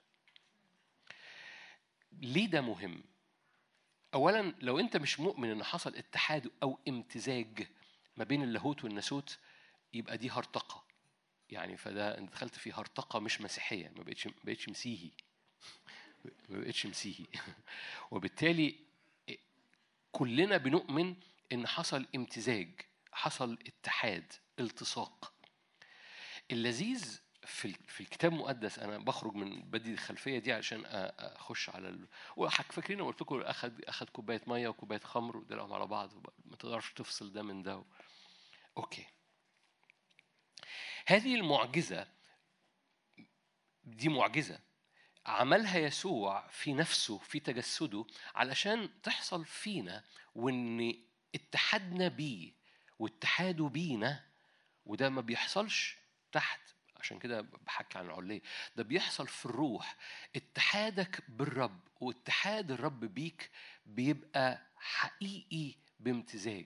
ليه ده مهم؟ أولا لو أنت مش مؤمن إن حصل اتحاد أو امتزاج ما بين اللاهوت والناسوت، يبقى دي هرطقة. يعني فده انت دخلت في هرطقة مش مسيحية، ما بقتش مسيحي. ما بقتش مسيحي. وبالتالي كلنا بنؤمن إن حصل امتزاج، حصل اتحاد، التصاق. اللذيذ في الكتاب المقدس، أنا بخرج من بدي الخلفية دي عشان أخش على فاكرين قلت لكم أخد كوباية مية وكوباية خمر ودلقهم على بعض، ما تقدرش تفصل ده من ده. أوكي، هذه المعجزة دي معجزة عملها يسوع في نفسه في تجسده علشان تحصل فينا، وإن اتحادنا بيه واتحاده بينا، وده ما بيحصلش تحت. عشان كده بحكي عن العلية، ده بيحصل في الروح. اتحادك بالرب واتحاد الرب بيك بيبقى حقيقي بامتزاج.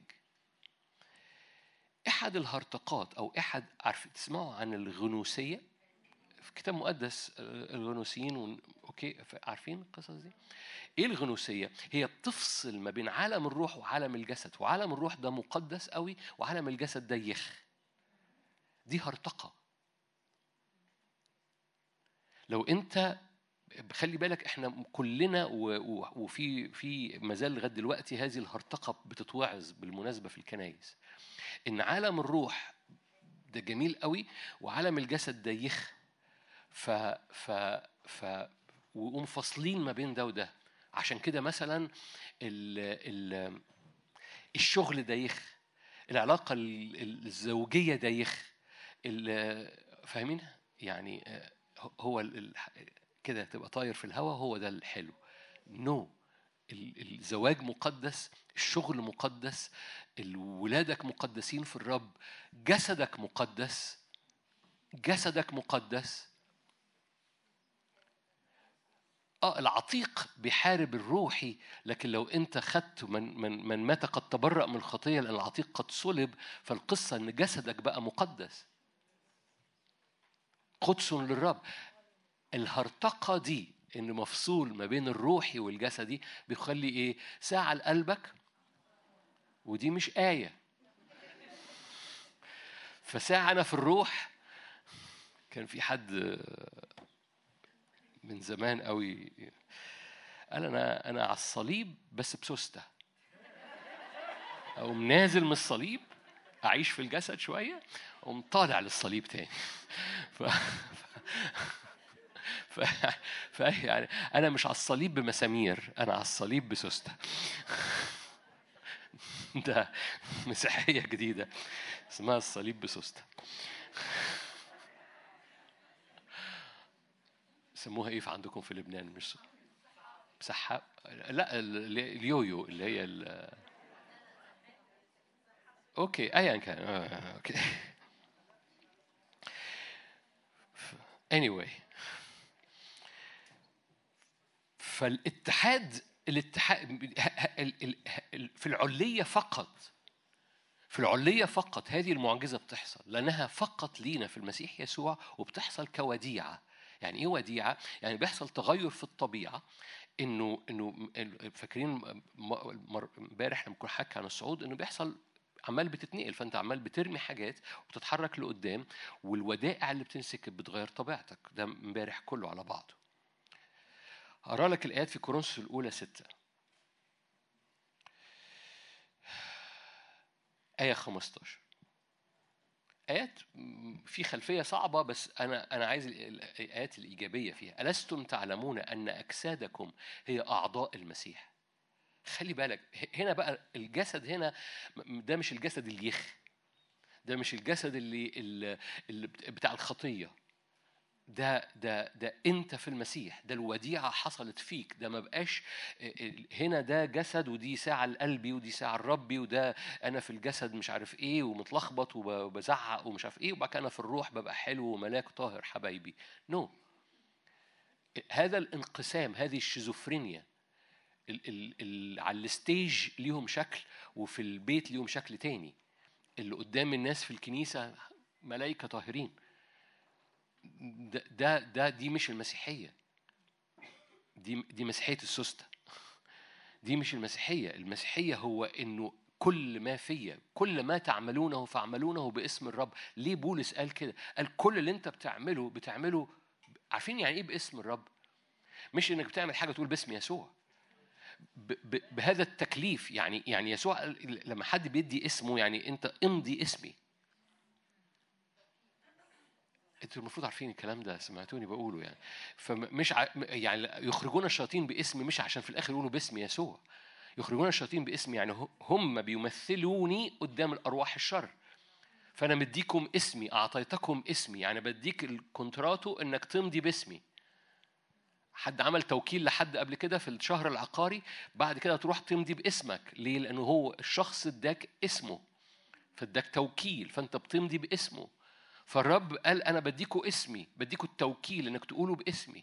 أحد الهرطقات أو عارف تسمعوا عن الغنوسية في كتاب مقدس؟ الغنوسيين أوكي، عارفين القصص دي؟ إيه الغنوسية؟ هي بتفصل ما بين عالم الروح وعالم الجسد، وعالم الروح ده مقدس قوي وعالم الجسد ده يخ. دي هرطقة. لو أنت خلي بالك، احنا كلنا وفي مازال لغايه دلوقتي هذه الهرطقة بتتوعظ بالمناسبة في الكنائس، إن عالم الروح ده جميل قوي وعالم الجسد ده يخ. ومفصلين ما بين ده وده. عشان كده مثلا الشغل ده يخ، العلاقة الزوجية ده يخ، فاهمين يعني؟ هو كده تبقى طاير في الهواء، هو ده الحلو. الزواج مقدس، الشغل مقدس، ولادك مقدسين في الرب، جسدك مقدس، جسدك مقدس. العتيق بيحارب الروحي، لكن لو انت خدت من مات قد تبرأ من الخطية لأن العتيق قد صلب، فالقصة ان جسدك بقى مقدس، قدس للرب. الهرطقة دي ان مفصول ما بين الروحي والجسدي بيخلي ايه؟ ساعة لقلبك، ودي مش آية. فساعة أنا في الروح. كان في حد من زمان قوي قال أنا على الصليب بس بسوستة، أقوم نازل من الصليب أعيش في الجسد شوية، أقوم طالع للصليب تاني. يعني أنا مش على الصليب بمسامير، أنا على الصليب بسوستة. ده مسيحية جديدة اسمها الصليب بسوستة. سموها ايه في عندكم في لبنان؟ مش سحاب، لا اليويو اللي هي اوكي ايا كان. اوكي anyway. فالاتحاد في العلية فقط، في العلية فقط هذه المعجزة بتحصل لأنها فقط لينا في المسيح يسوع، وبتحصل كوديعة. يعني إيه وديعة؟ يعني بيحصل تغير في الطبيعة. إنه فاكرين امبارح لما كنا حكي عن الصعود، إنه بيحصل عمال بتتنقل، فأنت عمال بترمي حاجات وبتتحرك لقدام، والودائع اللي بتنسكب بتغير طبيعتك. ده امبارح كله على بعضه. أقرأ لك الآيات في كورنثوس الأولى 6 آية 15. آيات في خلفية صعبة، بس أنا عايز الآيات الإيجابية فيها. ألستم تعلمون أن أجسادكم هي أعضاء المسيح؟ خلي بالك هنا بقى الجسد هنا ده مش الجسد اليخ، ده مش الجسد اللي بتاع الخطية. ده أنت في المسيح، ده الوديعة حصلت فيك. ده ما بقاش هنا ده جسد ودي ساعة لقلبي ودي ساعة لربي، وده أنا في الجسد مش عارف إيه ومتلخبط وبزعق ومش عارف إيه، وبعد كده أنا في الروح ببقى حلو وملاك طاهر حبايبي. هذا الانقسام، هذه الشيزوفرينيا، على الستيج ليهم شكل وفي البيت ليهم شكل تاني. اللي قدام الناس في الكنيسة ملائكة طاهرين. دي مش المسيحية. دي مسيحية السوستة. دي مش المسيحية. المسيحية هو إنه كل ما فيا، كل ما تعملونه فاعملونه باسم الرب. ليه بولس قال كده؟ قال كل اللي انت بتعمله. عارفين يعني ايه باسم الرب؟ مش إنك بتعمل حاجة تقول باسم يسوع. بهذا التكليف، يعني يسوع لما حد بيدي اسمه يعني أنت امضي اسمي. انتوا المفروض عارفين الكلام ده، سمعتوني بقوله يعني. فمش يعني يخرجون الشياطين باسمي، مش عشان في الاخر يقولوا باسم يسوع. يخرجون الشياطين باسمي يعني هم بيمثلوني قدام الارواح الشر. فانا مديكم اسمي، اعطيتكم اسمي، يعني بديك الكونتراتو انك تمضي باسمي. حد عمل توكيل لحد قبل كده في الشهر العقاري، بعد كده تروح تمضي باسمك. ليه؟ لانه هو الشخص اداك اسمه، فاداك توكيل، فانت بتمضي باسمه. فالرب قال أنا بديكوا اسمي، بديكوا التوكيل إنك تقولوا باسمي.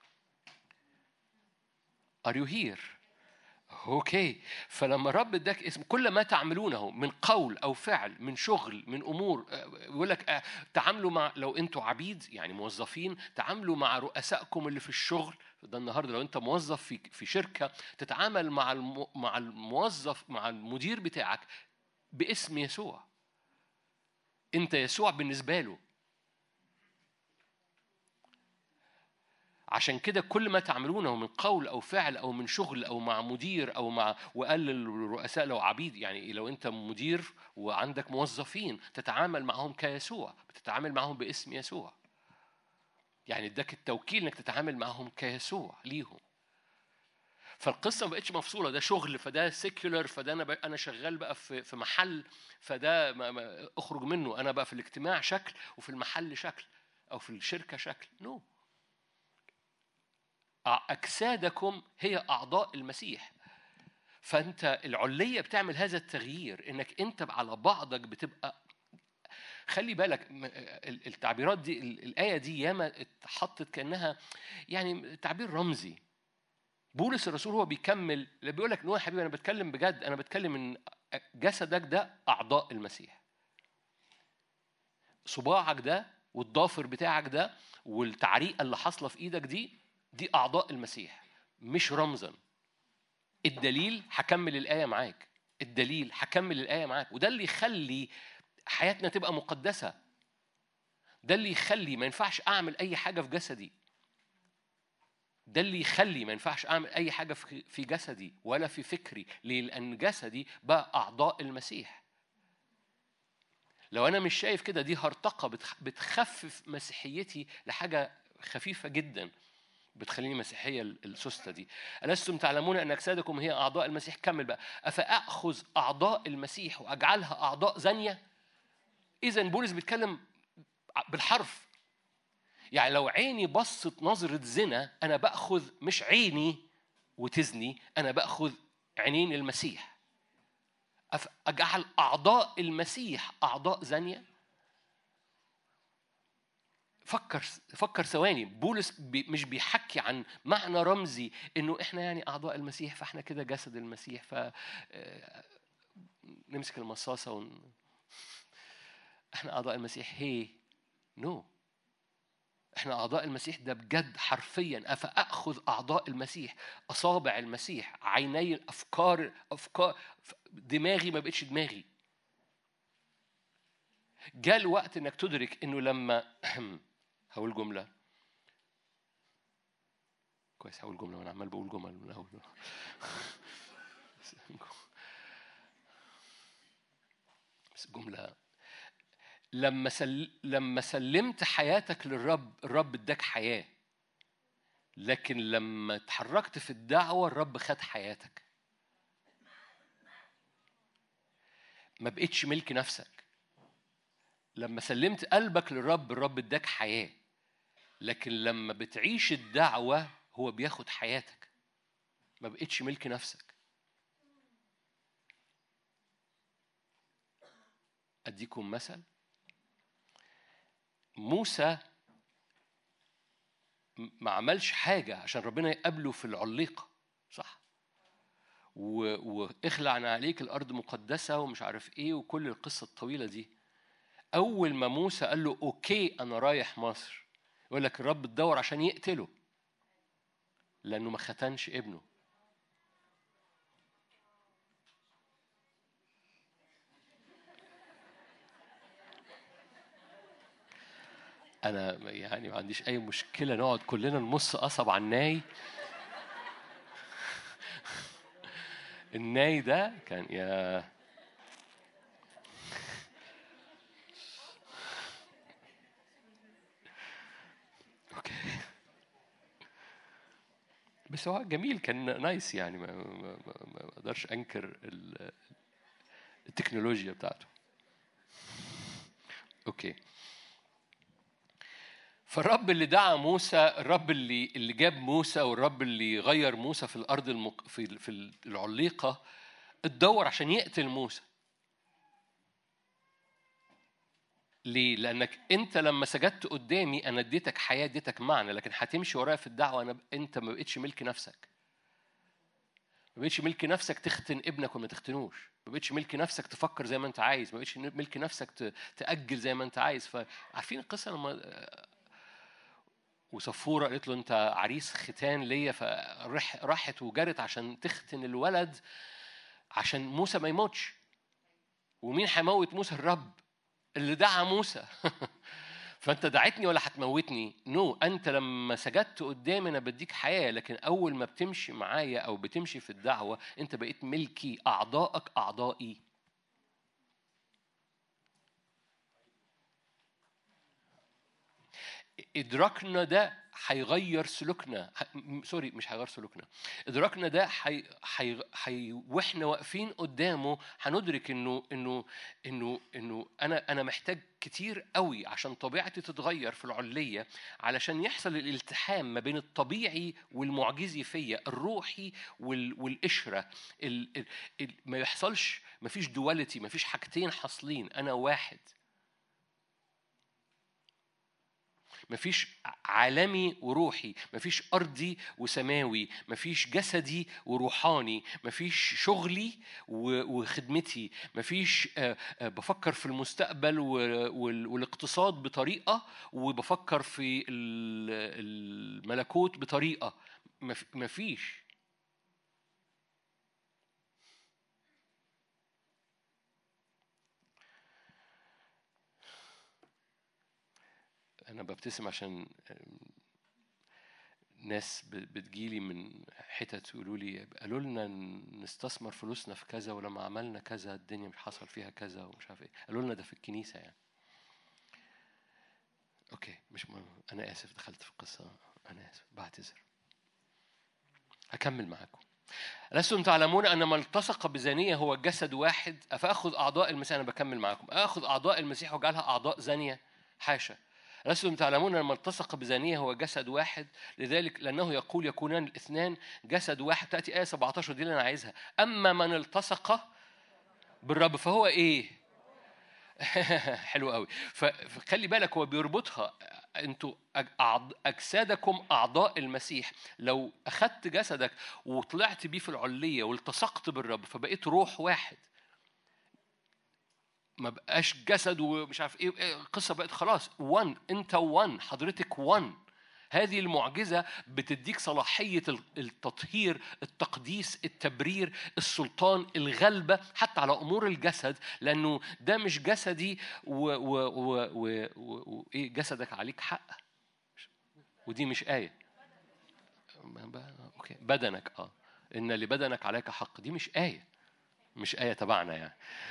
Are you here؟ أوكي. فلما الرب اداك اسم، كل ما تعملونه من قول أو فعل، من شغل، من أمور، يقول لك تعاملوا مع، لو أنتوا عبيد يعني موظفين، تعاملوا مع رؤسائكم اللي في الشغل. ده النهارده لو أنت موظف في شركة، تتعامل مع الموظف، مع المدير بتاعك باسم يسوع. أنت يسوع بالنسبة له. عشان كده كل ما تعملونه من قول أو فعل أو من شغل أو مع مدير أو مع، وقال للرؤساء لو عبيد، يعني لو أنت مدير وعندك موظفين تتعامل معهم كيسوع، بتتعامل معهم باسم يسوع. يعني اداك التوكيل انك تتعامل معهم كيسوع ليهم. فالقصه ما بقتش مفصوله، ده شغل فده سيكولر، فده انا شغال بقى في محل، فده اخرج منه. انا بقى في الاجتماع شكل وفي المحل شكل او في الشركه شكل. نو. أجسادكم هي أعضاء المسيح. فأنت العلية بتعمل هذا التغيير، إنك أنت على بعضك بتبقى. خلي بالك التعبيرات دي، الآية دي ياما اتحطت كأنها يعني تعبير رمزي. بولس الرسول هو بيكمل بيقول لك نوح حبيبي أنا بتكلم بجد، أنا بتكلم من جسدك ده أعضاء المسيح. صباعك ده والضافر بتاعك ده والتعريقة اللي حاصلة في إيدك دي أعضاء المسيح، مش رمزاً. الدليل هكمل الآية معاك، الدليل هكمل الآية معاك. وده اللي يخلي حياتنا تبقى مقدسة. ده اللي يخلي ما ينفعش أعمل أي حاجة في جسدي. ده اللي يخلي ما ينفعش أعمل أي حاجة في جسدي ولا في فكري. ليه؟ لأن جسدي بقى أعضاء المسيح. لو أنا مش شايف كده، دي هرطقة بتخفف مسيحيتي لحاجة خفيفة جدا، بتخليني مسيحية السوستة دي. ألستم تعلمون أن أجسادكم هي أعضاء المسيح؟ كمل بقى. أفأخذ أعضاء المسيح وأجعلها أعضاء زانية؟ إذن بولس بيتكلم بالحرف. يعني لو عيني بصت نظرة زنا، أنا بأخذ مش عيني وتزني، أنا بأخذ عينين المسيح. أجعل أعضاء المسيح أعضاء زانية؟ فكر ثواني. بولس مش بيحكي عن معنى رمزي انه احنا يعني اعضاء المسيح فاحنا كده جسد المسيح، ف نمسك المصاصه احنا اعضاء المسيح. هي نو، احنا اعضاء المسيح ده بجد حرفيا. افاخذ اعضاء المسيح، اصابع المسيح، عيني الافكار، دماغي ما بقتش دماغي. جاء الوقت انك تدرك انه لما هقول جملة كويس، هقول جملة وأنا عمال بقول جمل من أول. بس جملة. لما سلمت حياتك للرب، الرب اداك حياة. لكن لما اتحركت في الدعوة، الرب خد حياتك. ما بقتش ملك نفسك. لما سلمت قلبك للرب، الرب اداك حياة. لكن لما بتعيش الدعوة، هو بياخد حياتك. ما بقتش ملك نفسك. أديكم مثل. موسى ما عملش حاجة عشان ربنا يقابله في العليقة، صح؟ واخلعنا عليك الأرض مقدسة ومش عارف إيه وكل القصة الطويلة دي. أول ما موسى قال له أوكي أنا رايح مصر، يقول لك الرب تدور عشان يقتله لأنه ما ختنش ابنه. أنا يعني ما عنديش أي مشكلة نقعد كلنا نمص قصب على الناي. الناي ده كان يا أوكي، بس هو جميل، كان نايس يعني، ما أقدرش أنكر التكنولوجيا بتاعته. أوكي. فالرب اللي دعا موسى، الرب اللي جاب موسى، والرب اللي غير موسى في الأرض في العليقة، اتدور عشان يقتل موسى. ليه؟ لأنك أنت لما سجدت قدامي أنا اديتك حياة، اديتك معنى، لكن هتمشي ورايا في الدعوة أنت ما بقتش ملك نفسك. ما بقتش ملك نفسك تختن ابنك وما تختنوش. ما بقتش ملك نفسك تفكر زي ما أنت عايز. ما بقتش ملك نفسك تأجل زي ما أنت عايز. فعارفين القصة لما وصفورة قالت له أنت عريس ختان ليا، فراحت وجرت عشان تختن الولد عشان موسى ما يموتش. ومين هيموت موسى؟ الرب اللي دعا موسى. فأنت دعتني ولا هتموتني؟ أنت لما سجدت قدامي أنا بديك حياة، لكن أول ما بتمشي معايا أو بتمشي في الدعوة أنت بقيت ملكي، أعضائك أعضائي. إدراكنا ده هيغير سلوكنا. سوري، مش هيغير سلوكنا. إدراكنا ده وإحنا واقفين قدامه هندرك إنه أنا محتاج كتير قوي عشان طبيعتي تتغير في العلية، علشان يحصل الالتحام ما بين الطبيعي والمعجزي فيا، الروحي والقشرة. ما يحصلش، ما فيش دواليتي، ما فيش حاجتين حاصلين، أنا واحد. مفيش عالمي وروحي، مفيش أرضي وسماوي، مفيش جسدي وروحاني، مفيش شغلي وخدمتي، مفيش بفكر في المستقبل والاقتصاد بطريقة وبفكر في الملكوت بطريقة. مفيش. أنا ببتسم عشان ناس بتجيلي من حتت يقولوا لي، قالوا لنا نستثمر فلوسنا في كذا، ولما عملنا كذا الدنيا مش حصل فيها كذا ومش عارف ايه. قالوا لنا ده في الكنيسة يعني. اوكي، مش مهم. انا اسف دخلت في القصة، انا اسف، بعتذر. هكمل معاكم. لستم تعلمون أن ما التصق بزانية هو جسد واحد؟ أفأخذ أعضاء المسيح، أنا بكمل معاكم، أخذ أعضاء المسيح وجعلها أعضاء زانية؟ حاشا. لستم تعلمون أن ما التصق بزانية هو جسد واحد؟ لذلك لأنه يقول يكونان الاثنان جسد واحد. تأتي آية 17 دي اللي أنا عايزها. أما من التصق بالرب فهو إيه؟ حلو قوي. فخلي بالك هو بيربطها. انتوا اجسادكم اعضاء المسيح. لو اخذت جسدك وطلعت بيه في العليه والتصقت بالرب فبقيت روح واحد، ما بقاش جسد ومش عارف ايه. القصه بقت خلاص وان، انت وان، حضرتك وان. هذه المعجزة بتديك صلاحية التطهير، التقديس، التبرير، السلطان، الغلبة حتى على أمور الجسد، لأنه ده مش جسدي وإيه جسدك عليك حق. ودي مش آية. أوكي، بدنك إن لبدنك عليك حق، دي مش آية، مش آية تبعنا يعني.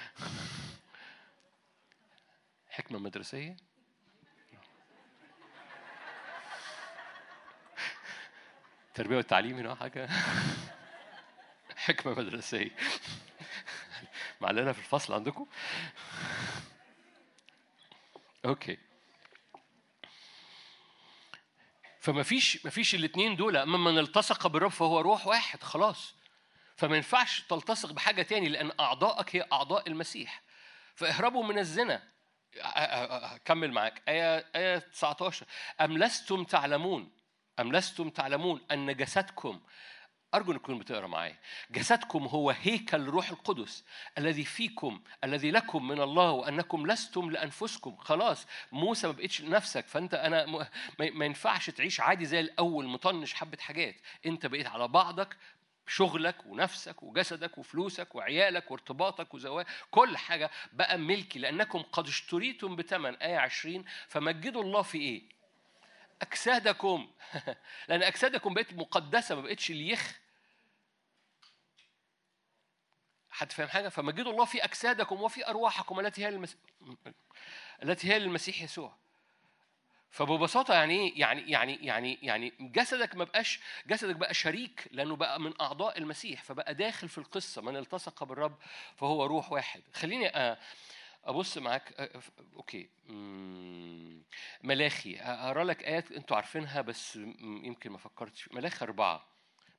حكمة مدرسية. التربية والتعليم هنا حاجة. حكمة مدرسية. معلنا في الفصل عندكم. أوكي. فما فيش الاثنين دول. أما من التصق بالرب فهو روح واحد، خلاص. فما ينفعش تلتصق بحاجة تاني، لأن أعضائك هي أعضاء المسيح. فاهربوا من الزنا. كمل معاك آية 19. أم لستم تعلمون أن جسدكم، أرجو أن تكونوا بتقرأ معايا، جسدكم هو هيكل روح القدس الذي فيكم الذي لكم من الله، وأنكم لستم لأنفسكم. خلاص موسى ما بقيتش نفسك، فأنت ما ينفعش تعيش عادي زي الأول مطنش حبة حاجات. أنت بقيت على بعضك شغلك ونفسك وجسدك وفلوسك وعيالك وارتباطك وزواج، كل حاجة بقى ملكي لأنكم قد اشتريتم بثمن. آية 20 فمجدوا الله في إيه؟ أجسادكم. لأن أجسادكم بقت مقدسة، ما بقتش اليخ. حد فاهم حاجة؟ فمجدوا الله في أجسادكم وفي أرواحكم التي هي للمسيح يسوع. فببساطة يعني إيه؟ يعني جسدك ما بقاش، جسدك بقى شريك لأنه بقى من أعضاء المسيح، فبقى داخل في القصة. من التصق بالرب فهو روح واحد. خليني أبص معاك. أوكي، ملاخي أقرأ لك آيات أنتوا عارفينها بس يمكن ما فكرتش. ملاخي 4.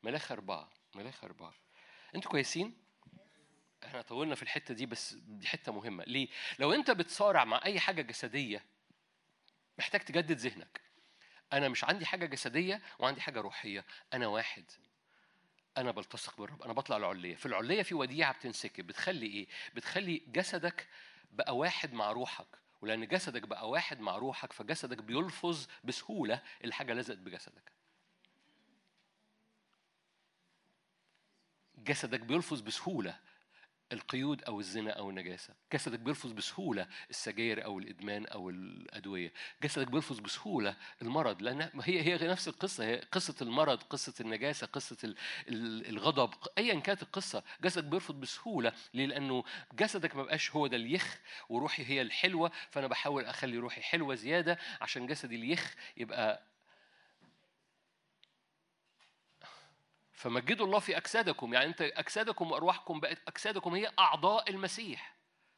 أنتوا كويسين؟ احنا طولنا في الحتة دي بس دي حتة مهمة. ليه؟ لو أنت بتصارع مع أي حاجة جسدية محتاج تجدد ذهنك. أنا مش عندي حاجة جسدية وعندي حاجة روحية، أنا واحد. أنا بلتصق بالرب، أنا بطلع العلية. في العلية في وديعة بتنسكب، بتخلي إيه؟ بتخلي جسدك بقى واحد مع روحك، ولأن جسدك بقى واحد مع روحك فجسدك بيلفظ بسهولة الحاجة لزقت بجسدك. جسدك بيلفظ بسهولة القيود أو الزنا أو النجاسة. جسدك بيلفظ بسهولة السجاير أو الإدمان أو الأدوية. جسدك بيلفظ بسهولة المرض، لأن هي نفس القصة. هي قصة المرض، قصة النجاسة، قصة الغضب، أيا كانت القصة. جسدك بيرفض بسهولة. ليه؟ لأنه جسدك ما بقاش هو ده اليخ وروحي هي الحلوة، فأنا بحاول أخلي روحي حلوة زيادة عشان جسدي اليخ يبقى. فمجدوا الله في أجسادكم، يعني أنت أجسادكم وأرواحكم بقت، أجسادكم هي أعضاء المسيح.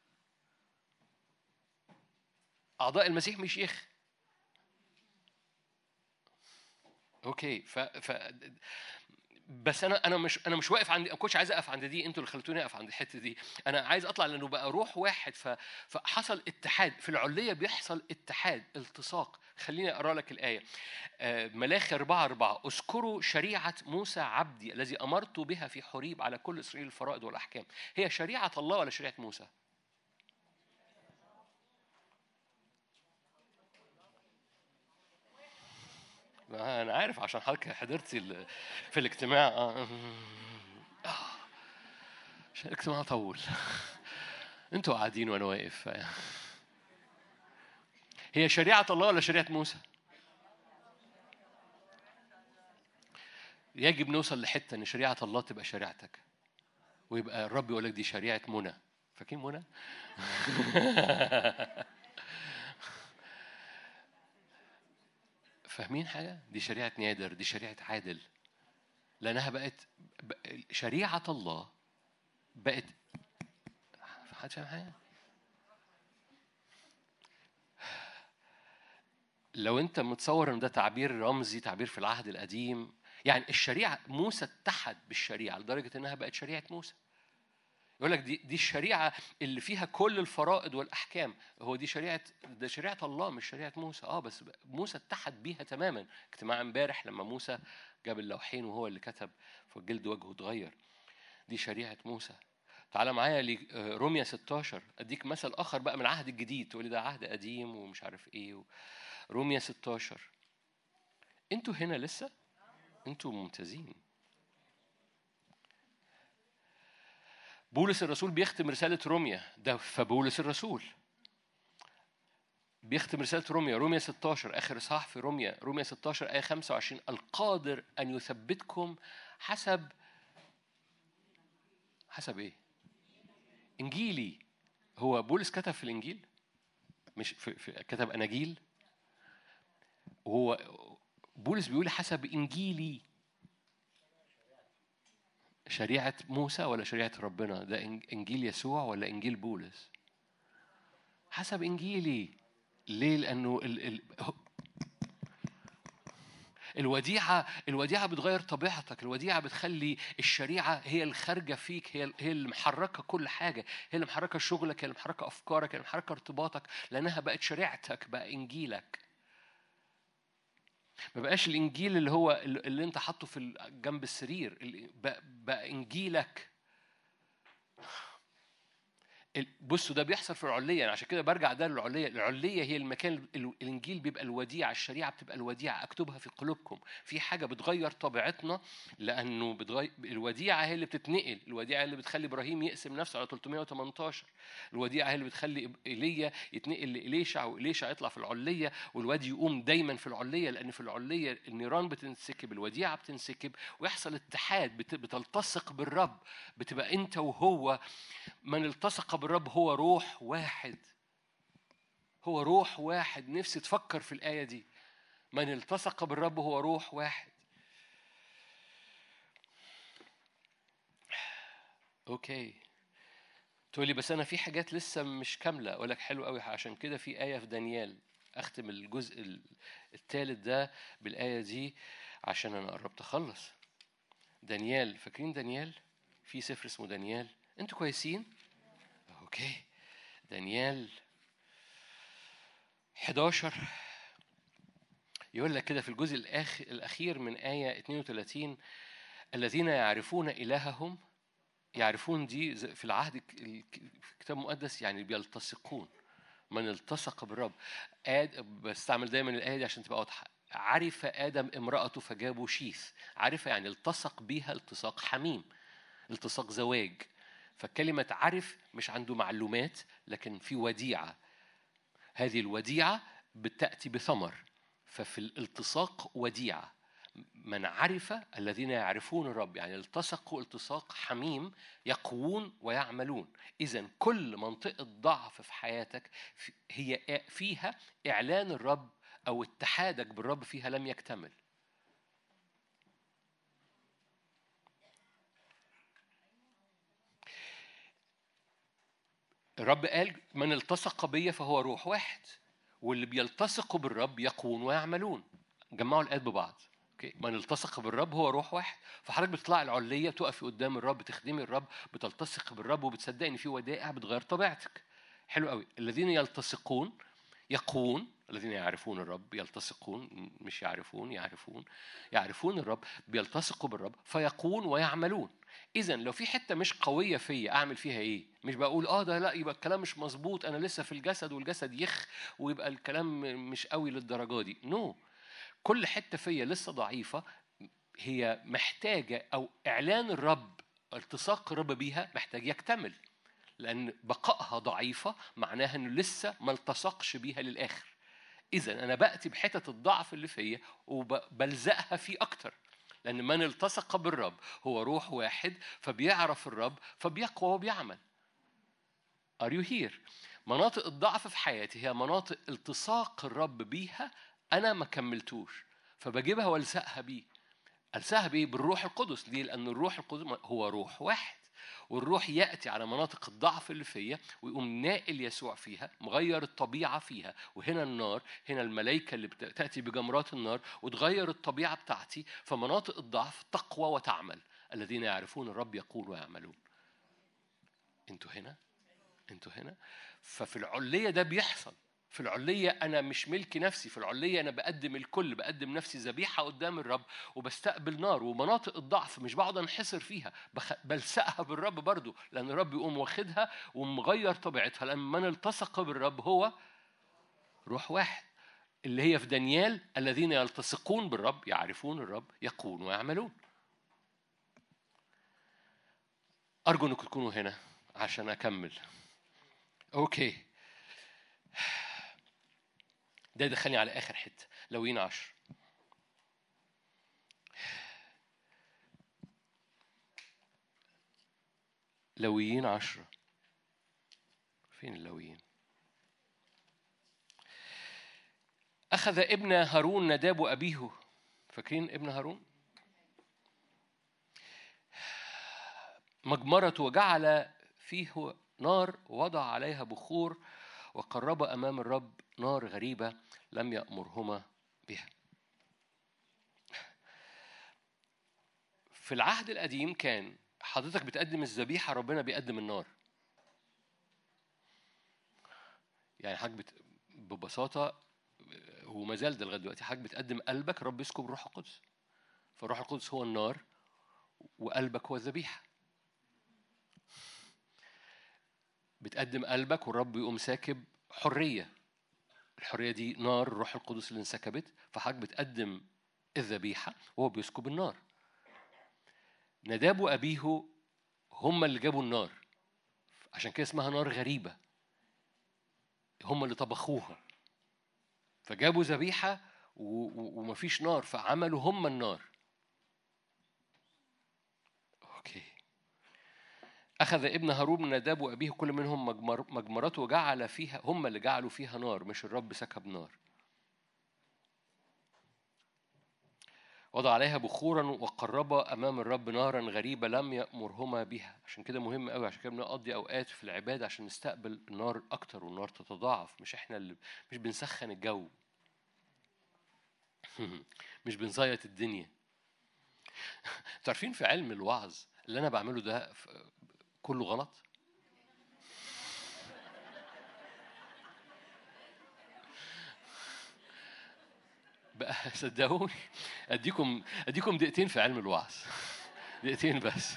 أعضاء المسيح مش يخ. أوكي. بس أنا مش واقف عند، ما كنتش عايز أقف عند دي، أنتوا اللي خلتوني أقف عند الحتة دي. أنا عايز أطلع لأنه بقى روح واحد. فحصل اتحاد في العلية، بيحصل اتحاد، التصاق. خليني أقرأ لك الآية. ملاخي 4:4 اذكروا شريعة موسى عبدي الذي أمرت بها في حريب على كل إسرائيل الفرائض والأحكام. هي شريعة الله ولا شريعة موسى؟ أنا عارف عشان حضرتك حضرتي في الاجتماع. عشان الاجتماع طول. أنتوا قاعدين وأنا واقف. هي شريعة الله ولا شريعة موسى؟ يجب نوصل لحتة إن شريعة الله تبقى شريعتك، ويبقى الرب يقول لك دي شريعة منى. فاكرين منى؟ فاهمين حاجة؟ دي شريعة نادر، دي شريعة عادل، لأنها بقت شريعة الله. بقت حد فاهم حاجة؟ لو أنت متصور إن ده تعبير رمزي، تعبير في العهد القديم، يعني الشريعة موسى اتحد بالشريعة لدرجة إنها بقت شريعة موسى. يقول لك دي الشريعة اللي فيها كل الفرائض والأحكام. هو دي شريعة الله مش شريعة موسى. بس موسى اتحد بيها تماما. اجتماع امبارح لما موسى جاب اللوحين وهو اللي كتب، فجلد وجهه اتغير. دي شريعة موسى. تعال معايا لروميا 16، أديك مثل آخر بقى من العهد الجديد. تقولي ده عهد قديم ومش عارف إيه. روميا 16. أنتوا هنا لسه؟ أنتوا ممتازين. بولس الرسول بيختم رسالة روميا ده، فبولس الرسول بيختم رسالة روميا 16 آخر إصحاح في روميا 16 آية 25. القادر أن يثبتكم حسب إيه؟ إنجيلي. هو بولس كتب في الإنجيل، مش كتب أناجيل. وهو بولس بيقول حسب إنجيلي. شريعة موسى ولا شريعة ربنا؟ ده إنجيل يسوع ولا إنجيل بولس؟ حسب إنجيلي. ليه؟ لأنه الوديعة بتغير طبيعتك. الوديعة بتخلي الشريعة هي الخارجة فيك، هي اللي محركة كل حاجة، هي اللي محركة شغلك، هي اللي محركة أفكارك، هي اللي محركة ارتباطك، لأنها بقت شريعتك، بقى إنجيلك. ما بقاش الإنجيل اللي هو اللي أنت حاطه في جنب السرير، بقى إنجيلك. بصوا ده بيحصل في العلية، يعني عشان كده برجع ده للعلية. العلية هي المكان، الإنجيل بيبقى الوديعة، الشريعة بتبقى الوديعة، أكتبها في قلوبكم. في حاجة بتغير طبيعتنا، لأنه الوديعة هي اللي بتتنقل. الوديعة اللي بتخلي إبراهيم يقسم نفسه على 318. الوديعة هي اللي بتخلي إيليا يتنقل لإليشع، وإليشع يطلع في العلية، والوادي يقوم دايما في العلية، لأن في العلية النيران بتنسكب، الوديعة بتنسكب، ويحصل اتحاد، بتلتصق بالرب، بتبقى أنت وهو. من التصق بالرب هو روح واحد. هو روح واحد. نفسي تفكر في الآية دي. من التصق بالرب هو روح واحد. أوكي، تقولي بس أنا في حاجات لسه مش كاملة. أقول لك حلو قوي، عشان كده في آية في دانيال. أختم الجزء الثالث ده بالآية دي عشان أنا قربت أخلص. دانيال، فاكرين دانيال؟ في سفر اسمه دانيال. أنتوا كويسين؟ أوكي. دانيال 11 يقول لك كده في الجزء الأخير من آية 32: الذين يعرفون إلههم. يعرفون دي في العهد الكتاب المقدس يعني بيلتصقون. من التصق بالرب. بستعمل دايما الآية دي عشان تبقى واضحة. عرف آدم امرأته فجابوا شيث. عرف يعني التصق بيها التصاق حميم، التصاق زواج. فكلمة عرف مش عنده معلومات، لكن في وديعة. هذه الوديعة بتأتي بثمر، ففي الالتصاق وديعة. من عرف، الذين يعرفون الرب، يعني التصقوا التصاق حميم، يقوون ويعملون. إذن كل منطقة ضعف في حياتك هي فيها إعلان الرب أو اتحادك بالرب فيها لم يكتمل. الرب قال من التصق بي فهو روح واحد، واللي بيلتصقوا بالرب يقوون ويعملون. جمعوا الآيات ببعض. من التصق بالرب هو روح واحد. فحضرتك بتطلع العلية، تقفي قدام الرب، بتخدمي الرب، بتلتصق بالرب، وبتصدقي ان في ودائع بتغير طبيعتك. حلو قوي. الذين يلتصقون يقوون. الذين يعرفون الرب يلتصقون، مش يعرفون، يعرفون الرب، بيلتصقوا بالرب فيقوون ويعملون. إذا لو في حتة مش قوية فيا أعمل فيها إيه؟ مش بقول ده لا، يبقى الكلام مش مظبوط، أنا لسه في الجسد والجسد يخ ويبقى الكلام مش قوي للدرجة دي. نو. كل حتة فيا لسه ضعيفة هي محتاجة، أو إعلان الرب، التصاق الرب بيها محتاج يكتمل، لأن بقائها ضعيفة معناها أنه لسه ما التصقش بيها للآخر. إذن أنا بأتي بحتة الضعف اللي فيا وبلزقها فيه أكتر، لأن من التصق بالرب هو روح واحد، فبيعرف الرب فبيقوى وبيعمل. Are you here؟ مناطق الضعف في حياتي هي مناطق التصاق الرب بيها أنا ما كملتوش، فبجيبها والزقها بيه. ألزقها بيه بالروح القدس. ليه؟ لأن الروح القدس هو روح واحد، والروح يأتي على مناطق الضعف اللي فيا ويقوم ناقل يسوع فيها، مغير الطبيعة فيها. وهنا النار، هنا الملائكة اللي تأتي بجمرات النار وتغير الطبيعة بتاعتي. فمناطق الضعف تقوى وتعمل. الذين يعرفون الرب يقول ويعملون. انتوا هنا. ففي العلية ده بيحصل. في العلية أنا مش ملك نفسي. في العلية أنا بقدم الكل، بقدم نفسي ذبيحة قدام الرب، وبستقبل نار. ومناطق الضعف مش بقعد انحصر فيها، بلسقها بالرب برضو، لأن الرب يقوم واخدها ومغير طبيعتها. لأن من التصق بالرب هو روح واحد، اللي هي في دانيال: الذين يلتصقون بالرب يعرفون الرب يقوون ويعملون. أرجو أنكم تكونوا هنا عشان أكمل. أوكي، ده يدخلني على آخر حتة، لويين 10. لويين 10. فين اللويين؟ أخذ ابن هارون نداب أبيه. فاكرين ابن هارون؟ مجمرة وجعل فيه نار، وضع عليها بخور، وقرب أمام الرب نار غريبة لم يأمرهما بها. في العهد القديم كان حضرتك بتقدم الذبيحة، ربنا بيقدم النار. يعني حضرتك ببساطة، وما زال ده لغاية دلوقتي، حضرتك بتقدم قلبك، رب يسكب الروح القدس. فالروح القدس هو النار وقلبك هو الذبيحة. بتقدم قلبك والرب يقوم ساكب حرية. الحرية دي نار الروح القدس اللي انسكبت، فحضرتك بتقدم الذبيحة وهو بيسكب النار. نداب وأبيه هم اللي جابوا النار، عشان كده اسمها نار غريبة. هم اللي طبخوها، فجابوا ذبيحة ومفيش نار، فعملوا هم النار. أوكي. أخذ ابن هارون من نداب وأبيه كل منهم مجمرته وجعل فيها، هم اللي جعلوا فيها نار، مش الرب سكب نار. وضع عليها بخورا وقرب أمام الرب نارا غريبة لم يأمرهما بها. عشان كده مهم قوي، عشان كده بنقضي أوقات في العبادة عشان نستقبل النار أكتر والنار تتضاعف. مش إحنا اللي مش بنسخن الجو مش بنزيط الدنيا. تعرفين في علم الوعظ اللي أنا بعمله ده كله غلط. بقى صدقوني اديكم دقيقتين في علم الوعظ، دقيقتين بس.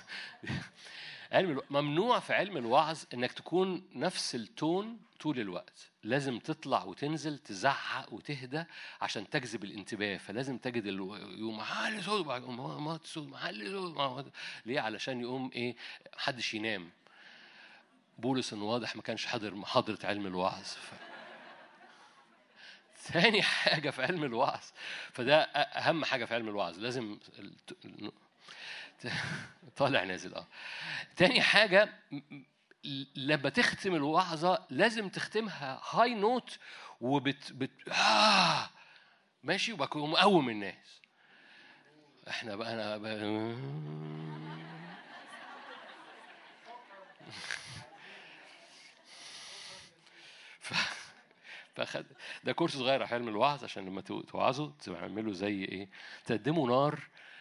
ممنوع في علم الوعظ انك تكون نفس التون طول الوقت. لازم تطلع وتنزل، تزعق وتهدى عشان تجذب الانتباه. فلازم تجد يقوم معلي صوت، ما صوت معلي صوت. ليه؟ علشان يقوم ايه؟ محدش ينام. بولس انه واضح ما كانش حاضر محاضرة علم الوعظ. ثاني حاجة في علم الوعظ، فده أهم حاجة في علم الوعظ، لازم طالع نازل. تاني حاجة، لما تختم الوعظة لازم تختمها هاي نوت ماشي، وبكون مقوم الناس. احنا بقى أنا فأخد ده كورس صغير في علم الوعظ عشان لما توعظوا تعملوا زي ايه، تقدموا نار.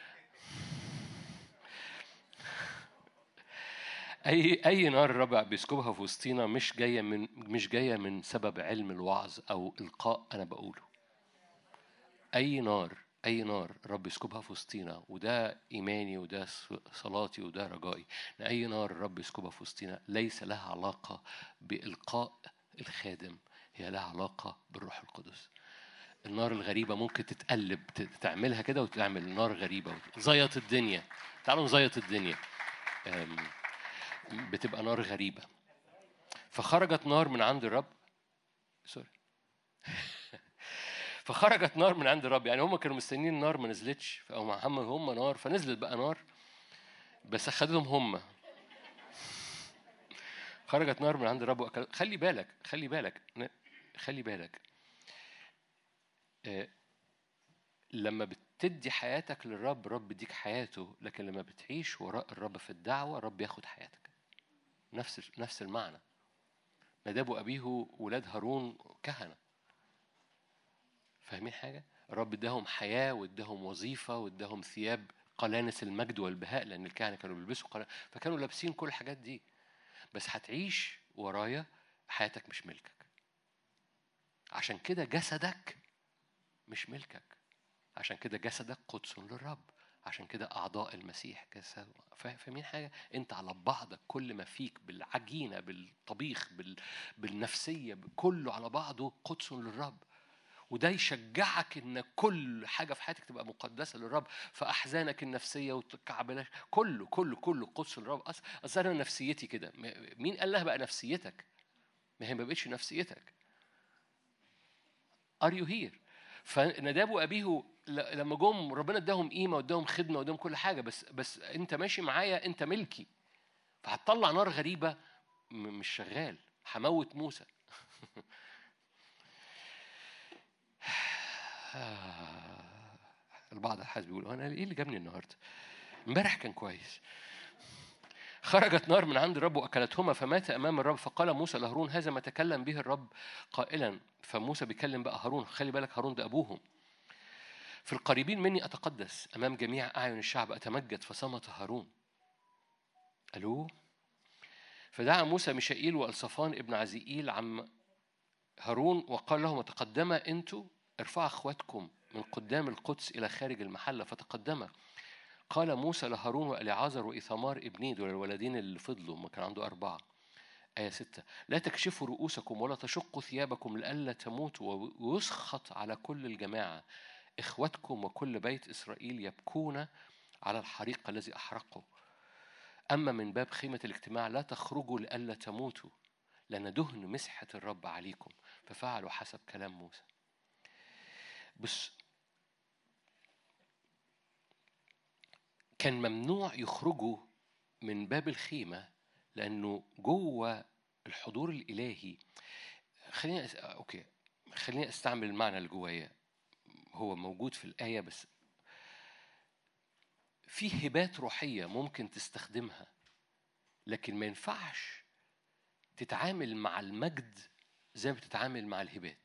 اي نار الرب بيسكبها في وسطينا مش جايه من سبب علم الوعظ او القاء انا بقوله. اي نار الرب يسكبها في وسطينا، وده ايماني وده صلاتي وده رجائي. اي نار الرب يسكبها في وسطينا ليس لها علاقه بالقاء الخادم، هي لها علاقة بالروح القدس. النار الغريبة ممكن تتقلب، تعملها كده وتعمل نار غريبة زيط الدنيا. تعالوا نزيط الدنيا، بتبقى نار غريبة. فخرجت نار من عند الرب. فخرجت نار من عند الرب. يعني هم كانوا مستنيين النار ما نزلتش، فأو محمد هم نار، فنزلت بقى نار بس أخذتهم هم. خرجت نار من عند الرب. خلي بالك لما بتدي حياتك للرب، رب يديك حياته. لكن لما بتعيش وراء الرب في الدعوة، رب ياخد حياتك. نفس المعنى. نداب وأبيه ولاد هارون كهنة، فاهمين حاجة؟ الرب اداهم حياة واداهم وظيفة واداهم ثياب قلانس المجد والبهاء، لأن الكهنة كانوا بيلبسوا فكانوا لابسين كل الحاجات دي. بس هتعيش ورايا، حياتك مش ملكك. عشان كده جسدك مش ملكك. عشان كده جسدك قدس للرب. عشان كده أعضاء المسيح جسد. فاهمين حاجة؟ أنت على بعضك، كل ما فيك بالعجينة بالطبيخ بالنفسية، كله على بعضه قدس للرب. وده يشجعك إن كل حاجة في حياتك تبقى مقدسة للرب. فأحزانك النفسية والكعبلة كله قدس للرب. أصلا أنا نفسيتي كده. مين قال لها بقى نفسيتك؟ ما هي ما بقتش نفسيتك. Are you here؟ فنداب وأبيه لما جم ربنا اداهم قيمة واداهم خدمة واداهم كل حاجة. بس أنت ماشي معايا، أنت ملكي. فهتطلع نار غريبة. مش شغال. هموت موسى. البعض الحاس بيقولوا أنا إيه اللي جابني النهاردة؟ امبارح كان كويس. خرجت نار من عند الرب وأكلتهما فمات أمام الرب. فقال موسى لهارون هذا ما تكلم به الرب قائلا. فموسى بيكلم بقى هارون. خلي بالك هارون ده أبوهم. في القريبين مني أتقدس، أمام جميع أعين الشعب أتمجد. فصمت هارون. ألو. فدعا موسى ميشائيل وألصفان ابن عزيئيل عم هارون وقال لهم تقدم أنتوا، ارفعوا أخواتكم من قدام القدس إلى خارج المحلة. فتقدم. قال موسى لهارون وإليعازر وإيثمار ابني، دول الولدين اللي فضلوا، ما كان عنده 4. آية 6: لا تكشفوا رؤوسكم ولا تشقوا ثيابكم لئلا تموتوا ويسخط على كل الجماعة. إخوتكم وكل بيت إسرائيل يبكون على الحريق الذي أحرقه. أما من باب خيمة الاجتماع لا تخرجوا لئلا تموتوا، لأن دهن مسحة الرب عليكم. ففعلوا حسب كلام موسى. بس كان ممنوع يخرجوا من باب الخيمة لأنه جوه الحضور الإلهي. خليني أستعمل المعنى اللي جوايا، هو موجود في الآية، بس في هبات روحية ممكن تستخدمها، لكن ما ينفعش تتعامل مع المجد زي ما بتتعامل مع الهبات.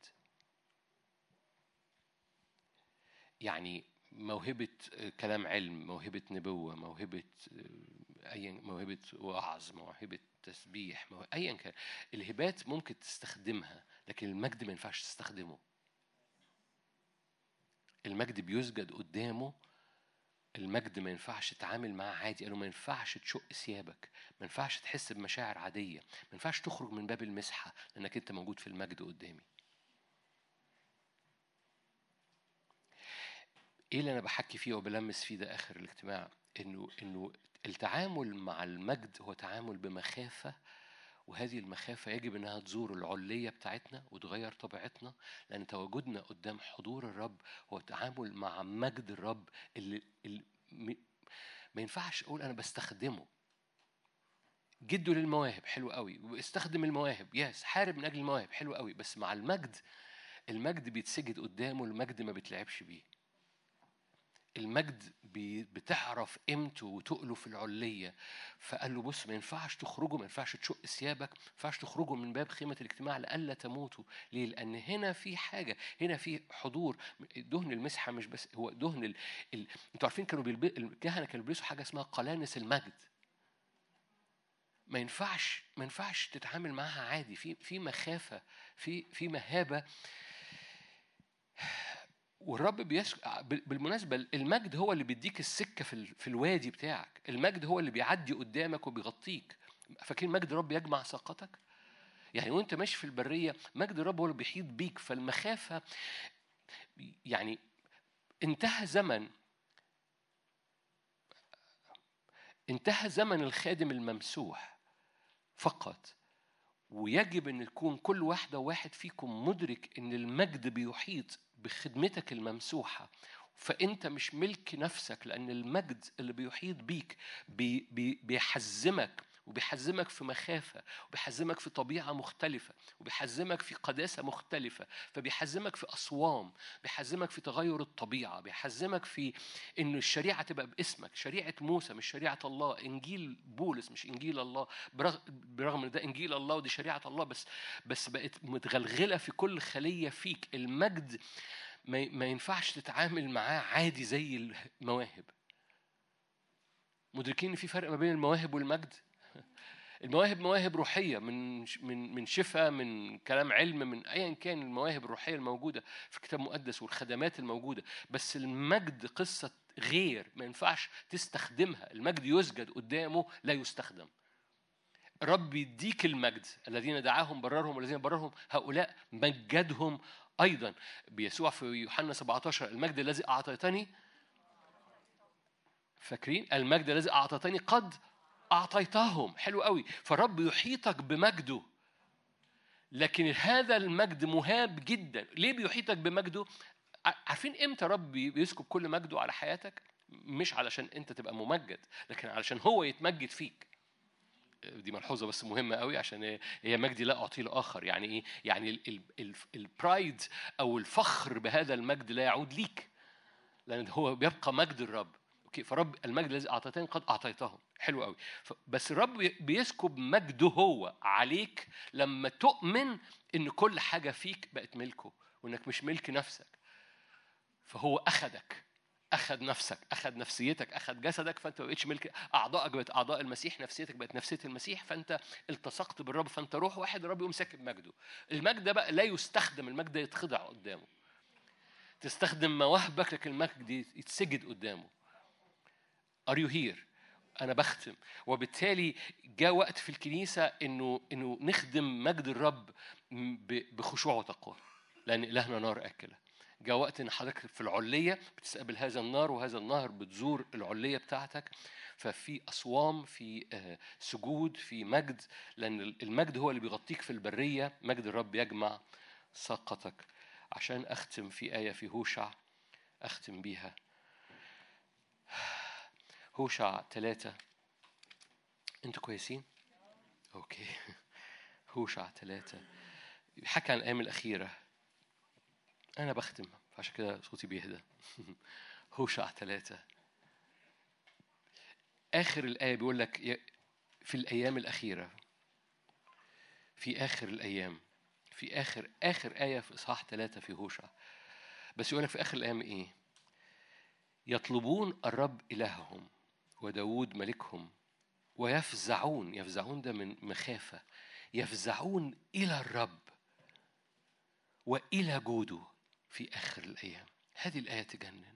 يعني موهبة كلام علم، موهبة نبوة، موهبة وعظ، موهبة تسبيح، أيا كان الهبات ممكن تستخدمها، لكن المجد ما ينفعش تستخدمه. المجد بيسجد قدامه. المجد ما ينفعش تتعامل معاه عادي، قالوا ما ينفعش تشق ثيابك، ما ينفعش تحس بمشاعر عادية، ما ينفعش تخرج من باب المسحة لأنك أنت موجود في المجد قدامي. إيه اللي أنا بحكي فيه وبلمس فيه ده آخر الاجتماع؟ إنه التعامل مع المجد هو تعامل بمخافة، وهذه المخافة يجب أنها تزور العلية بتاعتنا وتغير طبيعتنا، لأن تواجدنا قدام حضور الرب هو تعامل مع مجد الرب اللي ما ينفعش أقول أنا بستخدمه. جدوا للمواهب حلو قوي، واستخدم المواهب، ياس حارب من أجل المواهب حلو قوي، بس مع المجد بيتسجد قدامه، المجد ما بيتلعبش بيه. المجد بتعرف قيمته وتقله في العلية. فقال له بص، ما ينفعش تخرجوا، ما ينفعش تشق ثيابك، ما ينفعش تخرجوا من باب خيمة الاجتماع لئلا تموتوا. ليه؟ لأن هنا في حاجة، هنا في حضور. دهن المسحة مش بس هو دهن انتوا عارفين كانوا الكهنة كانوا بيلبسوا حاجة اسمها قلانس المجد. ما ينفعش تتعامل معها عادي، في مخافة، في مهابة. والرب بالمناسبة المجد هو اللي بيديك السكة في الوادي بتاعك. المجد هو اللي بيعدي قدامك وبيغطيك. فاكرين مجد الرب يجمع ساقطك؟ يعني وانت ماشي في البرية مجد الرب هو اللي بيحيط بيك. فالمخافة يعني انتهى زمن الخادم الممسوح فقط. ويجب أن يكون كل واحدة وواحد فيكم مدرك أن المجد بيحيط بخدمتك الممسوحة. فأنت مش ملك نفسك، لأن المجد اللي بيحيط بيك بيحزمك، وبيحزمك في مخافة، وبيحزمك في طبيعة مختلفة، وبيحزمك في قداسة مختلفة. فبيحزمك في أصوام، بيحزمك في تغير الطبيعة، بيحزمك في إن الشريعة تبقى باسمك، شريعة موسى مش شريعة الله، إنجيل بولس مش إنجيل الله، برغم إن ده إنجيل الله ودي شريعة الله، بس بقت متغلغلة في كل خلية فيك. المجد ما ينفعش تتعامل معاه عادي زي المواهب. مدركين إن في فرق ما بين المواهب والمجد؟ المواهب مواهب روحية، من شفاء، من كلام علم، من أيا كان المواهب الروحية الموجودة في الكتاب المقدس والخدمات الموجودة. بس المجد قصة غير، ما ينفعش تستخدمها. المجد يسجد قدامه لا يستخدم. رب يديك المجد. الذين دعاهم بررهم والذين بررهم هؤلاء مجدهم أيضا. بيسوع في يوحنا 17 المجد الذي أعطيتني، فاكرين؟ المجد الذي أعطيتني قد أعطيتهم. حلو قوي. فالرب يحيطك بمجده، لكن هذا المجد مهاب جدا. ليه بيحيطك بمجده؟ عارفين إمتى رب بيسكب كل مجده على حياتك؟ مش علشان أنت تبقى ممجد، لكن علشان هو يتمجد فيك. دي ملحوظة بس مهمة قوي، عشان هي مجدي لا أعطيه لآخر. يعني إيه؟ يعني البرايد أو الفخر بهذا المجد لا يعود ليك، لأن هو بيبقى مجد الرب. اوكي، فرب المجد الذي اعطيتني قد اعطيتهم. حلو قوي. بس الرب بيسكب مجده هو عليك لما تؤمن ان كل حاجه فيك بقت ملكه، وانك مش ملك نفسك. فهو اخذ نفسك، اخذ نفسيتك، اخذ جسدك، فانت ما بقتش ملك. اعضائك بقت اعضاء المسيح، نفسيتك بقت نفسيه المسيح، فانت التصقت بالرب، فانت روح واحد. الرب يقوم ساكب مجده. المجد ده بقى لا يستخدم، المجد ده يتخضع قدامه. تستخدم مواهبك، لكن المجد يتسجد قدامه. Are you here؟ أنا بختم. وبالتالي جاء وقت في الكنيسة إنه نخدم مجد الرب بخشوع وتقوى، لأن إلهنا نار أكلة. جاء وقت إن حضرتك في العلية بتستقبل هذا النار، وهذا النهر بتزور العلية بتاعتك، ففي أصوام، في سجود، في مجد، لأن المجد هو اللي بيغطيك في البرية. مجد الرب يجمع ساقطك. عشان أختم في آية في هوشع، أختم بيها هوشع 3. أنتوا كويسين؟ أوكي. هوشع 3 حكى عن الأيام الأخيرة. أنا بختم عشان كده صوتي بيهدى. هوشع 3 آخر الآية بيقول لك في الأيام الأخيرة، في آخر الأيام، في آخر آية في إصحاح 3 في هوشع. بس يقول لك في آخر الأيام إيه؟ يطلبون الرب إلههم وداود ملكهم ويفزعون. يفزعون ده من مخافة. يفزعون إلى الرب وإلى جوده في آخر الأيام. هذه الآية تجنن.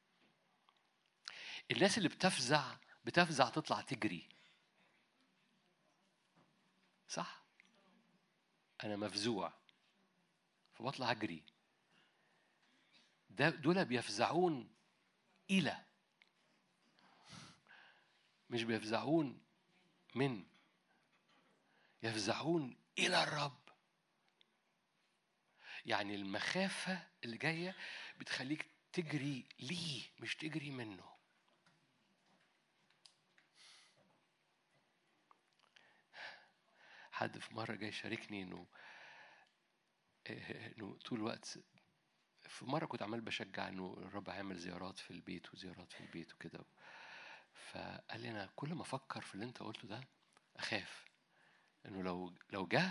الناس اللي بتفزع تطلع تجري، صح؟ أنا مفزوع فبطلع أجري. دول بيفزعون إلى، مش بيفزعون من، يفزعون إلى الرب. يعني المخافة اللي جاية بتخليك تجري ليه، مش تجري منه. حد في مرة جاي شاركني إنه طول الوقت، في مرة كنت عمال بشجع إنه الرب هيعمل زيارات في البيت وزيارات في البيت وكده، فقال لي أنا كل ما أفكر في اللي أنت قلته ده أخاف إنه لو جه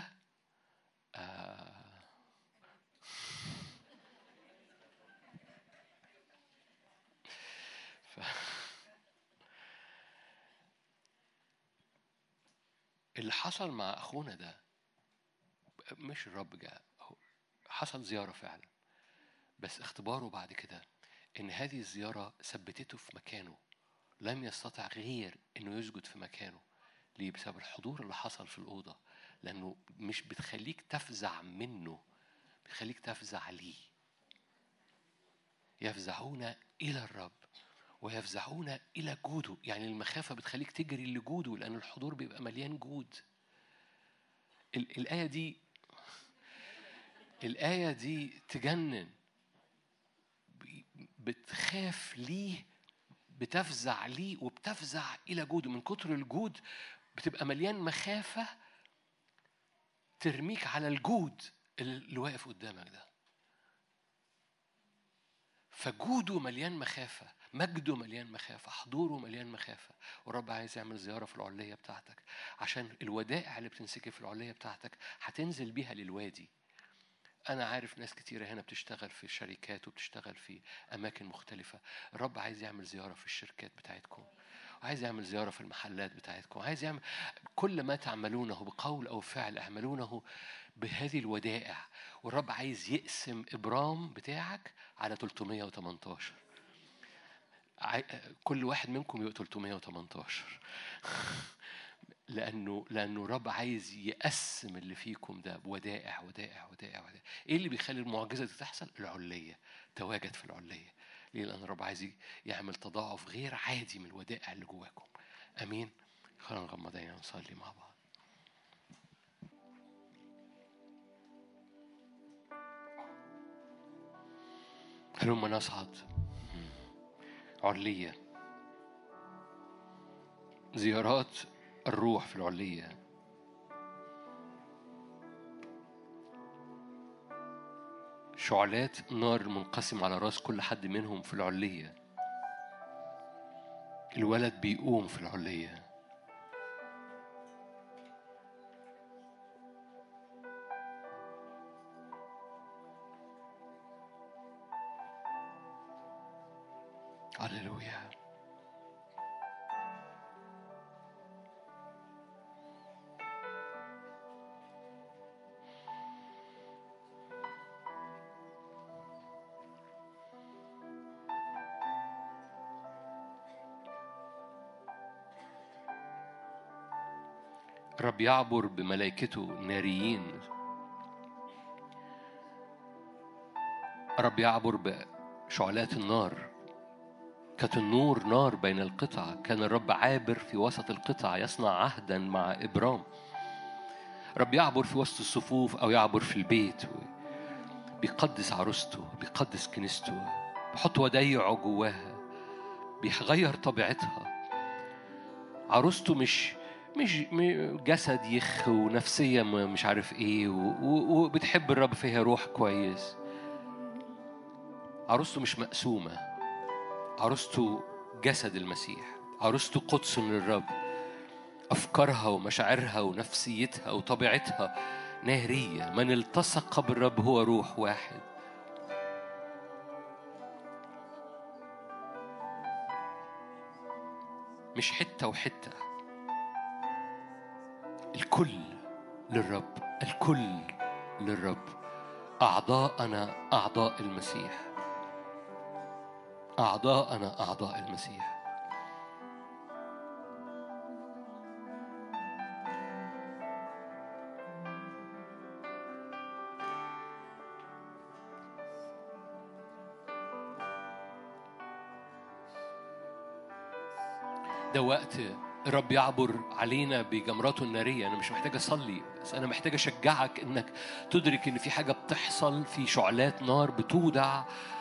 اللي حصل مع أخونا ده مش الرب جاء، حصل زيارة فعلا، بس اختباره بعد كده إن هذه الزيارة ثبتته في مكانه، لم يستطع غير إنه يسجد في مكانه. ليه؟ بسبب الحضور اللي حصل في الأوضة، لأنه مش بتخليك تفزع منه، بتخليك تفزع ليه. يفزعون إلى الرب ويفزعون إلى جوده. يعني المخافة بتخليك تجري لجوده، لأن الحضور بيبقى مليان جود. الآية دي تجنن. بتخاف ليه، بتفزع ليه، وبتفزع إلى جوده. من كتر الجود بتبقى مليان مخافة ترميك على الجود اللي واقف قدامك ده. فجوده مليان مخافة، مجده مليان مخافة، حضوره مليان مخافة. والرب عايز يعمل زيارة في العلية بتاعتك، عشان الودائع اللي بتنسكب في العلية بتاعتك هتنزل بيها للوادي. أنا عارف ناس كتيرة هنا بتشتغل في شركات وبتشتغل في أماكن مختلفة. الرب عايز يعمل زيارة في الشركات بتاعتكم، وعايز يعمل زيارة في المحلات بتاعتكم، عايز يعمل كل ما تعملونه بقول أو فعل اعملونه بهذه الودائع. والرب عايز يقسم إبرام بتاعك على 318. كل واحد منكم يبقى 318. لأنه رب عايز يقسم اللي فيكم ده بودائع ودائع ودائع ودائع. إيه اللي بيخلي المعجزة دي تحصل؟ العلية. تواجد في العلية. ليه؟ لأن رب عايز يعمل تضاعف غير عادي من الودائع اللي جواكم. أمين. خلينا نغمض عينينا ونصلي مع بعض. هلما نصعد. علية، زيارات الروح في العلية. شعلات نار منقسم على راس كل حد منهم في العلية. الولد بيقوم في العلية. هللويا. رب يعبر بملائكته ناريين. رب يعبر بشعلات النار. كانت النور نار بين القطع. كان الرب عابر في وسط القطع يصنع عهدا مع إبرام. رب يعبر في وسط الصفوف أو يعبر في البيت، بيقدس عروسته، بيقدس كنيسته، بيحط ودايعه جواها، بيغير طبيعتها. عروسته مش جسد يخ ونفسية مش عارف ايه وبتحب الرب فيها روح كويس. عروسته مش مقسومة، عروسته جسد المسيح، عروسته قدس للرب. أفكارها ومشاعرها ونفسيتها وطبيعتها نارية. من التصق بالرب هو روح واحد. مش حتة وحتة، الكل للرب، الكل للرب. أعضاءنا أعضاء المسيح، أعضاءنا أعضاء المسيح. ده وقت الرب يعبر علينا بجمراته النارية. أنا مش محتاج أصلي، بس أنا محتاج أشجعك إنك تدرك إن في حاجة بتحصل، في شعلات نار بتودع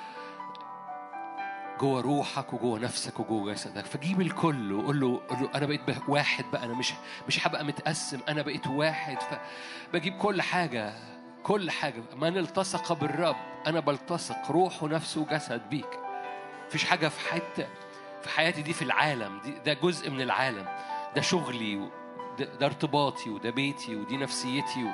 جوه روحك وجوه نفسك وجوه جسدك. فجيب الكل وقول له أنا بقيت واحد بقى. أنا مش هبقى متقسم، أنا بقيت واحد. فبجيب كل حاجة، كل حاجة. من التصق بالرب أنا بلتصق روح ونفس وجسد بيك. مفيش حاجة في حياتي دي في العالم دي، ده جزء من العالم، ده شغلي، ده ارتباطي، وده بيتي، ودي نفسيتي.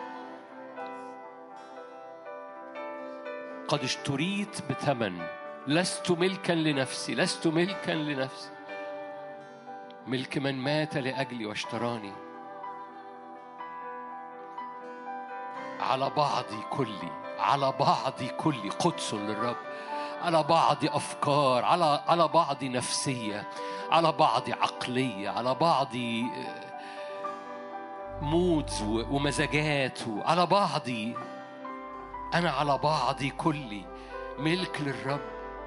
قد اشتريت بثمن، لست ملكا لنفسي، لست ملكا لنفسي، ملك من مات لأجلي واشتراني. على بعضي كلي، على بعضي كلي قدس للرب. على بعض أفكار، على بعض نفسية، على بعض عقلية، على بعض مودز ومزاجات، على بعضي أنا، على بعضي كلي ملك للرب.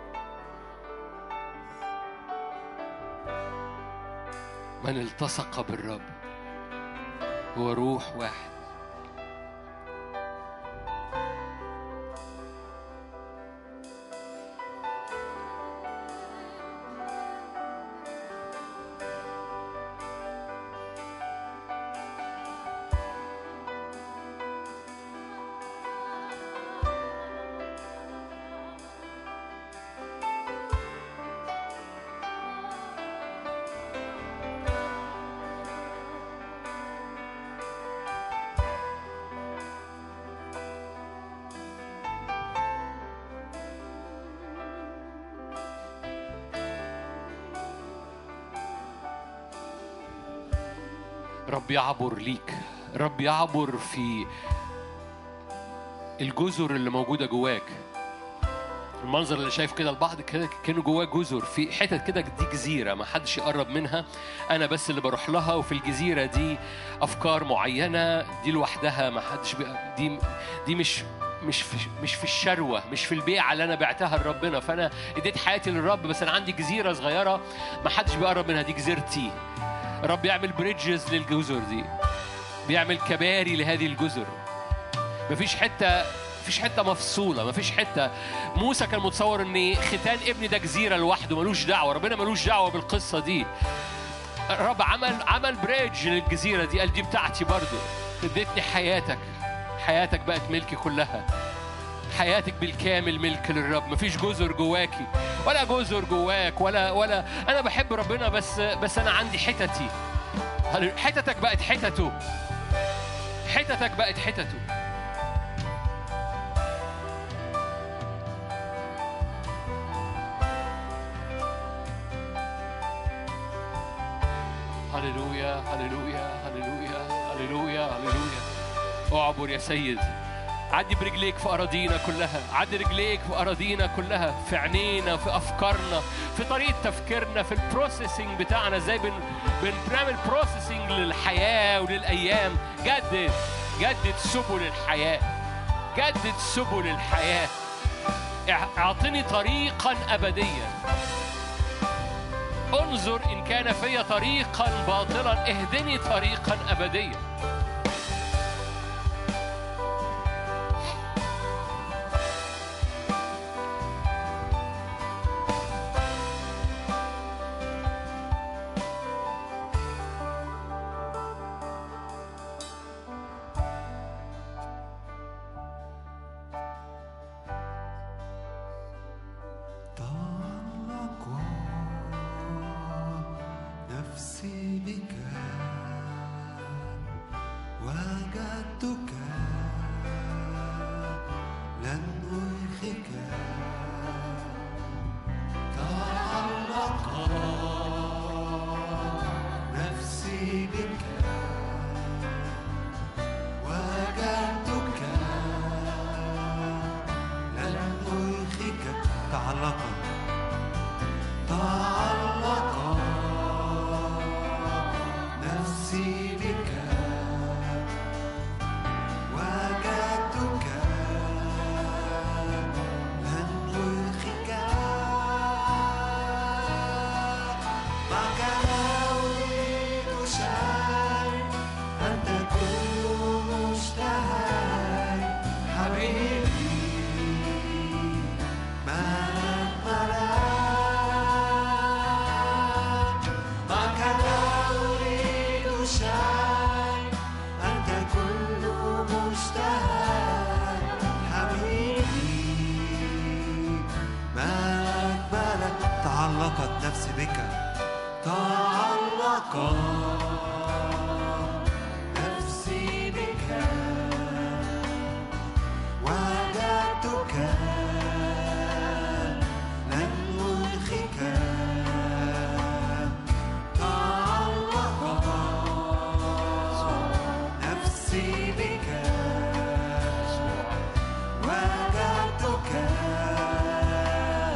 من التصق بالرب هو روح واحد. رب يعبر ليك، رب يعبر في الجزر اللي موجودة جواك. المنظر اللي شايف كده البعض كده كانوا جواه جزر، في حتت كده دي جزيرة ما حدش يقرب منها، أنا بس اللي بروح لها. وفي الجزيرة دي أفكار معينة دي لوحدها ما حدش دي مش في الشروة، مش في البيعة اللي أنا بعتها لربنا. فأنا اديت حياتي للرب، بس أنا عندي جزيرة صغيرة ما حدش بيقرب منها، دي جزيرتي. الرب يعمل بريدجز للجزر دي، بيعمل كباري لهذه الجزر. مفيش حتة مفصولة، مفيش حتة. موسى كان متصور ان ختان ابني ده جزيرة لوحده ملوش دعوة. ربنا ملوش دعوة بالقصة دي. الرب عمل بريدج للجزيرة دي، قال دي بتاعتي برضو. اديتني حياتك بقت ملكي كلها. حياتك بالكامل ملك للرب. مفيش جزر جواكي ولا جزر جواك ولا انا بحب ربنا بس انا عندي حتتي. حتتك بقت حتته، حتتك بقت حتته. هللويا هللويا هللويا هللويا هللويا. اعبر يا سيد، عدي برجليك في أراضينا كلها، عدي رجليك في أراضينا كلها، في عينينا، في أفكارنا، في طريقة تفكيرنا، في البروسيسنج بتاعنا، ازاي بنعمل بروسيسنج للحياة وللأيام. جدد سبل الحياة، جدد سبل الحياة. اعطني طريقا أبديا. انظر إن كان في طريقا باطلا، اهدني طريقا أبديا.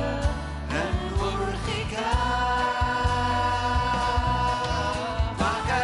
معك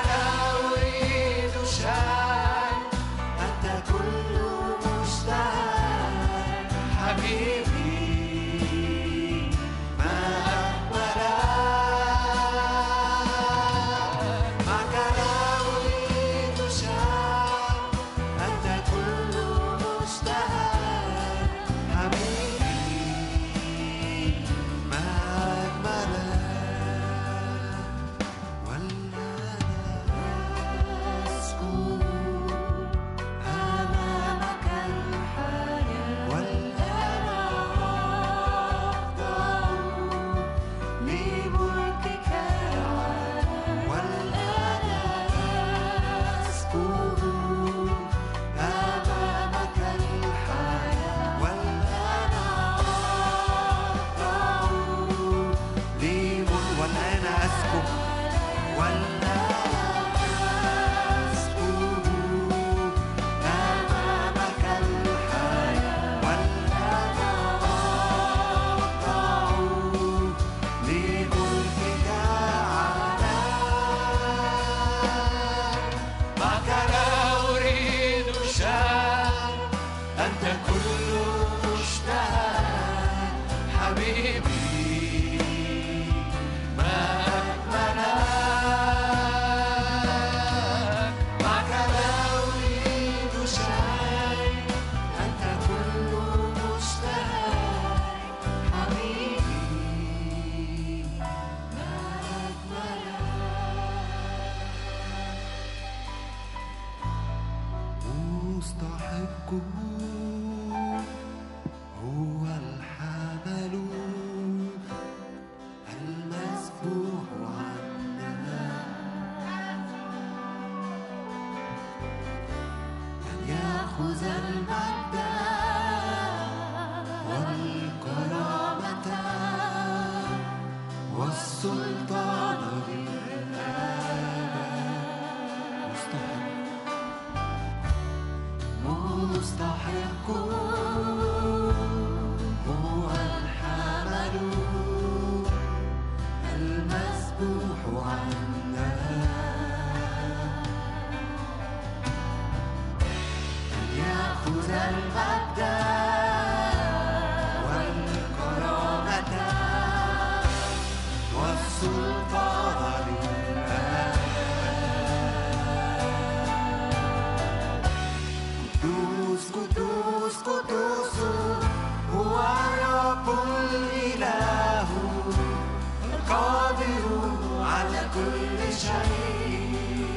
شيء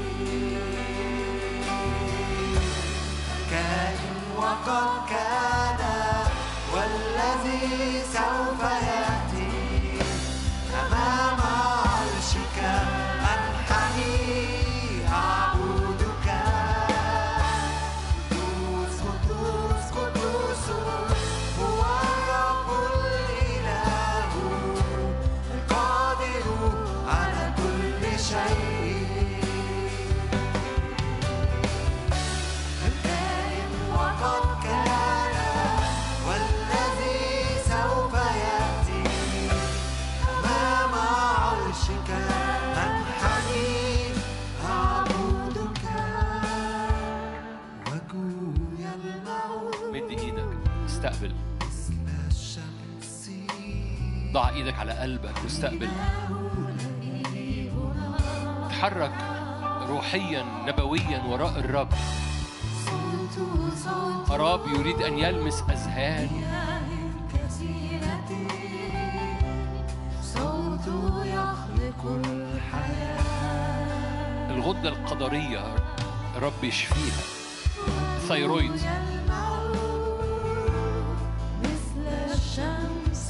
كائن وقد كان والذي سوف يأتي أمام عرشك أنحني أعبدك قدوس قدوس قدوس هو الرب الإله القادر على كل شيء الكائن وقد كان والذي سوف يأتي أمام عرشك أنحني أعبدك وجهه يلمع مد ايدك استقبل. مثل الشمس ضع ايدك على قلبك واستقبل. تحرك روحيا نبويا وراء الرب. الرب يريد ان يلمس اذهان. الغدة القدرية الرب يشفيها. ثيرويد مثل الشمس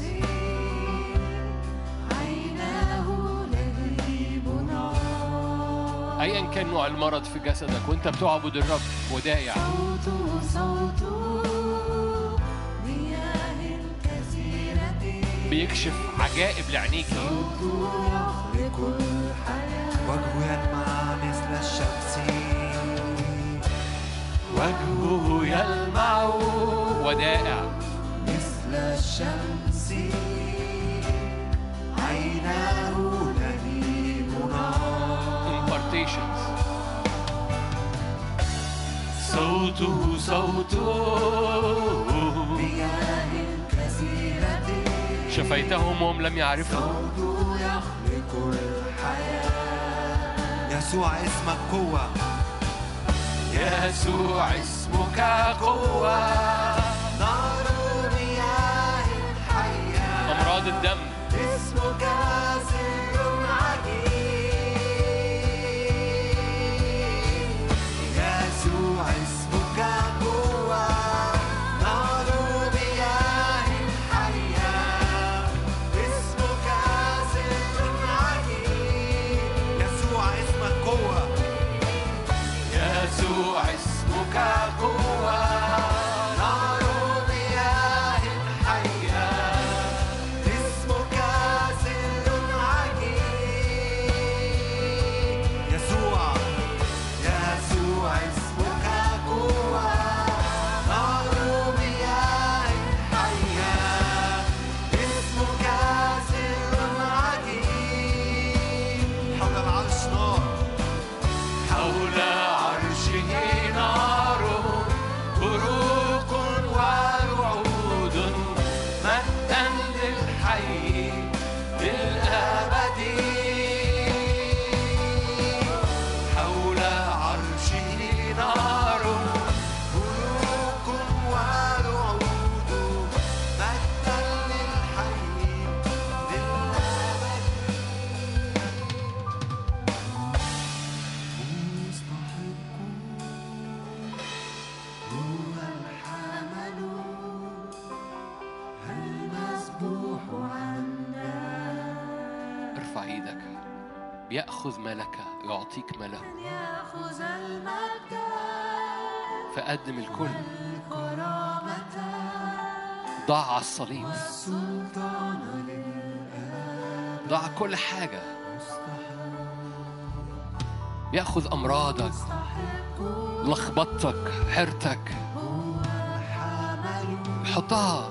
عيناه لهيب نار ايا كان نوع المرض في جسدك وانت بتعبد الرب ودائع. صوت مياه كثيرة بيكشف عجائب لعينيك. يخلق الحياة وجهه يلمع مثل الشمس وجهه يلمع ودائع. مثل الشمس عيناه لهيب نار impartations. صوته مياه كثيرة شفيتهم وهم لم يعرفوا. صوته يخلق الحياة يسوع اسمك قوة يسوع اسمك قوة. نار مياه حية أمراض الدم اسمك سر عجيب يسوع اسمك قوة نار مياه حية اسمك سر عجيب يسوع اسمك قوة يسوع اسمك قوة. نار مياه حية اسمك سر عجيب يسوع اسمك قوة نار مياه حية اسمك سر عجيب حول العرش نار حول عرشه نار بروق ورعود مجدا للحي للأبد. حول عرشه نار بروق ورعود مجدا للحي للأبد مستحق هو الحمل المسبوح عنا ارفع ايدك. بيأخذ مالك يعطيك ماله. يأخذ المجد فقدم الكل. الكرامة ضع على الصليب. السلطان ضع كل حاجة. يأخذ أمراضك، لخبطتك، حيرتك، يحطها.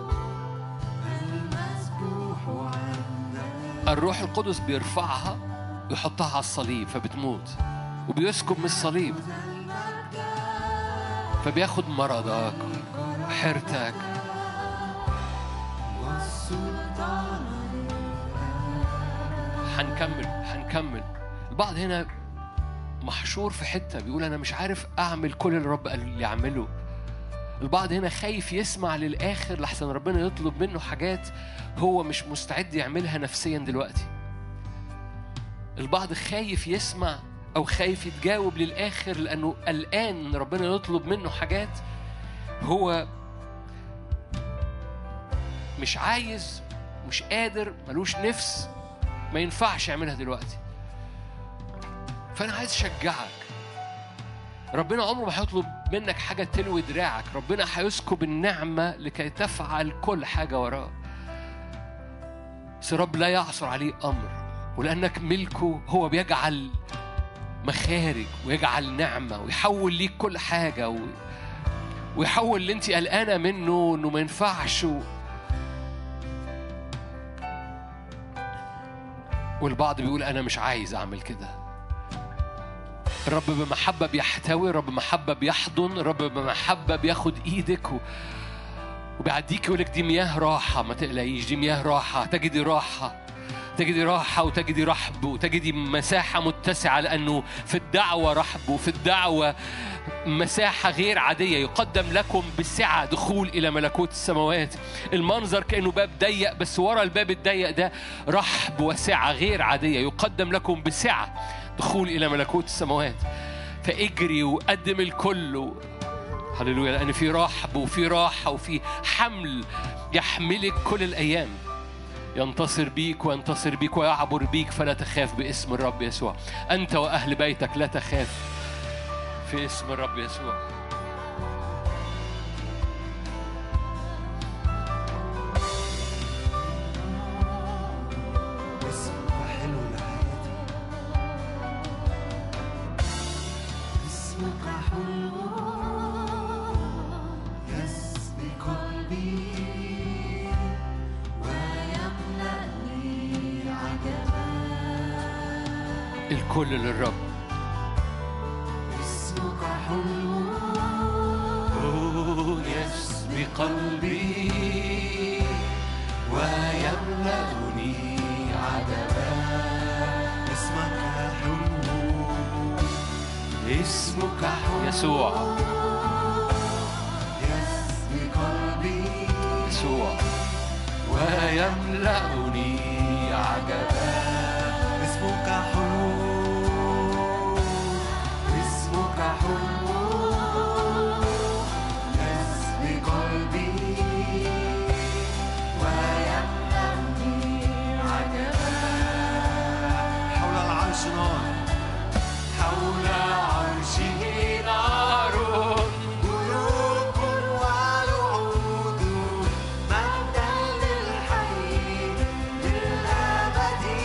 الروح القدس بيرفعها ويحطها على الصليب فبتموت، وبيسكب من الصليب فبياخد مرضك، حيرتك. هنكمل. البعض هنا محشور في حتة بيقول أنا مش عارف أعمل كل اللي رب قال لي أعمله. البعض هنا خايف يسمع للآخر لحسن ربنا يطلب منه حاجات هو مش مستعد يعملها نفسيا دلوقتي. البعض خايف يسمع أو خايف يتجاوب للآخر لأنه قلقان إن ربنا يطلب منه حاجات هو مش عايز، مش قادر، ملوش نفس، ما ينفعش يعملها دلوقتي. فأنا عايز أشجعك، ربنا عمره ما هيطلب منك حاجة تلوي دراعك. ربنا هيسكب النعمة لكي تفعل كل حاجة وراه. بس رب لا يعصر عليه أمر، ولأنك ملكه هو بيجعل مخارج ويجعل نعمة ويحول ليك كل حاجة ويحول اللي انت قلقانة منه انه ما ينفعش والبعض بيقول أنا مش عايز أعمل كده. الرب بمحبة بيحتوي، الرب بمحبة بيحضن، الرب بمحبة بياخد إيدك وبيعديك يقولك دي مياه راحة، ما تقلقيش، دي مياه راحة. تجدي راحة، تجدي راحة وتجدي رحب وتجدي مساحة متسعة، لأنه في الدعوة رحب وفي الدعوة مساحة غير عادية. يقدم لكم بالسعة دخول إلى ملكوت السماوات. المنظر كأنه باب ضيق، بس ورا الباب الضيق ده رحب وسعة غير عادية. يقدم لكم بسعة دخول إلى ملكوت السماوات. فاجري وقدم الكل هللويا، لأن في رحب وفي راحة وفي حمل يحملك كل الأيام. ينتصر بيك وينتصر بيك ويعبر بيك، فلا تخاف باسم الرب يسوع. أنت وأهل بيتك لا تخاف في اسم الرب يسوع. اسمك حلو لحياتي، اسمك حلو يسبي قلبي ويملأني عجبا. الكل للرب. اسمك حلو يسبي قلبي ويملأني عجبا. اسمك حلو، اسمك حلو يسوع، يسبي قلبي يسوع ويملأني عجبا. اسمك حلو، اسمك حلو يسبي قلبي ويملأني عجبا. حول العرش نار، حول عرشه نار، ملوك ورعود، مجدا للحي للأبد.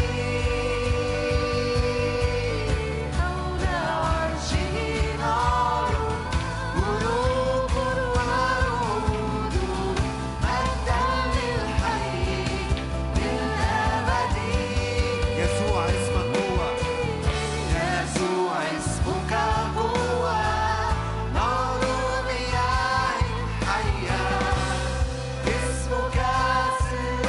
حول عرشه نار، ملوك ورعود، مجدا للحي للأبد. يسوع اسمك قوة، يسوع اسمك قوة، نار مياه حية، اسمك سر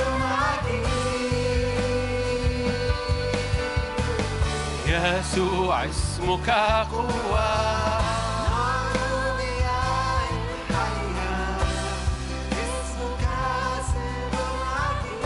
عجيب. يسوع اسمك قوة، نار مياه حية، اسمك سر عجيب.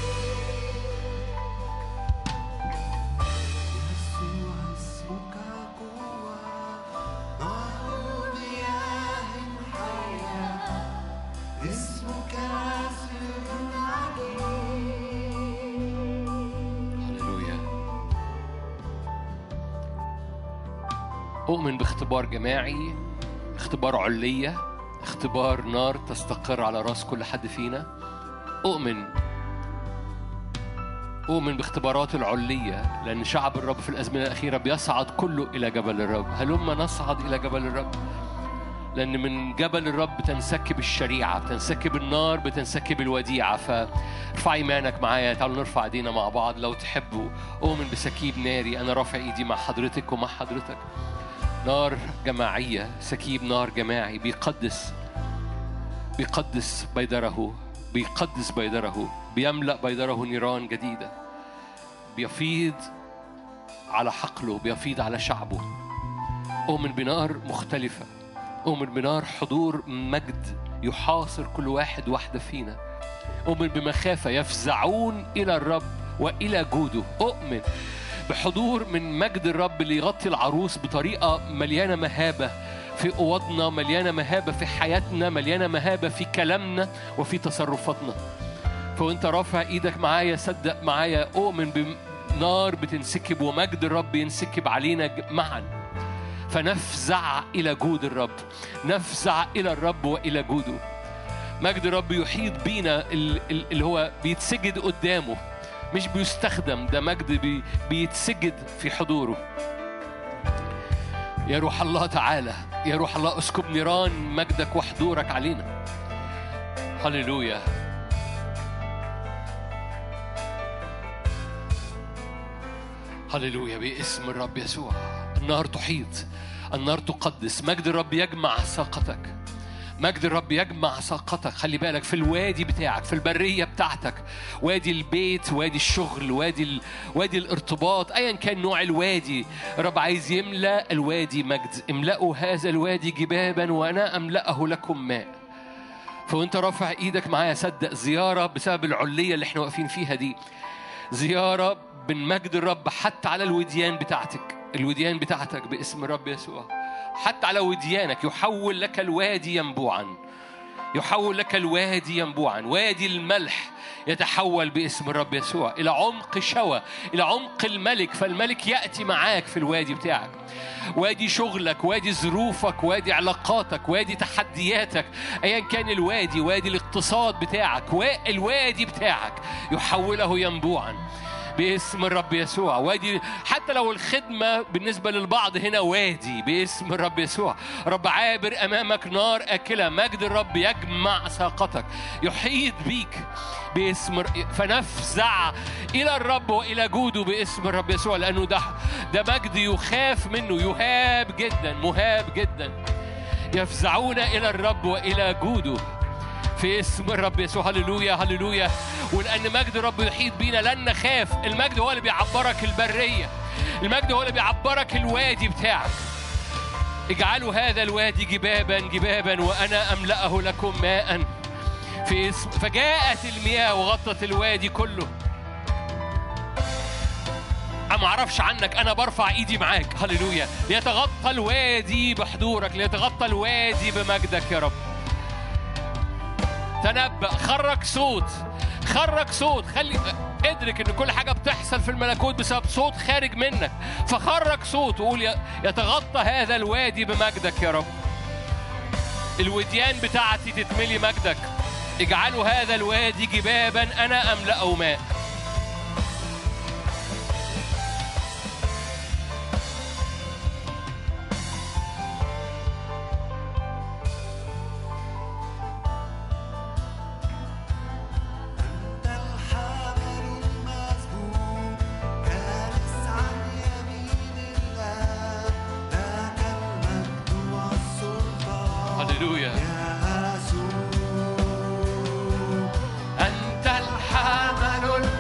يسوع اسمك قوة، نار مياه حية، اسمك سر عجيب. هللويا. أؤمن باختبار جماعي، اختبار علية، اختبار نار تستقر على رأس كل حد فينا. أؤمن باختبارات العلية، لأن شعب الرب في الأزمنة الأخيرة بيصعد كله إلى جبل الرب. هلما نصعد إلى جبل الرب، لأن من جبل الرب بتنسكب الشريعة، بتنسكب النار، بتنسكب الوديعة. فارفع إيمانك معايا، تعالوا نرفع ايدينا مع بعض لو تحبوا. أؤمن بسكيب ناري، أنا رافع إيدي مع حضرتك ومع حضرتك. نار جماعية، سكيب نار جماعي بيقدس بيدره، بيقدس بيدره، بيملأ بيدره نيران جديدة، بيفيض على حقله، بيفيض على شعبه. أؤمن بنار مختلفة، أؤمن بنار حضور مجد يحاصر كل واحد واحدة فينا. أؤمن بمخافة يفزعون إلى الرب وإلى جوده. أؤمن بحضور من مجد الرب اللي يغطي العروس بطريقة مليانة مهابة في أوضنا، مليانة مهابة في حياتنا، مليانة مهابة في كلامنا وفي تصرفاتنا. فوانت رافع ايدك معايا صدق معايا، أؤمن بنار بتنسكب ومجد الرب ينسكب علينا معا. فنفزع إلى جود الرب، نفزع إلى الرب وإلى جوده. مجد الرب يحيط بينا اللي هو بيتسجد قدامه، مش بيستخدم، ده مجد بيتسجد في حضوره. يا روح الله تعالى، يا روح الله اسكب نيران مجدك وحضورك علينا. هللويا. هللويا باسم الرب يسوع. النار تحيط، النار تقدس. مجد الرب يجمع ساقتك، مجد الرب يجمع ساقتك. خلي بالك في الوادي بتاعك، في البرية بتاعتك، وادي البيت، وادي الشغل، وادي الارتباط، ايا كان نوع الوادي. الرب عايز يملأ الوادي مجد. املأوا هذا الوادي جبابا وأنا أملأه لكم ماء. فوانت رافع ايدك معايا صدق زيارة بسبب العلية اللي احنا واقفين فيها دي، زيارة من مجد الرب حتى على الوديان بتاعتك، الوديان بتاعتك باسم الرب يسوع. حتى على وديانك يحول لك الوادي ينبوعا، يحول لك الوادي ينبوعا. وادي الملح يتحول باسم الرب يسوع إلى عمق شوى، إلى عمق الملك. فالملك يأتي معاك في الوادي بتاعك، وادي شغلك، وادي ظروفك، وادي علاقاتك، وادي تحدياتك، أيا كان الوادي، وادي الاقتصاد بتاعك، والوادي بتاعك يحوله ينبوعا باسم الرب يسوع. وادي حتى لو الخدمة بالنسبة للبعض هنا وادي باسم الرب يسوع. رب عابر أمامك نار أكلة. مجد الرب يجمع ساقتك، يحيط بيك باسم. فنفزع إلى الرب وإلى جوده باسم الرب يسوع، لأنه ده مجد يخاف منه، يهاب جدا، مهاب جدا. يفزعون إلى الرب وإلى جوده في اسم الرب يسوع. هللويا هللويا. ولأن مجد الرب يحيط بينا لن نخاف. المجد هو اللي بيعبرك البرية، المجد هو اللي بيعبرك الوادي بتاعك. اجعلوا هذا الوادي جبابا جبابا وأنا أملأه لكم ماء في اسم. فجاءت المياه وغطت الوادي كله. ما أعرفش عنك، أنا برفع إيدي معاك. هللويا. ليتغطى الوادي بحضورك، ليتغطى الوادي بمجدك يا رب. تنبأ، خرج صوت، خرج صوت. خلي ادرك ان كل حاجة بتحصل في الملكوت بسبب صوت خارج منك. فخرج صوت وقول يتغطى هذا الوادي بمجدك يا رب. الوديان بتاعتي تتملي مجدك. اجعلوا هذا الوادي جبابا أنا أملأه ماء. أنت الحامل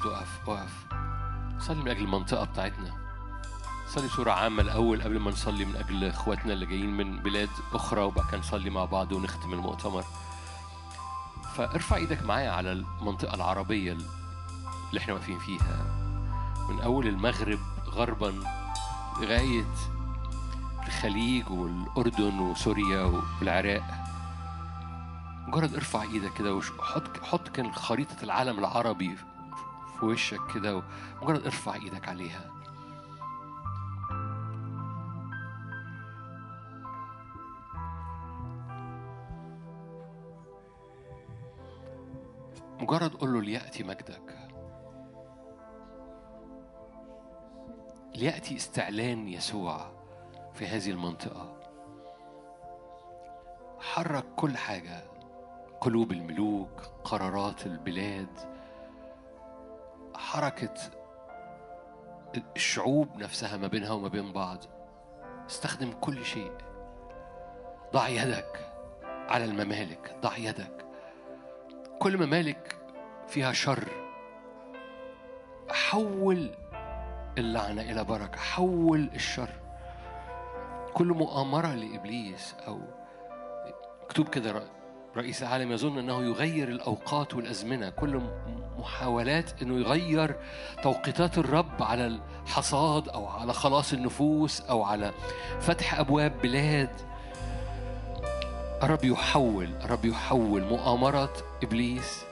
اقف. صلي من أجل المنطقة بتاعتنا. صلي بصورة عامة الأول قبل ما نصلي من أجل إخواتنا اللي جايين من بلاد أخرى، وبعد كده نصلي مع بعض ونختم المؤتمر. فارفع إيدك معايا على المنطقة العربية اللي احنا واقفين فيها، من أول المغرب غربا لغاية الخليج والأردن وسوريا والعراق. مجرد ارفع إيدك كده وحط كان خريطة العالم العربي في وشك كده، مجرد ارفع إيدك عليها. مجرد قل له ليأتي مجدك، ليأتي استعلان يسوع في هذه المنطقة. حرك كل حاجة، قلوب الملوك، قرارات البلاد، حركة الشعوب نفسها ما بينها وما بين بعض. استخدم كل شيء. ضع يدك على الممالك، ضع يدك. كل ممالك فيها شر، حول اللعنة إلى بركة، حول الشر. كل مؤامرة لإبليس أو مكتوب كده رئيس العالم يظن أنه يغير الأوقات والأزمنة، كل محاولات أنه يغير توقيتات الرب على الحصاد أو على خلاص النفوس أو على فتح أبواب بلاد. الرب يحول مؤامرة إبليس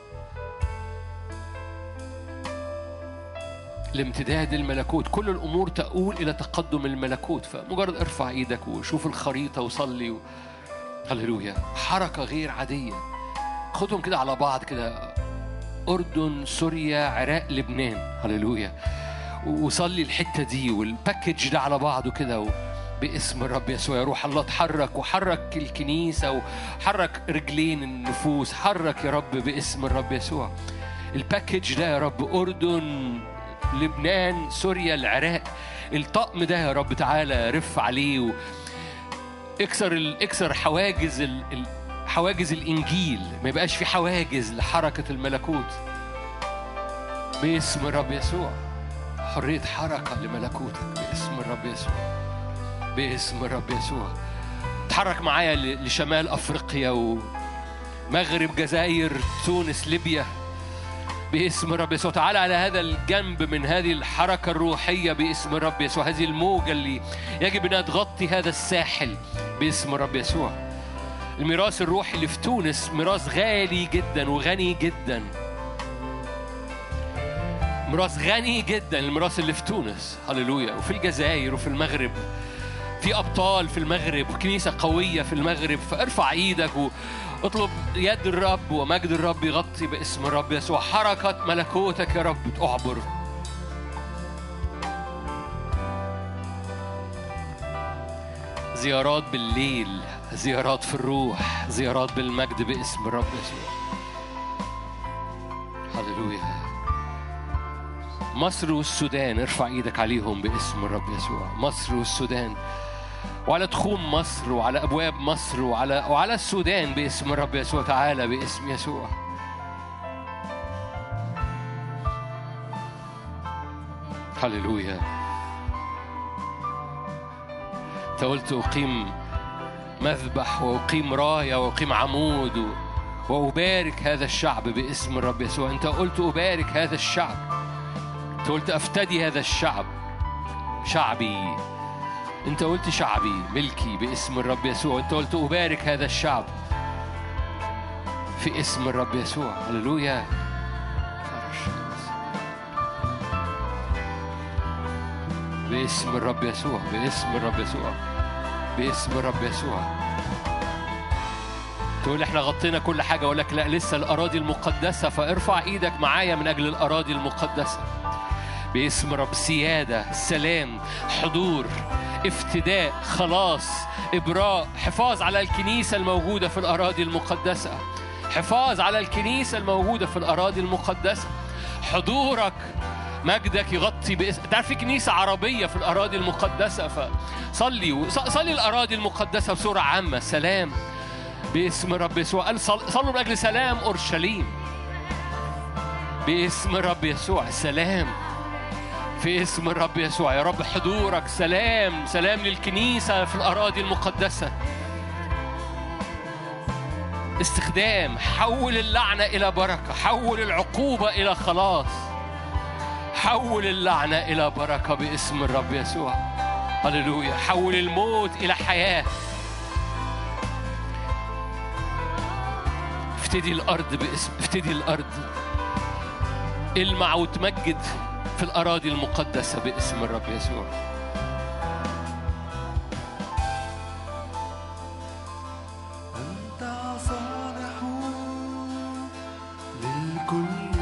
لامتداد الملكوت. كل الأمور تؤول إلى تقدم الملكوت. فمجرد ارفع إيدك وشوف الخريطة وصلي هللويا. حركة غير عادية. خدهم كده على بعض كده، أردن، سوريا، عراق، لبنان. هللويا. وصلي الحتة دي والباكج ده على بعضه كده باسم الرب يسوع. يا روح الله اتحرك وحرك الكنيسة وحرك رجلين النفوس. حرك يا رب باسم الرب يسوع الباكج ده يا رب. أردن، لبنان، سوريا، العراق. الطقم ده يا رب تعالى رف عليه اكسر حواجز الإنجيل. ما يبقاش في حواجز لحركة الملكوت باسم الرب يسوع. حرية حركة لملكوتك باسم الرب يسوع. باسم الرب يسوع. تحرك معايا لشمال أفريقيا ومغرب، جزائر، تونس، ليبيا باسم الرب يسوع. تعالى على هذا الجنب من هذه الحركة الروحية باسم الرب يسوع. هذه الموجة اللي يجب أنها تغطي هذا الساحل باسم الرب يسوع. الميراث الروحي اللي في تونس ميراث غالي جدا وغني جدا. ميراث غني جدا الميراث اللي في تونس. هللويا. وفي الجزائر وفي المغرب في أبطال في المغرب وكنيسة قوية في المغرب. فارفع ايدك واطلب يد الرب ومجد الرب يغطي باسم الرب يسوع. حركة ملكوتك يا رب تعبر. زيارات بالليل، زيارات في الروح، زيارات بالمجد باسم الرب يسوع. هللويا. مصر والسودان ارفع ايدك عليهم باسم الرب يسوع. مصر والسودان، وعلى تخوم مصر وعلى أبواب مصر وعلى السودان باسم الرب يسوع. تعالى باسم يسوع. هللويا. أنت قلت أقيم مذبح وأقيم راية وأقيم عمود وأبارك هذا الشعب باسم الرب يسوع. أنت قلت أبارك هذا الشعب. أنت قلت أفتدي هذا الشعب، شعبي. أنت قلت شعبي ملكي باسم الرب يسوع. أنت قلت أبارك هذا الشعب في اسم الرب يسوع. هللويا. باسم الرب يسوع. باسم الرب يسوع. باسم الرب يسوع. تقول احنا غطينا كل حاجة، أقول لك لا، لسه الأراضي المقدسة. فارفع ايدك معايا من أجل الأراضي المقدسة باسم رب. سيادة، سلام، حضور، افتداء، خلاص، إبراء. حفاظ على الكنيسة الموجودة في الأراضي المقدسة. حفاظ على الكنيسة الموجودة في الأراضي المقدسة. حضورك مجدك يغطي تعرف في كنيسة عربية في الأراضي المقدسة. فصلي الأراضي المقدسة بصورة عامة. سلام باسم رب يسوع. قال صلوا من أجل سلام أورشليم باسم الرب يسوع سلام، في اسم الرب يسوع. يا رب حضورك سلام، سلام للكنيسة في الأراضي المقدسة. استخدام، حول اللعنة إلى بركة، حول العقوبة إلى خلاص، حول اللعنة إلى بركة باسم الرب يسوع. هللويا. حول الموت إلى حياة. افتدي الأرض باسم، افتدي الأرض، المع وتمجد في الأراضي المقدسة باسم الرب يسوع. أنت صالح للكل،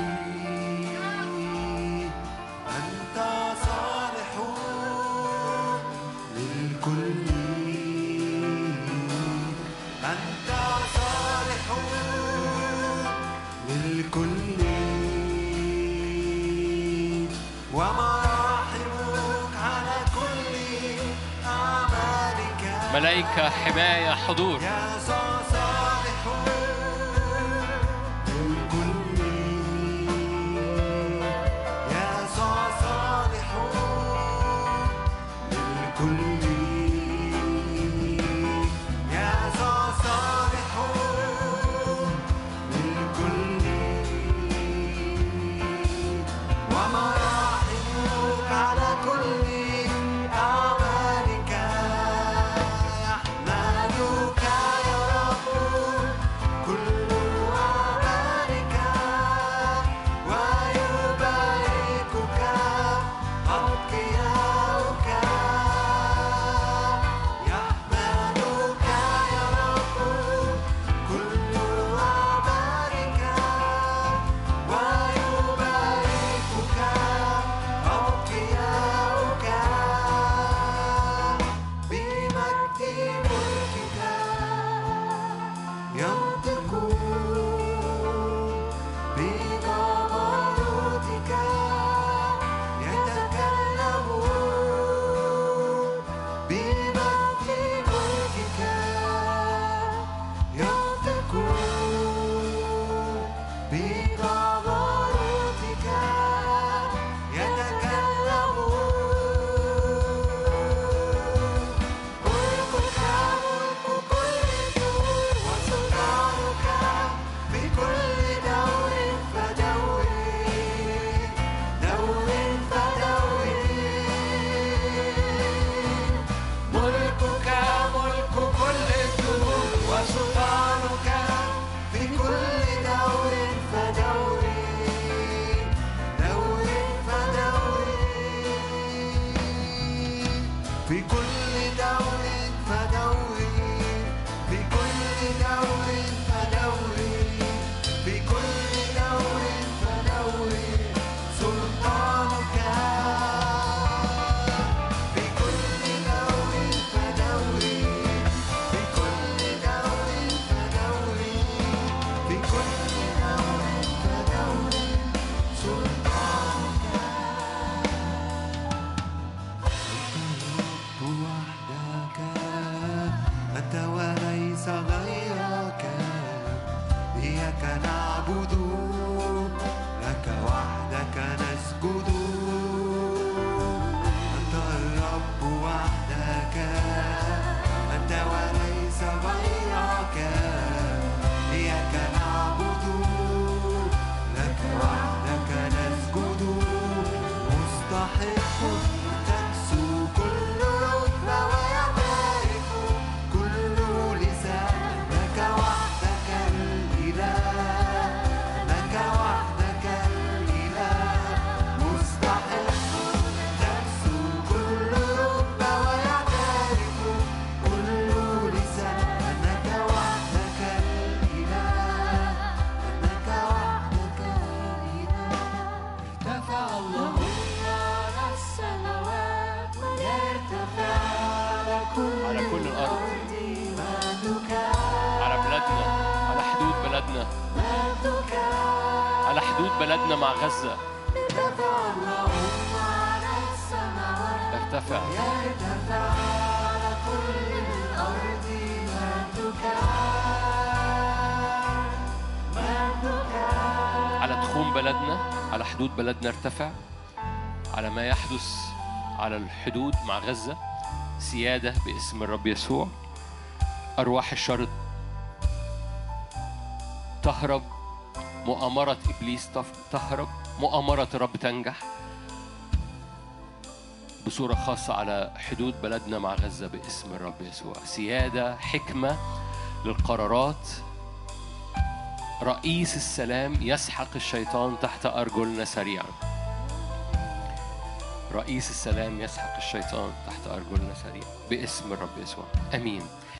أنت صالح للكل، أنت صالح للكل، ومراحمك على كل أعمالك. ملائكة حماية حضور. يا صالح للكل، يا صالح للكل، يا صالح للكل، ومراحمك على كل أعمالك. يحمدك يا رب كل أعمالك، ويباركك أتقياؤك. يحمدك يا رب كل أعمالك، ويباركك أتقياؤك. بمجد ملكك ينطقون، بجبروتك يتكلمون. بمجد ملكك ينطقون، بجبروتك يتكلمون. ملكك ملك كل الدور، وسلطانك بكل دور فدور، دور فدور. ملكك ملك كل الدور، وسلطانك بكل دور فدور، دور فدور. في كل دور فدور، في كل دور فدور، في كل دور فدور. سلطانك في كل دور فدور، في كل دور فدور، في كل دور فدور. سلطانك. الرب وحدك، أنت وليس غيرك. إياك نعبد، لك وحدك نسجد. أنت الرب وحدك، أنت وليس غيرك. إياك نعبد، لك وحدك نسجد. مستحق تكسو كل ركبة، ويعترف كل لسان لك وحدك الإله، لك وحدك الإله. مستحق تكسو كل ركبة، ويعترف كل لسان أنك وحدك الإله، أنك وحدك الإله. ارتفع الله على السماوات، ويرتفع على كل الأرض، مجدك، على بلادنا، على حدود بلادنا، مجدك. على حدود بلدنا مع غزة. ارتفع اللهم على السماوات، ارتفع يرتفع على كل الأرض مجدك، مجدك. على تخوم بلدنا، على حدود بلدنا ارتفع، على ما يحدث على الحدود مع غزة. سيادة باسم الرب يسوع. أرواح الشر تهرب، مؤامرة إبليس تهرب، مؤامرة الرب تنجح بصورة خاصة على حدود بلدنا مع غزة باسم الرب يسوع. سيادة، حكمة للقرارات. رئيس السلام يسحق الشيطان تحت أرجلنا سريعا. رئيس السلام يسحق الشيطان تحت أرجلنا سريعا باسم الرب يسوع. أمين.